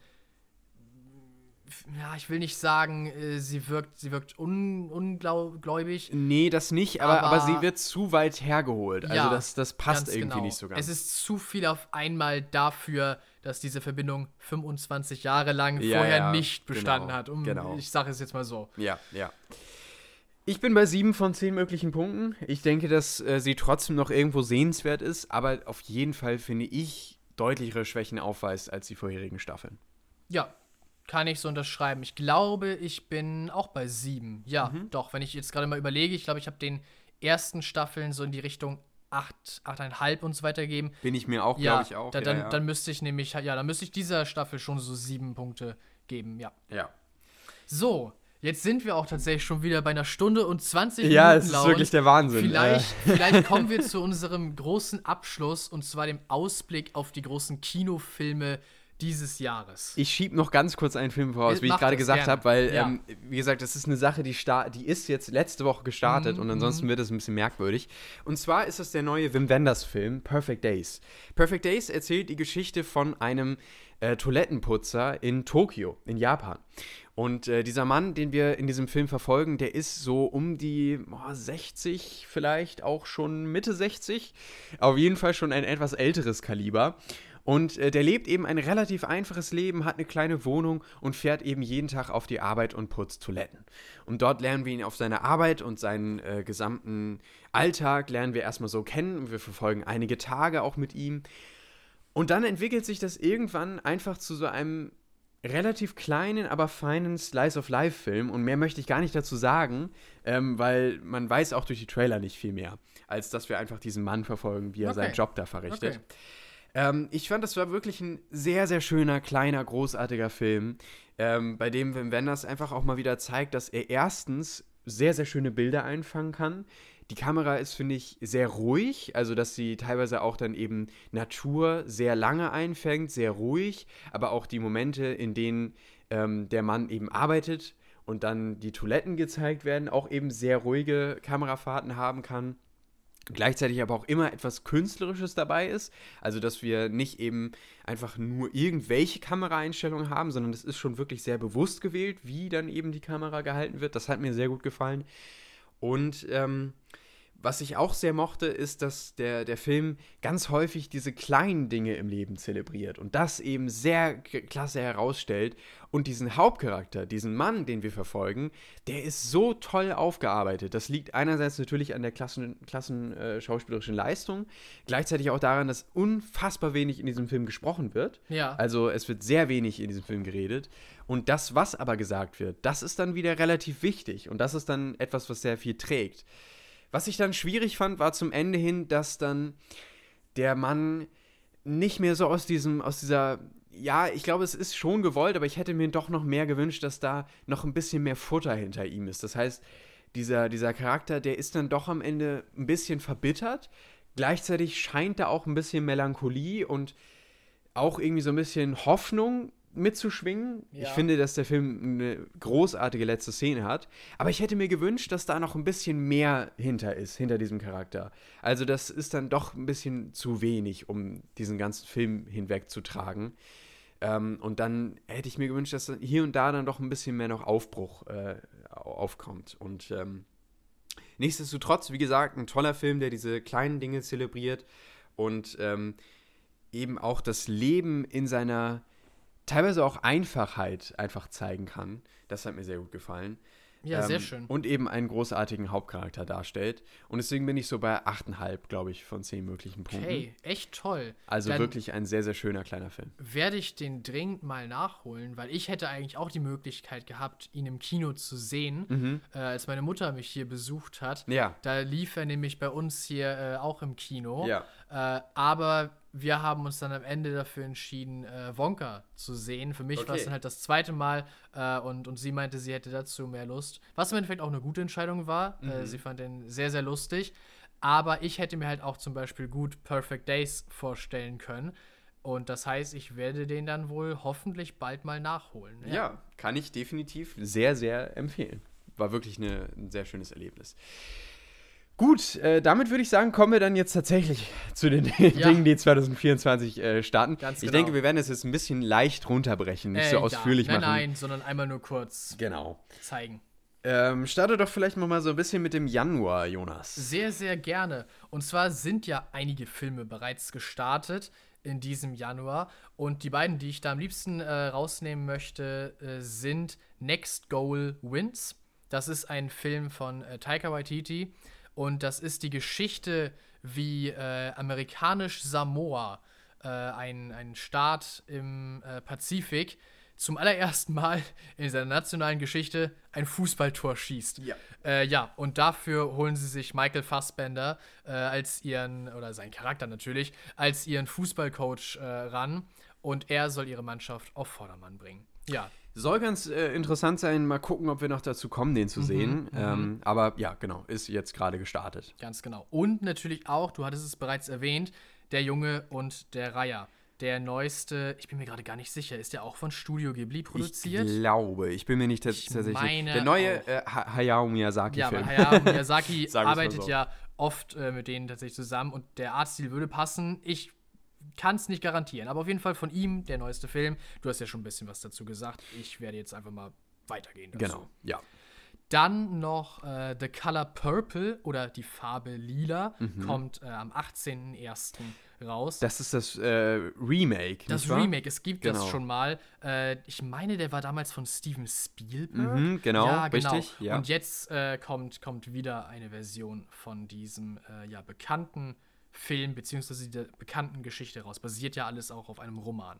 ja, ich will nicht sagen, äh, sie wirkt, sie wirkt un, ungläubig.
Nee, das nicht, aber, aber,
Aber-
sie wird zu weit hergeholt. Also
Ja,
das, das passt
Ganz
irgendwie
genau.
nicht so ganz.
Es ist zu viel auf einmal dafür, dass diese Verbindung fünfundzwanzig Jahre lang
Ja,
vorher
ja,
nicht bestanden
genau,
hat. Um,
genau.
Ich sage es jetzt mal so.
Ja, ja. Ich bin bei sieben von zehn möglichen Punkten. Ich denke, dass äh, sie trotzdem noch irgendwo sehenswert ist, aber auf jeden Fall, finde ich, deutlichere Schwächen aufweist als die vorherigen Staffeln.
Ja, kann ich so unterschreiben. Ich glaube, ich bin auch bei sieben. Ja,
Mhm.
doch, wenn ich jetzt gerade mal überlege, ich glaube, ich habe den ersten Staffeln so in die Richtung acht, achteinhalb und so weiter gegeben.
Bin ich mir auch,
Ja,
glaube ich auch.
da,
ja,
dann,
ja.
dann müsste ich nämlich, ja, dann müsste ich dieser Staffel schon so sieben Punkte geben, ja.
ja.
So, jetzt sind wir auch tatsächlich schon wieder bei einer Stunde und zwanzig
ja,
Minuten.
es ist
Laurens.
wirklich der Wahnsinn.
Vielleicht,
Äh,
vielleicht kommen wir zu unserem großen Abschluss und zwar dem Ausblick auf die großen Kinofilme dieses Jahres.
ich schiebe noch ganz kurz einen Film voraus, wie ich
Mach
gerade
das
gesagt
gerne.
habe, weil,
Ja.
ähm, wie gesagt, das ist eine Sache, die, sta- die ist jetzt letzte Woche gestartet
Mhm,
und ansonsten wird es ein bisschen merkwürdig. Und zwar ist es der neue Wim Wenders-Film Perfect Days. Perfect Days erzählt die Geschichte von einem äh, Toilettenputzer in Tokio, in Japan. Und äh, dieser Mann, den wir in diesem Film verfolgen, der ist so um die oh, sechzig, vielleicht auch schon Mitte sechzig. Auf jeden Fall schon ein etwas älteres Kaliber. Und äh, der lebt eben ein relativ einfaches Leben, hat eine kleine Wohnung und fährt eben jeden Tag auf die Arbeit und putzt Toiletten. Und dort lernen wir ihn auf seine Arbeit und seinen äh, gesamten Alltag lernen wir erstmal so kennen. Und wir verfolgen einige Tage auch mit ihm. Und dann entwickelt sich das irgendwann einfach zu so einem relativ kleinen, aber feinen Slice-of-Life-Film und mehr möchte ich gar nicht dazu sagen, ähm, weil man weiß auch durch die Trailer nicht viel mehr, als dass wir einfach diesen Mann verfolgen, wie er
Okay.
seinen Job da verrichtet.
Okay.
Ähm, ich fand, das war wirklich ein sehr, sehr schöner, kleiner, großartiger Film, ähm, bei dem Wim Wenders einfach auch mal wieder zeigt, dass er erstens sehr, sehr schöne Bilder einfangen kann. Die Kamera ist, finde ich, sehr ruhig, also dass sie teilweise auch dann eben Natur sehr lange einfängt, sehr ruhig, aber auch die Momente, in denen ähm, der Mann eben arbeitet und dann die Toiletten gezeigt werden, auch eben sehr ruhige Kamerafahrten haben kann. Gleichzeitig aber auch immer etwas Künstlerisches dabei ist, also dass wir nicht eben einfach nur irgendwelche Kameraeinstellungen haben, sondern es ist schon wirklich sehr bewusst gewählt, wie dann eben die Kamera gehalten wird. Das hat mir sehr gut gefallen. Und ähm, was ich auch sehr mochte, ist, dass der, der Film ganz häufig diese kleinen Dinge im Leben zelebriert und das eben sehr k- klasse herausstellt. Und diesen Hauptcharakter, diesen Mann, den wir verfolgen, der ist so toll aufgearbeitet. Das liegt einerseits natürlich an der klassen, klassen äh, schauspielerischen Leistung, gleichzeitig auch daran, dass unfassbar wenig in diesem Film gesprochen wird.
Ja.
Also es wird sehr wenig in diesem Film geredet. Und das, was aber gesagt wird, das ist dann wieder relativ wichtig. Und das ist dann etwas, was sehr viel trägt. Was ich dann schwierig fand, war zum Ende hin, dass dann der Mann nicht mehr so aus diesem, aus dieser, ja, ich glaube, es ist schon gewollt, aber ich hätte mir doch noch mehr gewünscht, dass da noch ein bisschen mehr Futter hinter ihm ist. Das heißt, dieser, dieser Charakter, der ist dann doch am Ende ein bisschen verbittert. Gleichzeitig scheint da auch ein bisschen Melancholie und auch irgendwie so ein bisschen Hoffnung mitzuschwingen.
Ja.
Ich finde, dass der Film eine großartige letzte Szene hat. Aber ich hätte mir gewünscht, dass da noch ein bisschen mehr hinter ist, hinter diesem Charakter. Also das ist dann doch ein bisschen zu wenig, um diesen ganzen Film hinwegzutragen. Ähm, und dann hätte ich mir gewünscht, dass hier und da dann doch ein bisschen mehr noch Aufbruch äh, aufkommt. Und ähm, nichtsdestotrotz, wie gesagt, ein toller Film, der diese kleinen Dinge zelebriert und ähm, eben auch das Leben in seiner teilweise auch Einfachheit einfach zeigen kann. Das hat mir sehr gut gefallen.
Ja,
ähm,
sehr schön.
Und eben einen großartigen Hauptcharakter darstellt. Und deswegen bin ich so bei acht Komma fünf, glaube ich, von zehn möglichen Punkten.
Okay, echt toll.
Also
Dann
wirklich ein sehr, sehr schöner kleiner Film.
werde ich den dringend mal nachholen, weil ich hätte eigentlich auch die Möglichkeit gehabt, ihn im Kino zu sehen,
Mhm.
äh, als meine Mutter mich hier besucht hat.
Ja.
Da lief er nämlich bei uns hier äh, auch im Kino.
Ja.
Äh, aber wir haben uns dann am Ende dafür entschieden, äh, Wonka zu sehen. Für mich war es
Okay.
dann halt das zweite Mal äh, und, und sie meinte, sie hätte dazu mehr Lust. Was im Endeffekt auch eine gute Entscheidung war.
Mhm.
Äh, sie fand den sehr, sehr lustig. Aber ich hätte mir halt auch zum Beispiel gut Perfect Days vorstellen können. Und das heißt, ich werde den dann wohl hoffentlich bald mal nachholen.
Ja, kann ich definitiv sehr, sehr empfehlen. War wirklich eine, ein sehr schönes Erlebnis. Gut, äh, damit würde ich sagen, kommen wir dann jetzt tatsächlich zu den
Ja.
Dingen, die zwanzig vierundzwanzig äh, starten.
Ganz
Ich
genau.
denke, wir werden es jetzt ein bisschen leicht runterbrechen, nicht
Äh,
so
ja.
ausführlich
nein,
machen.
Nein, sondern einmal nur kurz
Genau.
zeigen.
Ähm, starte doch vielleicht noch mal so ein bisschen mit dem Januar, Jonas.
Sehr, sehr gerne. Und zwar sind ja einige Filme bereits gestartet in diesem Januar. Und die beiden, die ich da am liebsten äh, rausnehmen möchte, äh, sind Next Goal Wins. Das ist ein Film von äh, Taika Waititi. Und das ist die Geschichte, wie äh, amerikanisch Samoa, äh, ein, ein Staat im äh, Pazifik, zum allerersten Mal in seiner nationalen Geschichte ein Fußballtor schießt.
Ja.
Äh, ja, und dafür holen sie sich Michael Fassbender äh, als ihren, oder seinen Charakter natürlich, als ihren Fußballcoach äh, ran. Und er soll ihre Mannschaft auf Vordermann bringen. Ja.
Soll ganz äh, interessant sein, mal gucken, ob wir noch dazu kommen, den zu
Mhm,
sehen.
mhm.
Ähm, aber ja, genau, ist jetzt gerade gestartet.
Ganz genau. Und natürlich auch, du hattest es bereits erwähnt, Der Junge und der Reiher. Der neueste, ich bin mir gerade gar nicht sicher, ist der auch von Studio Ghibli produziert?
Ich glaube, ich bin mir nicht tats-
Ich
tatsächlich.
meine
Der neue
auch.
äh, Ha- Hayao Miyazaki-Film.
Ja, weil Hayao Miyazaki
Sagen wir's mal
arbeitet
so.
ja oft äh, mit denen tatsächlich zusammen und der Artstil würde passen. Ich kann es nicht garantieren, aber auf jeden Fall von ihm der neueste Film. Du hast ja schon ein bisschen was dazu gesagt. Ich werde jetzt einfach mal weitergehen dazu.
Genau, ja.
Dann noch äh, The Color Purple oder die Farbe Lila
Mhm.
kommt äh, am achtzehnten ersten raus.
Das ist das äh, Remake.
Das
nicht wahr?
Remake, es gibt
Genau.
das schon mal. Äh, ich meine, der war damals von Steven Spielberg.
Mhm, genau,
ja, genau.
richtig. Ja.
Und jetzt äh, kommt, kommt wieder eine Version von diesem äh, ja, bekannten Film, beziehungsweise der bekannten Geschichte raus. Basiert ja alles auch auf einem Roman.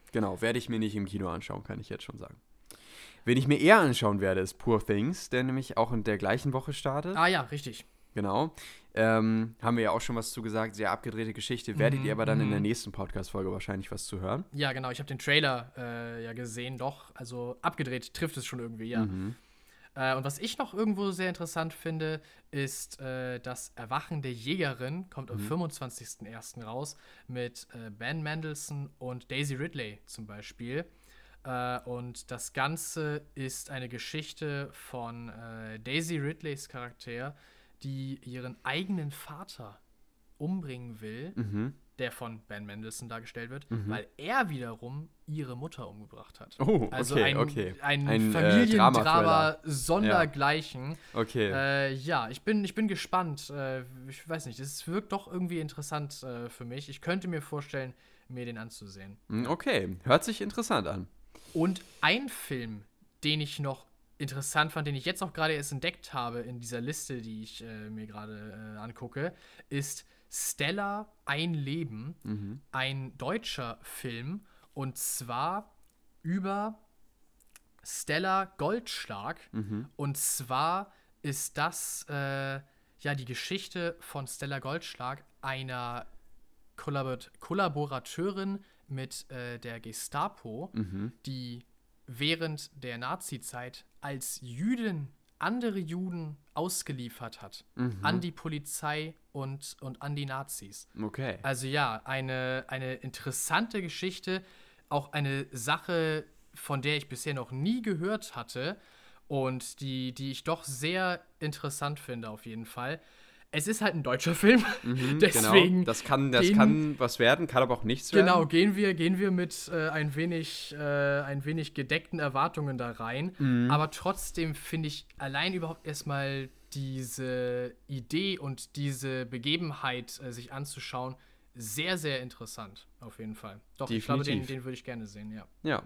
Genau, werde ich mir nicht im Kino anschauen, kann ich jetzt schon sagen. Wen ich mir eher anschauen werde, ist Poor Things, der nämlich auch in der gleichen Woche startet.
Ah ja, richtig.
Genau. Ähm, haben wir ja auch schon was zu gesagt. Sehr abgedrehte Geschichte. Werdet ihr aber dann in der nächsten Podcast-Folge wahrscheinlich was zu hören.
Ja, genau. Ich habe den Trailer äh, ja gesehen, doch. Also abgedreht trifft es schon irgendwie, ja.
Mhm.
Äh, und was ich noch irgendwo sehr interessant finde, ist äh, das Erwachen der Jägerin. Kommt am
Mhm.
fünfundzwanzigsten ersten raus mit äh, Ben Mendelsohn und Daisy Ridley zum Beispiel. Äh, und das Ganze ist eine Geschichte von äh, Daisy Ridleys Charakter, die ihren eigenen Vater umbringen will,
Mhm.
der von Ben Mendelsohn dargestellt wird,
Mhm.
weil er wiederum ihre Mutter umgebracht hat.
Oh,
Also
okay,
ein,
okay.
ein,
Ein, äh,
Familiendrama
Drama-Thriller.
sondergleichen.
Okay.
Äh, ja, ich bin, ich bin gespannt. Äh, ich weiß nicht, es wirkt doch irgendwie interessant äh, für mich. Ich könnte mir vorstellen, mir den anzusehen.
Hm, Okay, hört sich interessant an.
Und ein Film, den ich noch interessant fand, den ich jetzt auch gerade erst entdeckt habe in dieser Liste, die ich äh, mir gerade äh, angucke, ist Stella, ein Leben,
Mhm.
ein deutscher Film, und zwar über Stella Goldschlag.
Mhm.
Und zwar ist das äh, ja die Geschichte von Stella Goldschlag, einer Kollabor- Kollaborateurin mit äh, der Gestapo,
Mhm.
die während der Nazi-Zeit als Jüdin andere Juden ausgeliefert hat.
Mhm.
An die Polizei und, und an die Nazis.
Okay.
Also ja, eine, eine interessante Geschichte, auch eine Sache, von der ich bisher noch nie gehört hatte und die, die ich doch sehr interessant finde auf jeden Fall. Es ist halt ein deutscher Film,
Mhm,
deswegen
genau. Das kann, das
gehen-
kann was werden, kann aber auch nichts werden.
Genau, gehen wir, gehen wir mit äh, ein, wenig, äh, ein wenig gedeckten Erwartungen da rein.
Mhm.
Aber trotzdem finde ich allein überhaupt erstmal diese Idee und diese Begebenheit äh, sich anzuschauen sehr, sehr interessant. Auf jeden Fall. Doch, ich glaube, den,
Definitiv.
den würde ich gerne sehen, ja.
Ja.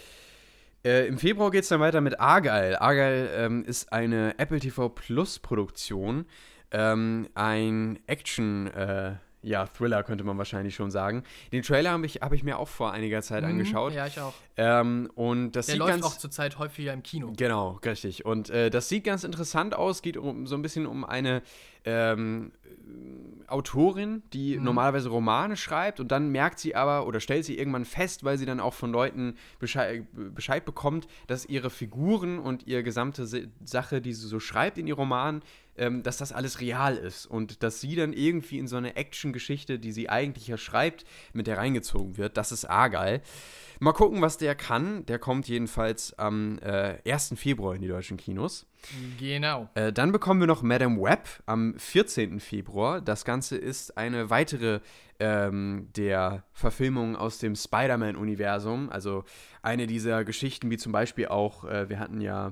Äh, Im Februar geht es dann weiter mit Argyle. Argyle ähm, ist eine Apple T V Plus Produktion. Ähm, ein Action, äh, ja, Thriller könnte man wahrscheinlich schon sagen. Den Trailer habe ich, hab ich mir auch vor einiger Zeit
Mhm,
angeschaut.
Ja, ich auch.
Ähm, und das
Der
sieht
läuft
ganz
auch zurzeit häufiger im Kino.
Genau, richtig. Und äh, das sieht ganz interessant aus. Geht um, so ein bisschen um eine ähm, äh, Autorin, die
Mhm.
normalerweise Romane schreibt und dann merkt sie aber oder stellt sie irgendwann fest, weil sie dann auch von Leuten Bescheid, Bescheid bekommt, dass ihre Figuren und ihre gesamte Se- Sache, die sie so schreibt in ihren Romanen, ähm, dass das alles real ist und dass sie dann irgendwie in so eine Action-Geschichte, die sie eigentlich ja schreibt, mit der reingezogen wird. Das ist Argyle. Mal gucken, was der kann. Der kommt jedenfalls am äh, ersten Februar in die deutschen Kinos.
Genau.
Äh, dann bekommen wir noch Madame Web am vierzehnten Februar. Das Ganze ist eine weitere ähm, der Verfilmungen aus dem Spider-Man-Universum. Also eine dieser Geschichten, wie zum Beispiel auch, äh, wir hatten ja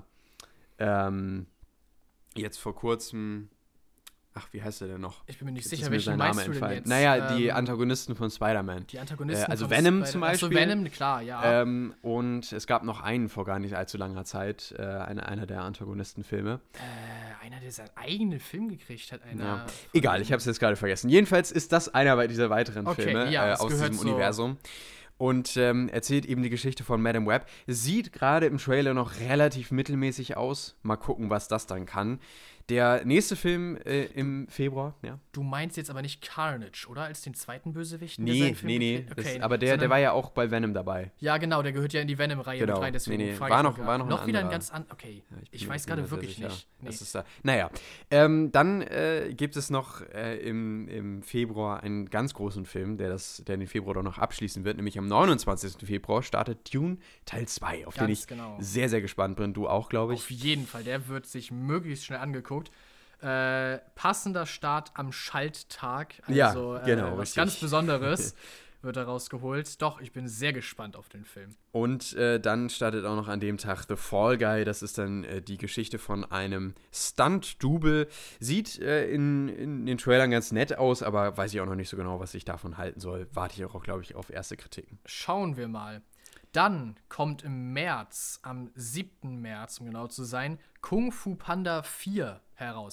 ähm, jetzt vor kurzem, ach, wie heißt der denn noch?
Ich bin mir nicht
Jetzt
sicher,
ist mir
welchen
sein Name
meinst du denn
entfallen.
jetzt?
Naja, die
Ähm,
Antagonisten von Spider-Man.
Die Antagonisten
Äh, also
von
Venom
Spider-
zum
Ach so,
Beispiel.
Venom, klar, ja.
Ähm, und es gab noch einen vor gar nicht allzu langer Zeit, äh, eine, einer der Antagonistenfilme.
Äh, einer, der seinen eigenen Film gekriegt hat. Einer
Ja.
von
Egal,
den-
ich habe es jetzt gerade vergessen. Jedenfalls ist das einer dieser weiteren
Okay,
Filme
ja,
äh,
es
aus
gehört
diesem
so-
Universum. Und ähm, erzählt eben die Geschichte von Madame Web. Sieht gerade im Trailer noch relativ mittelmäßig aus. Mal gucken, was das dann kann. Der nächste Film äh, im Februar, ja.
Du meinst jetzt aber nicht Carnage, oder? Als den zweiten Bösewichten? der
Nee,
seinen Film
nee, nee.
gekriegt-
Das,
Okay,
aber der, der
sondern-
war ja auch bei Venom dabei.
Ja, genau, der gehört ja in die Venom-Reihe
Genau.
mit rein, deswegen
Nee, nee,
frage
war
ich
noch-
mal
war
gerade.
noch ein
wieder ein
anderer.
ganz an. Okay,
Ja,
ich,
bin mir
weiß
nicht
gerade
mehr sehr
wirklich
sicher.
nicht. Nee.
Das ist da. Naja, ähm, dann äh, gibt es noch äh, im, im Februar einen ganz großen Film, der, das, der den Februar doch noch abschließen wird. Nämlich am neunundzwanzigsten Februar startet Dune Teil zwei, auf den
Ganz
ich
genau.
sehr, sehr gespannt bin. Du auch, glaube
Auf
ich.
jeden Fall, der wird sich möglichst schnell angeguckt. Äh, passender Start am Schalttag,
Ja,
also
genau,
äh, was
richtig.
ganz Besonderes wird da rausgeholt. Doch, ich bin sehr gespannt auf den Film.
Und äh, dann startet auch noch an dem Tag The Fall Guy. Das ist dann äh, die Geschichte von einem Stunt-Double. Sieht äh, in, in den Trailern ganz nett aus, aber weiß ich auch noch nicht so genau, was ich davon halten soll. Warte ich auch, glaube ich, auf erste Kritiken.
Schauen wir mal. Dann kommt im März, am siebten März, um genau zu sein, Kung Fu Panda vier heraus.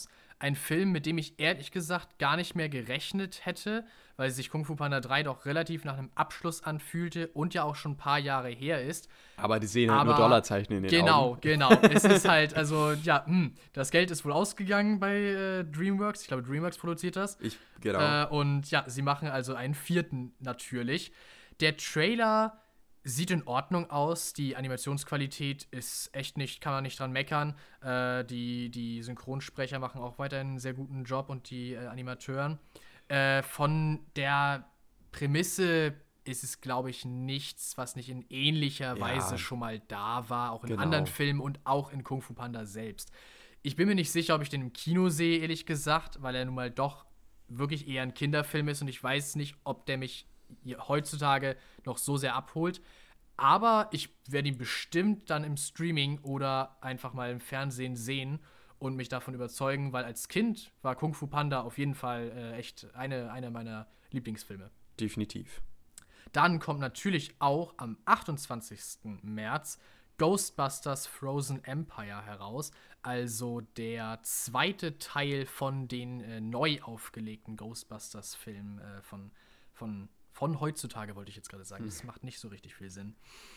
ein Film, mit dem ich ehrlich gesagt gar nicht mehr gerechnet hätte, weil sich Kung Fu Panda drei doch relativ nach einem Abschluss anfühlte und ja auch schon ein paar Jahre her ist.
Aber die sehen halt nur
Aber-
Dollarzeichen in den
Genau,
Augen.
genau. Es ist halt, also, ja, hm, das Geld ist wohl ausgegangen bei äh, DreamWorks. Ich glaube, DreamWorks produziert das.
Ich, genau.
Äh, und ja, sie machen also einen vierten natürlich. Der Trailer sieht in Ordnung aus. Die Animationsqualität ist echt nicht, kann man nicht dran meckern. Äh, die, die Synchronsprecher machen auch weiterhin einen sehr guten Job und die äh, Animateuren. Äh, von der Prämisse ist es, glaube ich, nichts, was nicht in ähnlicher
Ja.
Weise schon mal da war, auch in
Genau.
anderen Filmen und auch in Kung Fu Panda selbst. Ich bin mir nicht sicher, ob ich den im Kino sehe, ehrlich gesagt, weil er nun mal doch wirklich eher ein Kinderfilm ist und ich weiß nicht, ob der mich heutzutage noch so sehr abholt. Aber ich werde ihn bestimmt dann im Streaming oder einfach mal im Fernsehen sehen und mich davon überzeugen, weil als Kind war Kung Fu Panda auf jeden Fall äh, echt eine, eine meiner Lieblingsfilme.
Definitiv.
Dann kommt natürlich auch am achtundzwanzigsten März Ghostbusters Frozen Empire heraus, also der zweite Teil von den äh, neu aufgelegten Ghostbusters-Filmen äh, von, von, von heutzutage, wollte ich jetzt gerade sagen. Das macht nicht so richtig viel Sinn.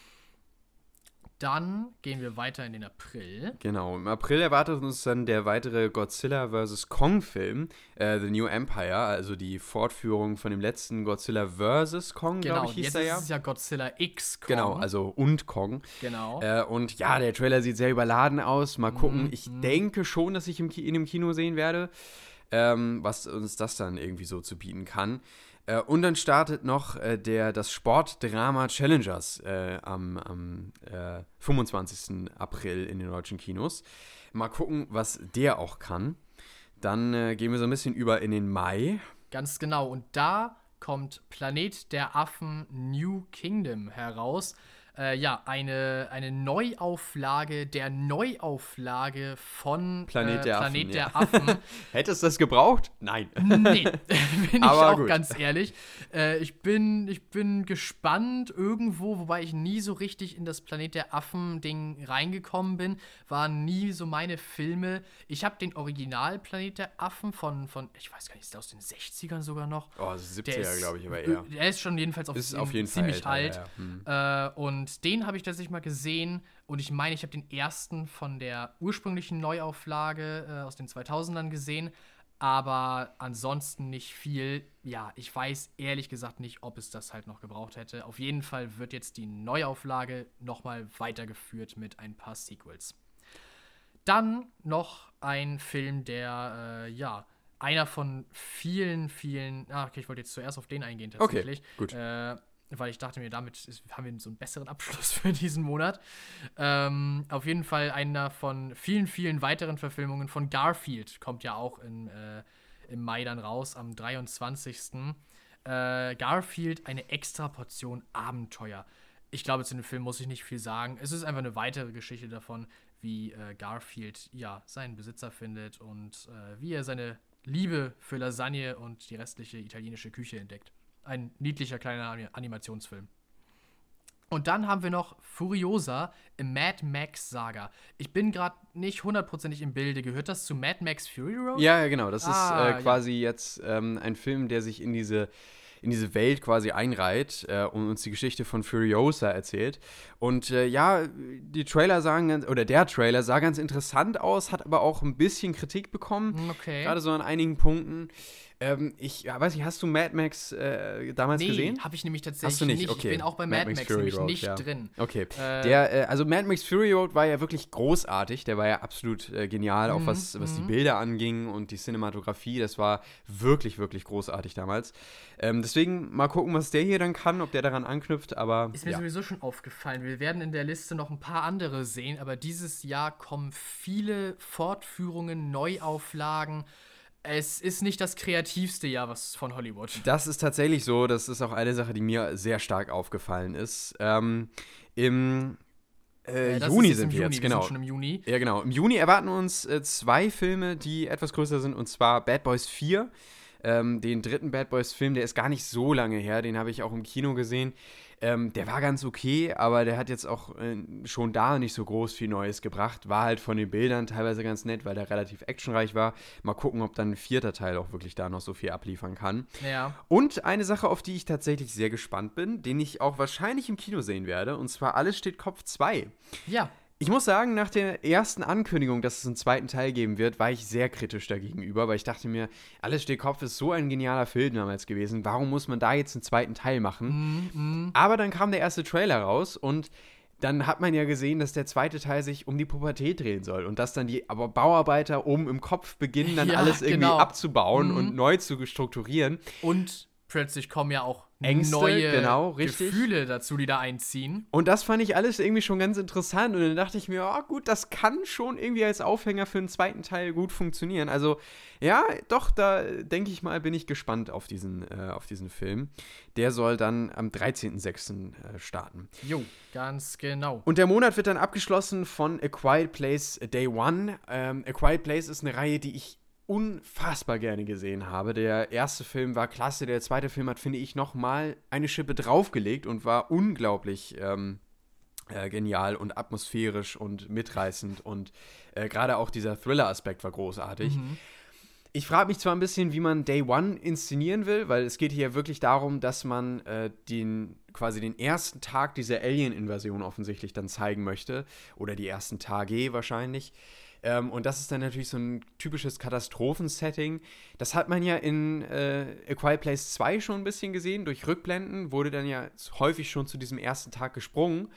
Dann gehen wir weiter in den April.
Genau, im April erwartet uns dann der weitere Godzilla versus. Kong-Film, äh, The New Empire, also die Fortführung von dem letzten Godzilla versus. Kong, glaube
Genau,
ich, hieß
jetzt
der
ist
ja.
es ja Godzilla X Kong.
Genau, also und Kong.
Genau.
Äh, und ja, der Trailer sieht sehr überladen aus. Mal gucken.
Mhm,
Ich
mhm.
denke schon, dass ich im Ki- in dem Kino sehen werde, ähm, was uns das dann irgendwie so zu bieten kann. Äh, und dann startet noch äh, der, das Sportdrama Challengers äh, am, am äh, fünfundzwanzigsten April in den deutschen Kinos. Mal gucken, was der auch kann. Dann äh, gehen wir so ein bisschen über in den Mai.
Ganz genau. Und da kommt Planet der Affen New Kingdom heraus. Äh, ja, eine, eine Neuauflage der Neuauflage von
Planet
äh,
der
Planet
Affen,
der
ja.
Affen.
Hättest du das gebraucht? Nein.
Nee, bin ich
Aber
auch
gut.
ganz ehrlich. Äh, ich, bin, ich bin gespannt irgendwo, wobei ich nie so richtig in das Planet der Affen-Ding reingekommen bin. Waren nie so meine Filme. Ich habe den Original Planet der Affen von, von, ich weiß gar nicht, ist der aus den sechzigern sogar noch?
Oh, das ist
Der
siebziger,
ist-
glaube ich, aber eher.
Der ist schon jedenfalls auf,
Ist auf jeden Fall
ziemlich
älter,
alt.
ja, ja. Hm.
Äh, und den habe ich tatsächlich mal gesehen. Und ich meine, ich habe den ersten von der ursprünglichen Neuauflage äh, aus den zweitausendern gesehen. Aber ansonsten nicht viel. Ja, ich weiß ehrlich gesagt nicht, ob es das halt noch gebraucht hätte. Auf jeden Fall wird jetzt die Neuauflage nochmal weitergeführt mit ein paar Sequels. Dann noch ein Film, der, äh, ja, einer von vielen, vielen. Ah, okay, ich wollte jetzt zuerst auf den eingehen, tatsächlich.
Okay, gut.
Äh, weil ich dachte mir, damit ist, haben wir so einen besseren Abschluss für diesen Monat. Ähm, auf jeden Fall einer von vielen, vielen weiteren Verfilmungen von Garfield. Kommt ja auch in, äh, im Mai dann raus, am dreiundzwanzigsten Äh, Garfield, eine extra Portion Abenteuer. Ich glaube, zu dem Film muss ich nicht viel sagen. Es ist einfach eine weitere Geschichte davon, wie äh, Garfield ja seinen Besitzer findet und äh, wie er seine Liebe für Lasagne und die restliche italienische Küche entdeckt. Ein niedlicher kleiner Ani- Animationsfilm. Und dann haben wir noch Furiosa im Mad Max Saga. Ich bin gerade nicht hundertprozentig im Bilde. Gehört das zu Mad Max Fury Road?
Ja, ja, genau. Das
Ah,
ist äh, quasi jetzt ähm, ein Film, der sich in diese, in diese Welt quasi einreiht äh, und uns die Geschichte von Furiosa erzählt. Und äh, ja, die Trailer sagen ganz, oder der Trailer sah ganz interessant aus, hat aber auch ein bisschen Kritik bekommen.
Hm, Okay.
Gerade so an einigen Punkten. Ähm, ich ja, weiß nicht, hast du Mad Max äh, damals
nee,
gesehen?
habe ich nämlich tatsächlich
Hast du nicht?
nicht.
Okay.
Ich bin auch bei
Mad
Mad,
Max
Max,
Fury
nämlich
Road,
nicht
ja.
drin.
Okay.
Äh,
Der, äh, also Mad Max Fury Road war ja wirklich großartig. Der war ja absolut äh, genial, auch
Mhm,
was, was die
mhm.
Bilder anging und die Cinematografie. Das war wirklich, wirklich großartig damals. Ähm, deswegen mal gucken, was der hier dann kann, ob der daran anknüpft. Aber
Ist mir
ja.
sowieso schon aufgefallen. Wir werden in der Liste noch ein paar andere sehen, aber dieses Jahr kommen viele Fortführungen, Neuauflagen. Es ist nicht das kreativste Jahr was von Hollywood.
Das ist tatsächlich so. Das ist auch eine Sache, die mir sehr stark aufgefallen ist. Ähm, Im äh,
Äh, das
Juni
ist
sind
im
wir
Juni.
jetzt,
Wir
genau.
sind schon im Juni.
Ja, genau. Im Juni erwarten uns äh, zwei Filme, die etwas größer sind, und zwar Bad Boys vier. ähm, den dritten Bad Boys-Film, der ist gar nicht so lange her, den habe ich auch im Kino gesehen. Ähm, der war ganz okay, aber der hat jetzt auch äh, schon da nicht so groß viel Neues gebracht. War halt von den Bildern teilweise ganz nett, weil der relativ actionreich war. Mal gucken, ob dann ein vierter Teil auch wirklich da noch so viel abliefern kann.
Ja.
Und eine Sache, auf die ich tatsächlich sehr gespannt bin, den ich auch wahrscheinlich im Kino sehen werde, und zwar Alles steht Kopf zwei.
Ja.
Ich muss sagen, nach der ersten Ankündigung, dass es einen zweiten Teil geben wird, war ich sehr kritisch dagegenüber, weil ich dachte mir, Alles steht Kopf ist so ein genialer Film damals gewesen, warum muss man da jetzt einen zweiten Teil machen?
Mm, mm.
Aber dann kam der erste Trailer raus und dann hat man ja gesehen, dass der zweite Teil sich um die Pubertät drehen soll und dass dann die aber Bauarbeiter oben im Kopf beginnen, dann
Ja,
alles irgendwie
genau.
abzubauen
Mhm.
und neu zu strukturieren.
Und plötzlich kommen ja auch
Ängste,
neue
genau, richtig.
Gefühle dazu, die da einziehen.
Und das fand ich alles irgendwie schon ganz interessant. Und dann dachte ich mir, oh, gut, das kann schon irgendwie als Aufhänger für einen zweiten Teil gut funktionieren. Also, ja, doch, da denke ich mal, bin ich gespannt auf diesen, äh, auf diesen Film. Der soll dann am dreizehnten sechsten Äh, starten.
Jo, ganz genau.
Und der Monat wird dann abgeschlossen von A Quiet Place Day One. Ähm, A Quiet Place ist eine Reihe, die ich unfassbar gerne gesehen habe. Der erste Film war klasse, der zweite Film hat, finde ich, noch mal eine Schippe draufgelegt und war unglaublich ähm, äh, genial und atmosphärisch und mitreißend und äh, gerade auch dieser Thriller-Aspekt war großartig.
Mhm.
Ich frage mich zwar ein bisschen, wie man Day One inszenieren will, weil es geht hier wirklich darum, dass man äh, den quasi den ersten Tag dieser Alien-Invasion offensichtlich dann zeigen möchte oder die ersten Tage wahrscheinlich. Ähm, und das ist dann natürlich so ein typisches Katastrophensetting. Das hat man ja in äh, A Quiet Place zwei schon ein bisschen gesehen. Durch Rückblenden wurde dann ja häufig schon zu diesem ersten Tag gesprungen.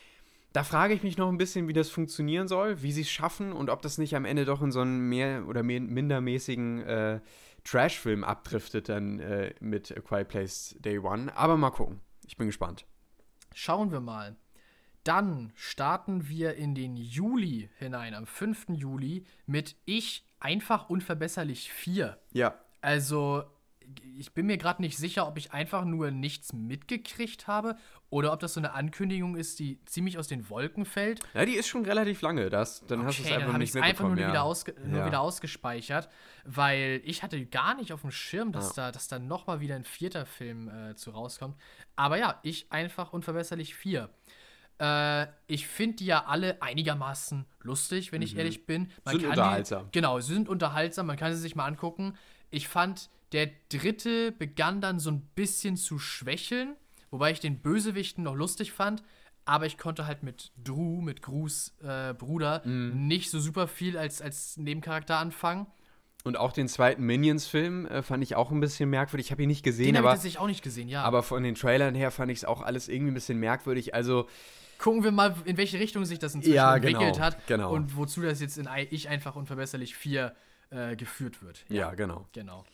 Da frage ich mich noch ein bisschen, wie das funktionieren soll, wie sie es schaffen und ob das nicht am Ende doch in so einen mehr- oder mehr, mindermäßigen äh, Trash-Film abdriftet dann äh, mit A Quiet Place Day One. Aber mal gucken. Ich bin gespannt.
Schauen wir mal. Dann starten wir in den Juli hinein, am fünften Juli, mit Ich einfach unverbesserlich vier.
Ja.
Also, ich bin mir gerade nicht sicher, ob ich einfach nur nichts mitgekriegt habe oder ob das so eine Ankündigung ist, die ziemlich aus den Wolken fällt.
Ja, die ist schon relativ lange. Das, dann
Okay,
hast du es
dann
einfach
habe
nicht
ich es einfach nur,
mitbekommen.
wieder,
Ja.
ausge nur
Ja.
wieder ausgespeichert, weil ich hatte gar nicht auf dem Schirm, dass
Ja.
da, dass da noch mal wieder ein vierter Film äh, zu rauskommt. Aber ja, Ich einfach unverbesserlich vier. Äh, ich finde die ja alle einigermaßen lustig, wenn ich ehrlich bin. Man
Sind
kann
unterhaltsam.
Die, genau, sie sind unterhaltsam, man kann sie sich mal angucken. Ich fand, der dritte begann dann so ein bisschen zu schwächeln, wobei ich den Bösewichten noch lustig fand. Aber ich konnte halt mit Drew, mit Grus äh, Bruder, nicht so super viel als, als Nebencharakter anfangen.
Und auch den zweiten Minions-Film äh, fand ich auch ein bisschen merkwürdig. Ich habe ihn nicht gesehen,
Den habe ich
aber,
tatsächlich auch nicht gesehen, ja.
aber von den Trailern her fand ich es auch alles irgendwie ein bisschen merkwürdig. Also,
Gucken wir mal, in welche Richtung sich das inzwischen
Ja,
entwickelt
genau,
hat
genau.
und wozu das jetzt in I- Ich einfach unverbesserlich vier äh, geführt wird.
ja, genau.
Genau.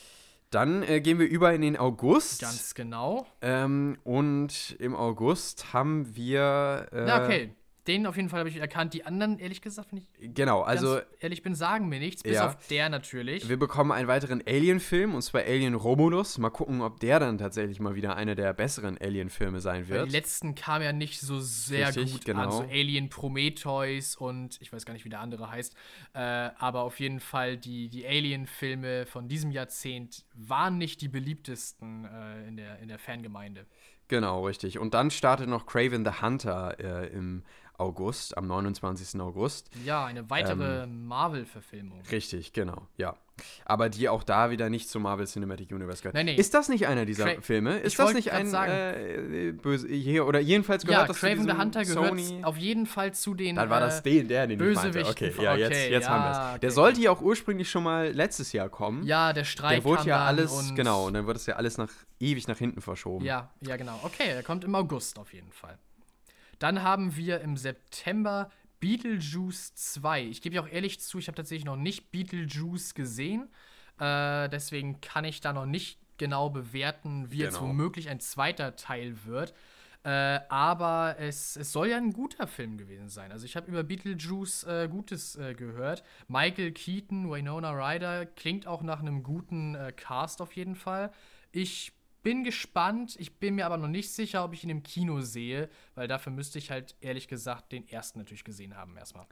Dann äh, gehen wir über in den August.
Ganz genau.
Ähm, und im August haben wir. Äh,
Na, okay. Den auf jeden Fall habe ich erkannt. Die anderen, ehrlich gesagt, wenn ich
Genau, also.
ganz ehrlich bin, sagen mir nichts. Bis
ja.
auf der natürlich.
Wir bekommen einen weiteren Alien-Film, und zwar Alien Romulus. Mal gucken, ob der dann tatsächlich mal wieder einer der besseren Alien-Filme sein
Weil
wird.
die letzten kamen ja nicht so sehr
Richtig,
gut
genau.
an. So Alien Prometheus und ich weiß gar nicht, wie der andere heißt. Äh, aber auf jeden Fall, die, die Alien-Filme von diesem Jahrzehnt waren nicht die beliebtesten äh, in, der, in der Fangemeinde.
Genau, richtig. Und dann startet noch Kraven the Hunter äh, im August, am neunundzwanzigsten August.
Ja, eine weitere Marvel-Verfilmung.
Richtig, genau, ja. Aber die auch da wieder nicht zum Marvel Cinematic Universe gehört.
Nein, nee.
Ist das nicht einer dieser
Cra-
Filme? Ist
Ich
das
wollt
nicht
grad
ein
sagen.
äh, böse hier oder jedenfalls gehört
Ja,
das zu
Kraven
diesem
the Hunter gehört
Sony?
auf jeden Fall zu den
Dann war das
äh,
den, der, den ich meinte.
Bösewichten
Okay,
von-
ja,
okay,
jetzt, jetzt
ja,
haben wir es. Der
okay.
sollte ja auch ursprünglich schon mal letztes Jahr kommen.
Ja, der Streik
Der wurde
kam
ja
dann
alles,
und
genau, und dann wird es ja alles nach ewig nach hinten verschoben.
Ja, ja, genau. Okay, er kommt im August auf jeden Fall. Dann haben wir im September Beetlejuice zwei. Ich gebe ja auch ehrlich zu, ich habe tatsächlich noch nicht Beetlejuice gesehen. Äh, deswegen kann ich da noch nicht genau bewerten, wie jetzt
Genau.
womöglich ein zweiter Teil wird. Äh, aber es, es soll ja ein guter Film gewesen sein. Also ich habe über Beetlejuice äh, Gutes äh, gehört. Michael Keaton, Winona Ryder, klingt auch nach einem guten äh, Cast auf jeden Fall. Ich bin gespannt, ich bin mir aber noch nicht sicher, ob ich ihn im Kino sehe, weil dafür müsste ich halt ehrlich gesagt den ersten natürlich gesehen haben erstmal.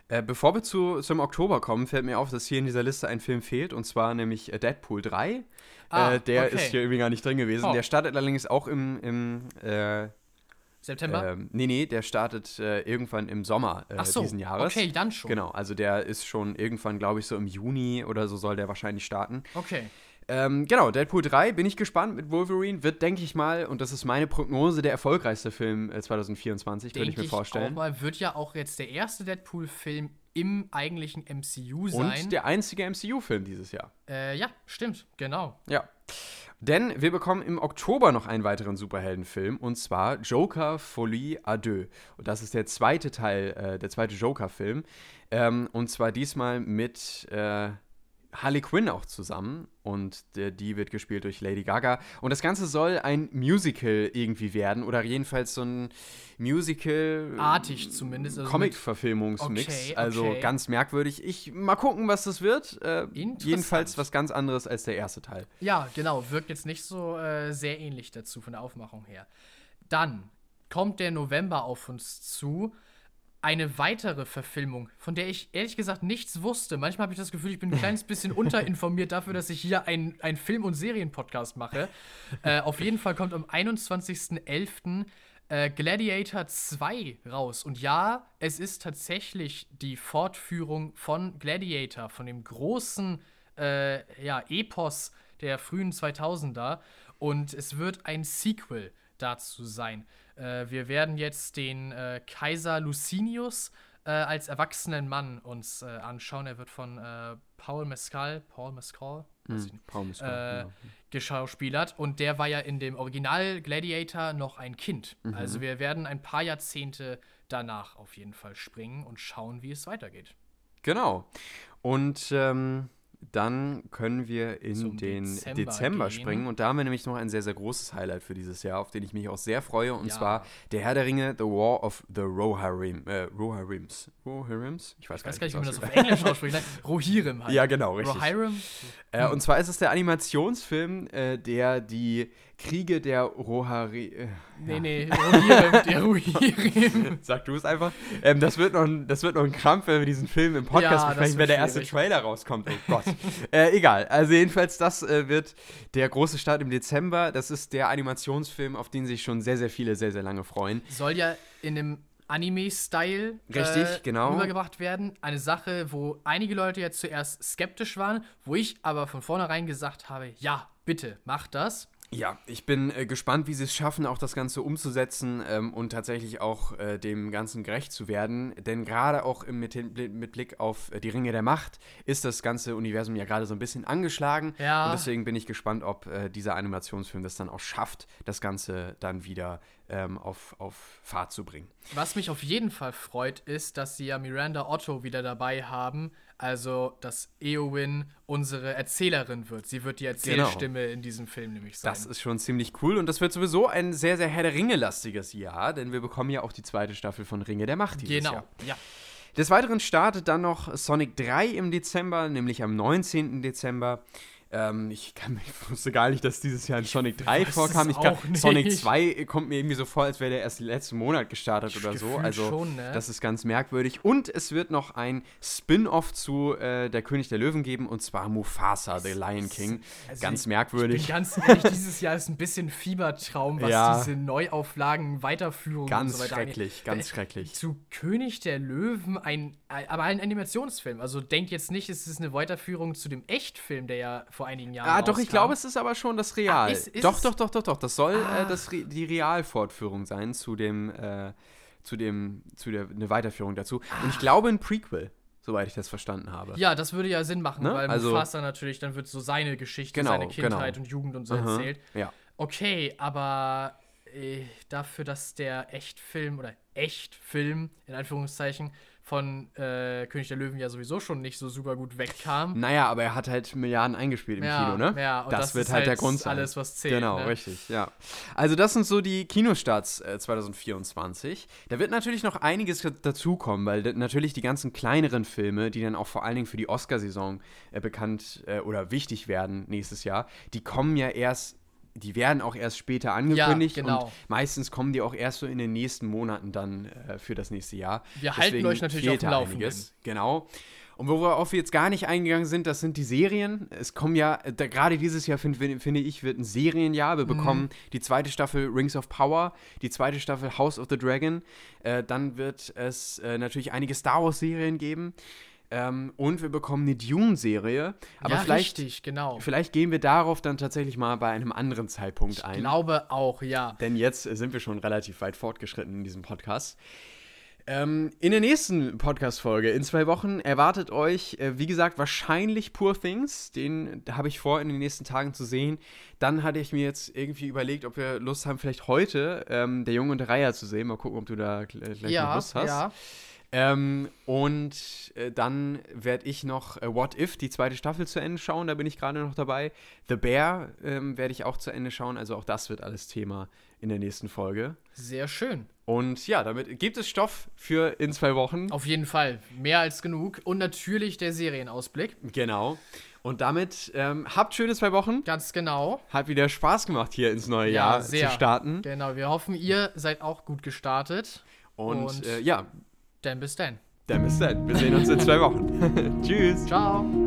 Äh, bevor wir zu, zum Oktober kommen, fällt mir auf, dass hier in dieser Liste ein Film fehlt, und zwar nämlich äh, Deadpool drei.
Ah,
äh, der
okay.
ist hier irgendwie gar nicht drin gewesen.
Oh.
Der startet allerdings auch im, im äh,
September?
Ähm, nee, nee, der startet äh, irgendwann im Sommer äh,
Ach so,
diesen Jahres.
okay, dann schon.
Genau, also der ist schon irgendwann, glaube ich, so im Juni oder so soll der wahrscheinlich starten.
Okay.
Ähm, genau, Deadpool drei, bin ich gespannt mit Wolverine, wird, denke ich mal, und das ist meine Prognose, der erfolgreichste Film äh, zwanzig vierundzwanzig, würde ich mir vorstellen.
Auch mal, wird ja auch jetzt der erste Deadpool-Film im eigentlichen M C U sein.
Und der einzige M C U-Film dieses Jahr.
Äh, ja, stimmt, genau.
Ja. Denn wir bekommen im Oktober noch einen weiteren Superheldenfilm, und zwar Joker Folie à deux. Und das ist der zweite Teil, äh, der zweite Joker-Film. Ähm, und zwar diesmal mit äh, Harley Quinn auch zusammen. Und äh, die wird gespielt durch Lady Gaga. Und das Ganze soll ein Musical irgendwie werden. Oder jedenfalls so ein Musical.
Artig zumindest. Also
Comic-Verfilmungsmix.
Okay, okay.
Also ganz merkwürdig. Ich mal gucken, was das wird. Äh, jedenfalls was ganz anderes als der erste Teil.
Ja, genau. Wirkt jetzt nicht so äh, sehr ähnlich dazu von der Aufmachung her. Dann kommt der November auf uns zu. Eine weitere Verfilmung, von der ich ehrlich gesagt nichts wusste. Manchmal habe ich das Gefühl, ich bin ein kleines bisschen unterinformiert dafür, dass ich hier einen Film- und Serien-Podcast mache. Äh, auf jeden Fall kommt am einundzwanzigsten elften Äh, Gladiator zwei raus. Und ja, es ist tatsächlich die Fortführung von Gladiator, von dem großen äh, ja, Epos der frühen zweitausender. Und es wird ein Sequel dazu sein. Äh, wir werden jetzt den äh, Kaiser Licinius äh, als erwachsenen Mann uns äh, anschauen. Er wird von äh, Paul Mescal, Paul Mescal, weiß ich nicht,
Paul Mescal,
äh,
ja.
geschauspielert. Und der war ja in dem Original Gladiator noch ein Kind.
Mhm.
Also wir werden ein paar Jahrzehnte danach auf jeden Fall springen und schauen, wie es weitergeht.
Genau. Und ähm, dann können wir in
Zum
den
Dezember
Dezember,
gehen.
springen. Und da haben wir nämlich noch ein sehr, sehr großes Highlight für dieses Jahr, auf den ich mich auch sehr freue. Und
Ja.
zwar der Herr der Ringe, The War of the Rohirrim. Äh, Rohirrims. Rohirrims? Ich weiß
Ich weiß
gar
gar nicht, wie man das
wie
auf Englisch ausspricht. Ne? Rohirrim halt.
Ja, genau, richtig.
Rohirrim?
Äh, und zwar ist es der Animationsfilm, äh, der die Kriege der Rohirrim. Äh,
Nee,
ja.
nee, Rohirrim, der Rohirrim.
Sag du es einfach. Ähm, das, wird noch ein, das wird noch ein Krampf, wenn wir diesen Film im Podcast
Ja, das
besprechen,
wird
wenn der erste
schwierig.
Trailer rauskommt. Oh Gott. äh, egal. Also jedenfalls, das äh, wird der große Start im Dezember. Das ist der Animationsfilm, auf den sich schon sehr, sehr viele sehr, sehr lange freuen.
Soll ja in einem Anime-Style
Richtig,
äh,
genau.
rübergebracht werden. Eine Sache, wo einige Leute jetzt zuerst skeptisch waren, wo ich aber von vornherein gesagt habe, ja, bitte, macht das.
Ja, ich bin äh, gespannt, wie sie es schaffen, auch das Ganze umzusetzen ähm, und tatsächlich auch äh, dem Ganzen gerecht zu werden. Denn gerade auch im, mit, mit Blick auf äh, die Ringe der Macht ist das ganze Universum ja gerade so ein bisschen angeschlagen.
Ja.
Und deswegen bin ich gespannt, ob äh, dieser Animationsfilm das dann auch schafft, das Ganze dann wieder ähm, auf, auf Fahrt zu bringen.
Was mich auf jeden Fall freut, ist, dass sie ja Miranda Otto wieder dabei haben. Also, dass Eowyn unsere Erzählerin wird. Sie wird die Erzählstimme in diesem Film nämlich sein.
Das ist schon ziemlich cool und das wird sowieso ein sehr, sehr Herr der Ringe-lastiges Jahr, denn wir bekommen ja auch die zweite Staffel von Ringe der Macht dieses
genau,
Jahr.
ja.
Des Weiteren startet dann noch Sonic drei im Dezember, nämlich am neunzehnten Dezember. Ähm, ich, kann, ich wusste gar nicht, dass dieses Jahr ein Sonic drei
weiß
vorkam.
es
Ich kann,
auch nicht.
Sonic zwei kommt mir irgendwie so vor, als wäre der erst letzten Monat gestartet oder so.
Gefühlt
Also
schon, ne?
das ist ganz merkwürdig. Und es wird noch ein Spin-off zu äh, Der König der Löwen geben, und zwar Mufasa, The Lion King.
Also
ganz
ich,
merkwürdig.
Ich bin ganz ehrlich, dieses Jahr ist ein bisschen Fiebertraum, was
Ja.
diese Neuauflagen, Weiterführungen
Ganz
und so weiter
schrecklich,
angeht.
ganz
Äh,
schrecklich.
Zu König der Löwen, ein, ein, aber ein Animationsfilm. Also denkt jetzt nicht, es ist eine Weiterführung zu dem Echtfilm, der ja vor einigen Jahren
Ah, doch, ich
rauskam.
glaube, es ist aber schon das Real.
Ah, ist- ist
doch,
es-
doch, doch, doch, doch. Das soll
Ah.
äh, das, Re- die Realfortführung sein zu dem, äh, zu dem, zu der, eine Weiterführung dazu. Und ich glaube ein Prequel, soweit ich das verstanden habe.
Ja, das würde ja Sinn machen,
Ne?
weil
Also-
Mufasa natürlich, dann wird so seine Geschichte,
Genau,
seine Kindheit
genau.
und Jugend und so
Aha,
erzählt.
Ja.
Okay, aber äh, dafür, dass der Echtfilm oder Echtfilm, in Anführungszeichen, von äh, König der Löwen ja sowieso schon nicht so super gut wegkam.
Naja, aber er hat halt Milliarden eingespielt im
Ja,
Kino, ne?
ja, und
das,
das
wird
ist
halt der
halt
Grund sein.
alles, was zählt,
Genau,
ne?
richtig, ja. Also das sind so die Kinostarts äh, zwanzig vierundzwanzig. Da wird natürlich noch einiges dazukommen, weil d- natürlich die ganzen kleineren Filme, die dann auch vor allen Dingen für die Oscarsaison äh, bekannt äh, oder wichtig werden nächstes Jahr, die kommen ja erst die werden auch erst später angekündigt.
Ja, genau.
Und meistens kommen die auch erst so in den nächsten Monaten dann äh, für das nächste Jahr.
Wir
Deswegen
halten euch natürlich auf dem Laufenden.
Genau. Und worauf wir jetzt gar nicht eingegangen sind, das sind die Serien. Es kommen ja, da, gerade dieses Jahr, find, finde ich, wird ein Serienjahr. Wir
Mhm.
bekommen die zweite Staffel Rings of Power, die zweite Staffel House of the Dragon. Äh, dann wird es äh, natürlich einige Star Wars-Serien geben. Ähm, und wir bekommen eine Dune-Serie. Aber
ja,
vielleicht,
richtig, genau.
vielleicht gehen wir darauf dann tatsächlich mal bei einem anderen Zeitpunkt
Ich
ein.
glaube auch, ja.
Denn jetzt äh, sind wir schon relativ weit fortgeschritten in diesem Podcast. Ähm, in der nächsten Podcast-Folge in zwei Wochen erwartet euch, äh, wie gesagt, wahrscheinlich Poor Things. Den habe ich vor, in den nächsten Tagen zu sehen. Dann hatte ich mir jetzt irgendwie überlegt, ob wir Lust haben, vielleicht heute ähm, Der Junge und der Reiher zu sehen. Mal gucken, ob du da gl- gleich
ja,
noch Lust hast.
Ja,
Ähm, und äh, dann werde ich noch äh, What If, die zweite Staffel, zu Ende schauen. Da bin ich gerade noch dabei. The Bear ähm, werde ich auch zu Ende schauen. Also auch das wird alles Thema in der nächsten Folge.
sehr schön.
Und ja, damit gibt es Stoff für in zwei Wochen.
Auf jeden Fall. Mehr als genug. Und natürlich der Serienausblick.
Genau. Und damit ähm, habt schöne zwei Wochen.
Ganz genau.
Hat wieder Spaß gemacht, hier ins neue
Ja,
Jahr
sehr.
zu starten.
Genau, wir hoffen, ihr seid auch gut gestartet.
Und,
Und-
äh, ja,
Dann bis dann.
dann bis dann. Wir sehen uns in zwei Wochen. Tschüss.
Ciao.